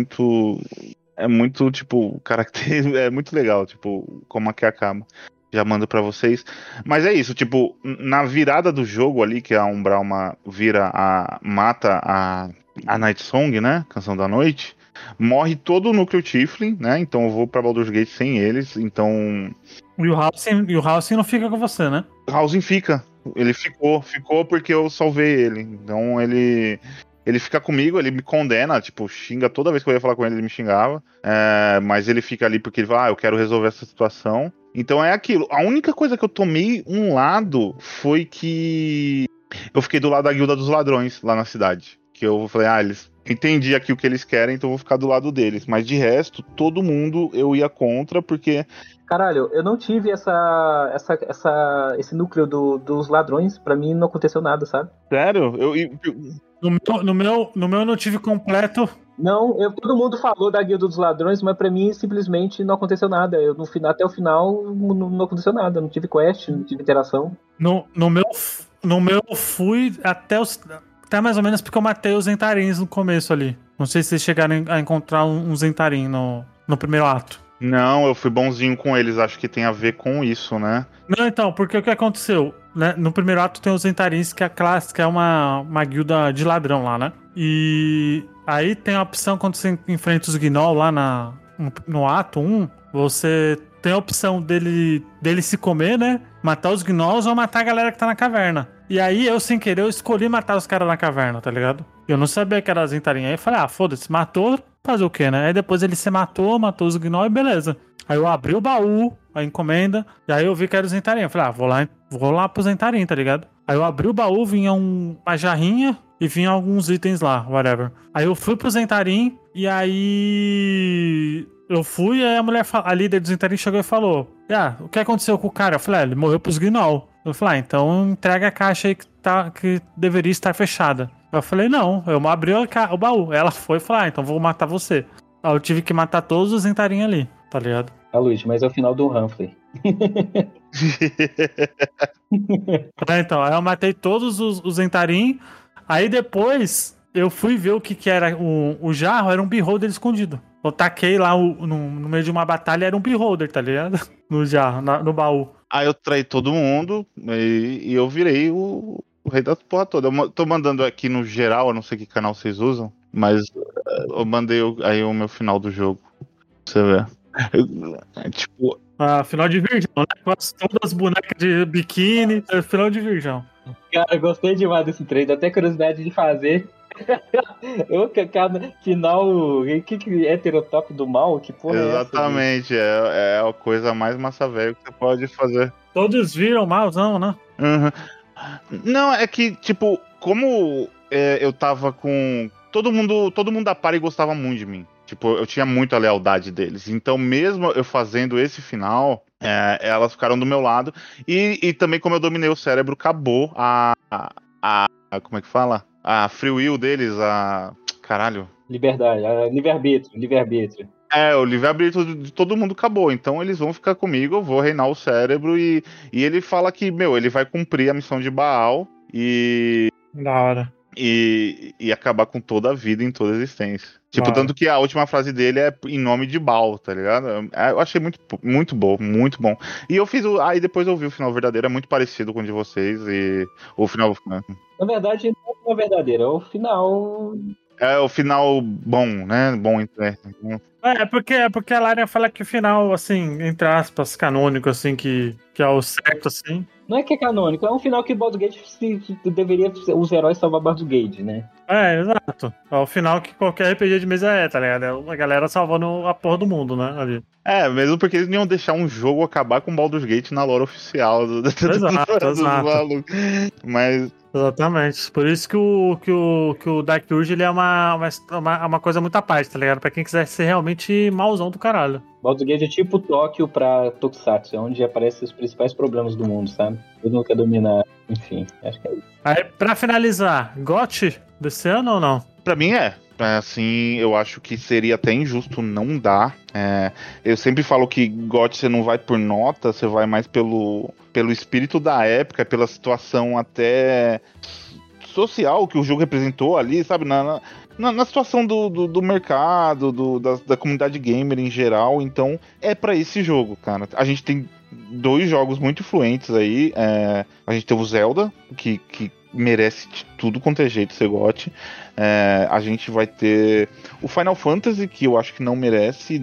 tipo, característico, é muito legal, tipo, como aqui acaba. Já mando pra vocês. Mas é isso, tipo, na virada do jogo ali, que a Umbral mata a Night Song, né? Canção da Noite. Morre todo o núcleo Tiflin, né? Então eu vou pra Baldur's Gate sem eles, então... E o Halcyon não fica com você, né? O Halcyon fica. Ele ficou porque eu salvei ele. Então ele fica comigo, ele me condena, tipo, xinga toda vez que eu ia falar com ele me xingava. Mas ele fica ali porque ele fala, eu quero resolver essa situação. Então é aquilo. A única coisa que eu tomei um lado foi que eu fiquei do lado da Guilda dos Ladrões lá na cidade. Que eu falei, eles... Entendi aqui o que eles querem, então eu vou ficar do lado deles. Mas de resto, todo mundo eu ia contra, porque... Caralho, eu não tive esse núcleo dos ladrões. Pra mim não aconteceu nada, sabe? Sério? No meu eu não tive completo. Não, todo mundo falou da Guilda dos Ladrões, mas pra mim simplesmente não aconteceu nada. Até o final não aconteceu nada. Não tive quest, não tive interação. No meu eu fui até mais ou menos porque eu matei os Zentarins no começo ali. Não sei se vocês chegaram a encontrar um Zentarim no primeiro ato. Não, eu fui bonzinho com eles, acho que tem a ver com isso, né? Não, então, porque o que aconteceu? Né? No primeiro ato tem os Zentarins, que é a classe, que é uma guilda de ladrão lá, né? E aí tem a opção, quando você enfrenta os Gnoll lá no ato 1, você tem a opção dele se comer, né? Matar os Gnolls ou matar a galera que tá na caverna. E aí, eu, sem querer, eu escolhi matar os caras na caverna, tá ligado? Eu não sabia que era Zentarim. Aí eu falei, foda-se, matou, fazer o quê, né? Aí depois ele se matou os Gnoll e beleza. Aí eu abri o baú, a encomenda, e aí eu vi que era o Zentarim. Eu falei, vou lá pro Zentarim, tá ligado? Aí eu abri o baú, vinha uma jarrinha e vinha alguns itens lá, whatever. Aí eu fui pro Zentarim e aí... Eu fui e aí a líder do Zentarim chegou e falou, o que aconteceu com o cara? Eu falei, ele morreu pros Gnoll. Eu falei, então entrega a caixa aí que deveria estar fechada. Eu falei, não, eu abri o baú. Ela foi e falou, então vou matar você. Aí eu tive que matar todos os Zentarim ali, tá ligado? Luiz, mas é o final do Humphrey. Então, aí eu matei todos os Zentarim. Aí depois eu fui ver o que era o jarro, era um beholder escondido. Eu taquei lá no meio de uma batalha, era um beholder, tá ligado? No jarro, no baú. Aí eu traí todo mundo e eu virei o rei da porra toda. Eu tô mandando aqui no geral, eu não sei que canal vocês usam, mas eu mandei aí o meu final do jogo. Pra você ver. Tipo... final de Virgão, né? Quase todas as bonecas de biquíni, final de Virgão. Cara, eu gostei demais desse trade, até curiosidade de fazer. Cada final, que heterotop do mal, que porra. Exatamente, é a coisa mais massa velha que você pode fazer. Todos viram malzão, né? Uhum. Não, é que, tipo, como eu tava com todo mundo da party gostava muito de mim. Tipo, eu tinha muita lealdade deles. Então, mesmo eu fazendo esse final, elas ficaram do meu lado. E também, como eu dominei o cérebro, acabou como é que fala? A free will deles, caralho. Liberdade, livre-arbítrio. O livre-arbítrio de todo mundo acabou. Então eles vão ficar comigo, eu vou reinar o cérebro. E ele fala que, ele vai cumprir a missão de Baal Da hora. e acabar com toda a vida em toda a existência. Tipo, tanto que a última frase dele é em nome de Baal, tá ligado? Eu achei muito, muito bom, muito bom. E eu fiz aí depois eu vi o final verdadeiro, é muito parecido com o de vocês. E o final. Na verdade, não é o final verdadeiro, é o final. É o final bom, né? Bom, porque a Larian fala que o final, assim, entre aspas, canônico, assim, que é o certo, assim. Não é que é canônico, é um final que Baldur's Gate deveria os heróis salvar Baldur's Gate, né? Exato. É o final que qualquer RPG de mesa tá ligado? A galera salvando a porra do mundo, né? Ali. Mesmo porque eles não iam deixar um jogo acabar com Baldur's Gate na lore oficial dos malucos. Mas... Exatamente. Por isso que o Dark Urge ele é uma coisa muito à parte, tá ligado? Pra quem quiser ser realmente mauzão do caralho. Baldur's Gate é tipo Tóquio pra Tokusatsu, é onde aparecem os principais problemas do mundo, sabe? Todo mundo quer dominar, enfim, acho que é isso. Aí, pra finalizar, GOT desse ano ou não? Pra mim assim, eu acho que seria até injusto não dar. Eu sempre falo que GOT você não vai por nota, você vai mais pelo espírito da época, pela situação até social que o jogo representou ali, sabe? Na situação do mercado, da comunidade gamer em geral. Então, é pra esse jogo, cara. A gente tem 2 jogos muito influentes aí. A gente tem o Zelda, que merece de tudo quanto é jeito ser GOT. A gente vai ter o Final Fantasy, que eu acho que não merece.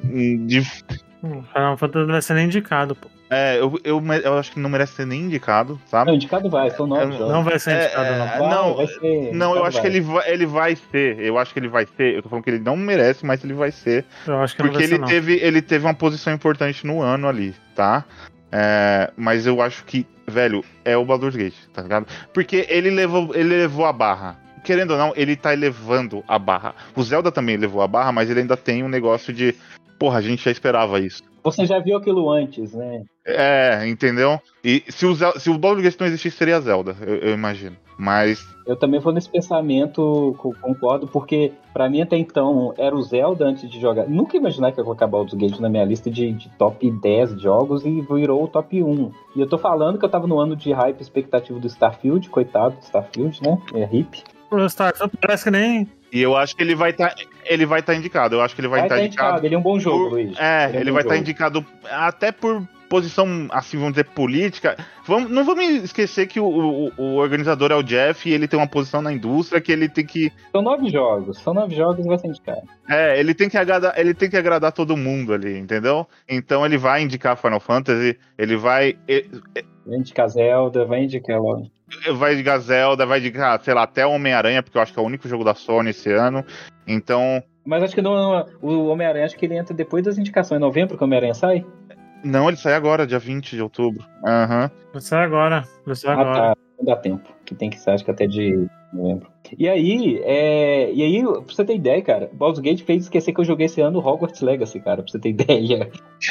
Final Fantasy não merece ser nem indicado, pô. Eu acho que não merece ser nem indicado, sabe? Não, indicado vai, são 9 jogos. Não vai ser indicado, não. Vai ser, não, eu acho que ele vai ser. Eu acho que ele vai ser. Eu tô falando que ele não merece, mas ele vai ser. Eu acho que porque não vai ser, ele teve uma posição importante no ano ali, tá? Mas eu acho que, velho, é o Baldur's Gate, tá ligado? Porque ele levou a barra. Querendo ou não, ele tá elevando a barra. O Zelda também levou a barra, mas ele ainda tem um negócio de... Porra, a gente já esperava isso. Você já viu aquilo antes, né? Entendeu? E se o Baldur's Gate não existisse, seria Zelda, eu imagino. Mas... Eu também vou nesse pensamento, concordo, porque pra mim até então era o Zelda antes de jogar. Nunca imaginar que eu vou acabar o Baldur's Gate na minha lista de top 10 jogos e virou o top 1. E eu tô falando que eu tava no ano de hype expectativo do Starfield, coitado do Starfield, né? Hip. O Starfield parece que nem... E eu acho que ele vai estar indicado. Eu acho que ele vai estar indicado. Ele é um bom jogo, Luiz. Ele vai estar indicado até por posição, assim, vamos dizer, política. Não vamos esquecer que o organizador é o Jeff e ele tem uma posição na indústria que ele tem que... São 9 jogos e vai ser indicado. Ele tem que agradar todo mundo ali, entendeu? Então ele vai indicar Final Fantasy, ele vai... Vai indicar Zelda, vai indicar logo. Vai indicar Zelda, vai indicar, sei lá, até Homem-Aranha, porque eu acho que é o único jogo da Sony esse ano. Então... Mas acho que não, o Homem-Aranha, acho que ele entra depois das indicações. Em novembro que o Homem-Aranha sai? Não, ele sai agora, dia 20 de outubro. Aham. Vai sair agora. Tá. Não dá tempo. Que tem que ser, acho que até de novembro. E aí, pra você ter ideia, cara, Baldur's Gate fez esquecer que eu joguei esse ano Hogwarts Legacy, cara, pra você ter ideia.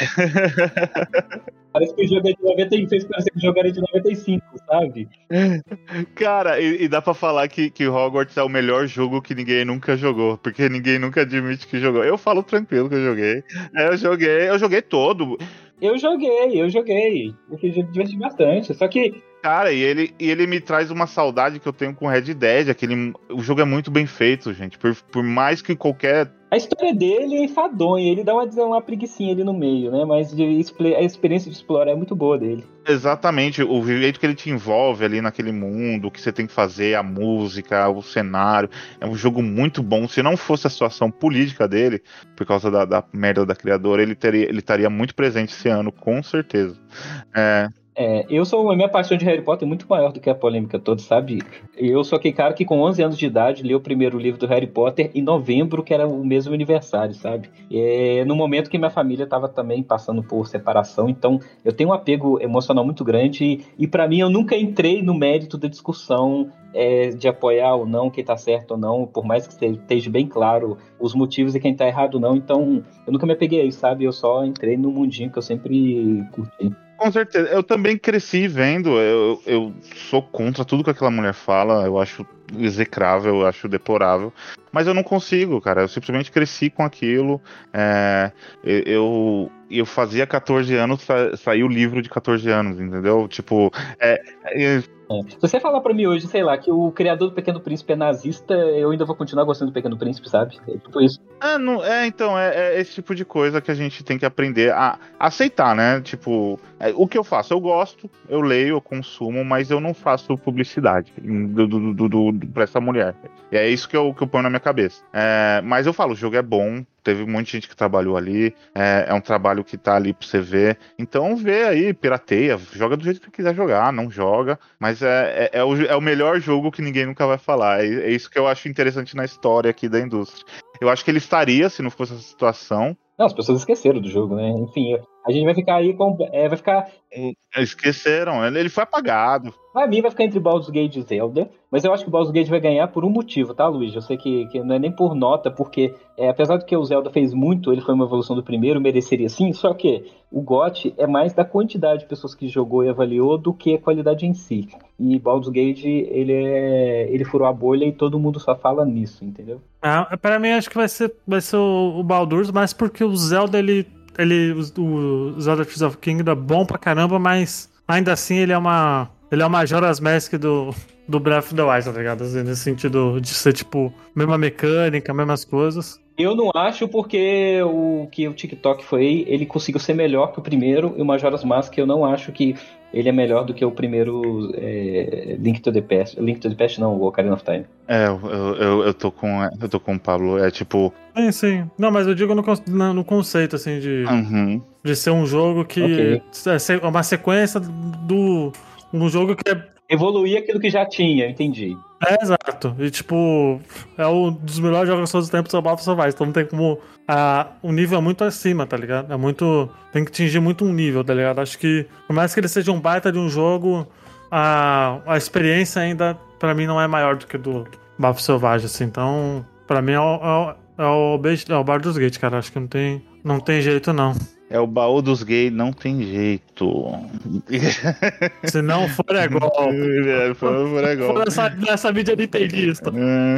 Parece que o jogo é de 90 fez parecer que o jogo era de 95, sabe? Cara, e dá pra falar que Hogwarts é o melhor jogo que ninguém nunca jogou, porque ninguém nunca admite que jogou. Eu falo tranquilo que eu joguei. Eu joguei todo. Eu joguei. Eu diverti bastante. Só que... Cara, e ele me traz uma saudade que eu tenho com Red Dead. O jogo é muito bem feito, gente. Por mais que qualquer... A história dele é enfadonha, ele dá uma preguicinha ali no meio, né? Mas a experiência de explorar é muito boa dele. Exatamente, o jeito que ele te envolve ali naquele mundo, o que você tem que fazer, a música, o cenário. É um jogo muito bom. Se não fosse a situação política dele, por causa da merda da criadora, ele estaria muito presente esse ano, com certeza. A minha paixão de Harry Potter é muito maior do que a polêmica toda, sabe? Eu sou aquele cara que com 11 anos de idade leu o primeiro livro do Harry Potter em novembro, que era o mesmo aniversário, sabe? No momento que minha família estava também passando por separação, então eu tenho um apego emocional muito grande e para mim eu nunca entrei no mérito da discussão de apoiar ou não, quem tá certo ou não, por mais que esteja bem claro os motivos e quem tá errado ou não, então eu nunca me apeguei a isso, sabe? Eu só entrei no mundinho que eu sempre curti. Com certeza. Eu também cresci vendo, eu sou contra tudo que aquela mulher fala, eu acho execrável, eu acho deplorável, mas eu não consigo, cara, eu simplesmente cresci com aquilo, eu fazia 14 anos, saiu o livro de 14 anos, entendeu? Tipo, Se você falar pra mim hoje, sei lá, que o criador do Pequeno Príncipe é nazista, eu ainda vou continuar gostando do Pequeno Príncipe, sabe? É tipo isso. Então, é esse tipo de coisa que a gente tem que aprender a aceitar, né? Tipo, o que eu faço? Eu gosto, eu leio, eu consumo, mas eu não faço publicidade pra essa mulher. E é isso que eu ponho na minha cabeça. Mas eu falo, o jogo é bom, teve um monte de gente que trabalhou ali, é um trabalho que tá ali pra você ver. Então vê aí, pirateia, joga do jeito que quiser jogar, não joga, mas é o melhor jogo que ninguém nunca vai falar. É isso que eu acho interessante na história aqui da indústria. Eu acho que ele estaria, se não fosse essa situação. Não, as pessoas esqueceram do jogo, né? Enfim, a gente vai ficar aí com. Vai ficar. Esqueceram, ele foi apagado. Pra mim vai ficar entre Baldur's Gate e Zelda, mas eu acho que o Baldur's Gate vai ganhar por um motivo, tá, Luiz? Eu sei que não é nem por nota, porque apesar do que o Zelda fez muito, ele foi uma evolução do primeiro, mereceria sim, só que o GOT é mais da quantidade de pessoas que jogou e avaliou do que a qualidade em si. E Baldur's Gate, ele furou a bolha e todo mundo só fala nisso, entendeu? Pra mim acho que vai ser o Baldur's, mas porque o Zelda, o Zelda Tears of Kingdom é bom pra caramba, mas ainda assim ele é uma Majora's Mask do Breath of the Wild, tá ligado? Assim, nesse sentido de ser, tipo, mesma mecânica, mesmas coisas. Eu não acho porque o TikTok foi, ele conseguiu ser melhor que o primeiro, e o Majora's Mask eu não acho que ele é melhor do que o primeiro Link to the Past. Link to the Past não, o Ocarina of Time. Eu tô com o Pablo, tipo... Sim. Não, mas eu digo no conceito, assim, de ser um jogo que é uma sequência um jogo que evoluir aquilo que já tinha, entendi. Exato. E, tipo, é um dos melhores jogos de todos os tempos, o Breath of the Wild. Então tem como... o nível é muito acima, tá ligado? Tem que atingir muito um nível, tá ligado? Acho que, por mais que ele seja um baita de um jogo, a experiência ainda, pra mim, não é maior do que do Bafo Selvagem, assim. Então, pra mim, é o Baldur's Gate, cara. Acho que não tem jeito, não. É o baú dos gays, não tem jeito. Se não for, é golpe. For nessa mídia nintendista.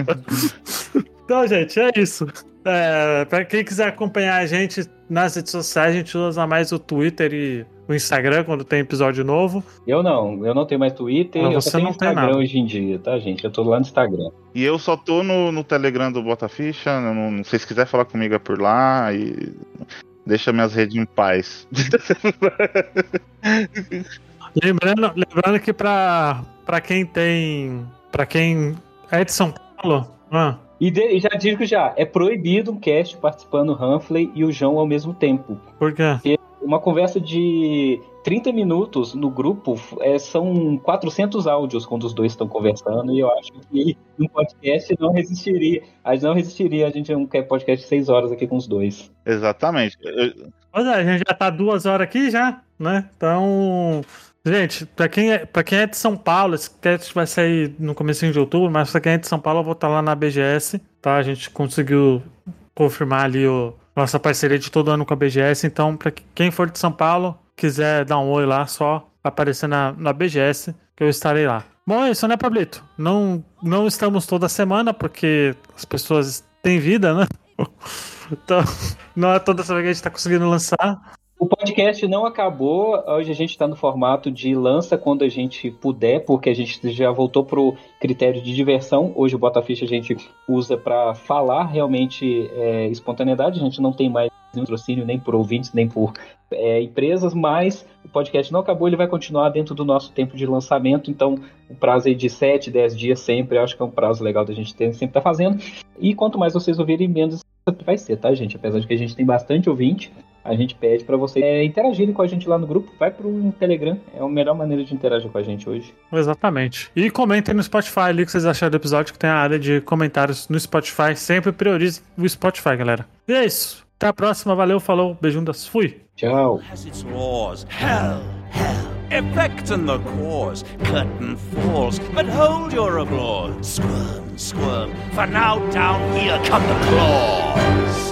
Então, gente, é isso. Pra quem quiser acompanhar a gente nas redes sociais, a gente usa mais o Twitter e o Instagram quando tem episódio novo. Eu não tenho mais Twitter, eu só tenho Instagram hoje em dia, tá, gente? Eu tô lá no Instagram. E eu só tô no Telegram do Botaficha, se vocês quiserem falar comigo é por lá e... Deixa minhas redes em paz. Lembrando que pra quem é de São Paulo... E já digo é proibido um cast participando o Humphrey e o João ao mesmo tempo. Por quê? Porque uma conversa de 30 minutos no grupo são 400 áudios quando os dois estão conversando, e eu acho que um podcast não resistiria. A gente não quer podcast de 6 horas aqui com os dois. Exatamente. Pois a gente já tá 2 horas aqui já, né? Então... Gente, pra quem é de São Paulo, esse cast vai sair no comecinho de outubro, mas pra quem é de São Paulo, eu vou estar lá na BGS, tá? A gente conseguiu confirmar ali nossa parceria de todo ano com a BGS, então pra quem for de São Paulo, quiser dar um oi lá, só aparecer na BGS, que eu estarei lá. Bom, é isso, né, Pablito? Não estamos toda semana, porque as pessoas têm vida, né? Então, não é toda semana que a gente tá conseguindo lançar. O podcast não acabou, hoje a gente está no formato de lança quando a gente puder, porque a gente já voltou pro critério de diversão. Hoje o Botaficha a gente usa para falar realmente espontaneidade, a gente não tem mais patrocínio nem por ouvintes, nem por empresas, mas o podcast não acabou, ele vai continuar dentro do nosso tempo de lançamento, então o prazo aí de 7, 10 dias sempre, eu acho que é um prazo legal da gente ter, sempre tá fazendo, e quanto mais vocês ouvirem, menos vai ser, tá, gente? Apesar de que a gente tem bastante ouvinte, a gente pede pra vocês interagirem com a gente lá no grupo. Vai pro Telegram, é a melhor maneira de interagir com a gente hoje. Exatamente. E comentem no Spotify ali o que vocês acharam do episódio, que tem a área de comentários no Spotify. Sempre priorize o Spotify, galera. E é isso. Até a próxima. Valeu, falou, beijundas, fui. Tchau. Has its laws. Hell. Effect in the cause. Curtain falls. But hold your applause. Squirm. For now down here come the claws.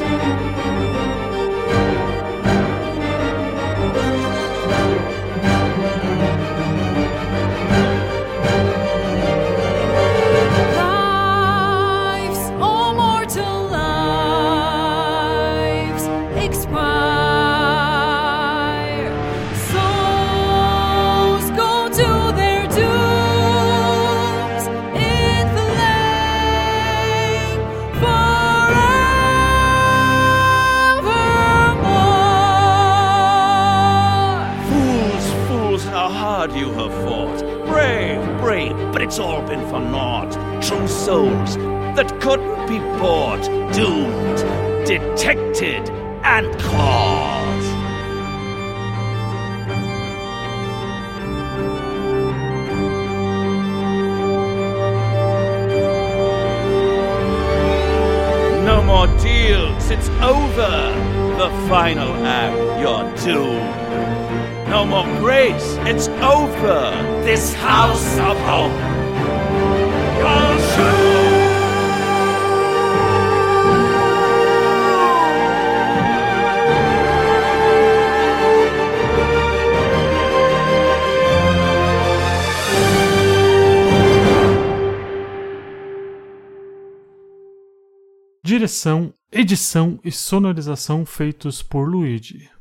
You have fought. Brave, but it's all been for naught. True souls that couldn't be bought. Doomed, detected, and caught. No more deals, it's over. The final act, you're doomed. No more grace, it's over. This house of hope, you're doomed. Direção, edição e sonorização feitos por Luigi.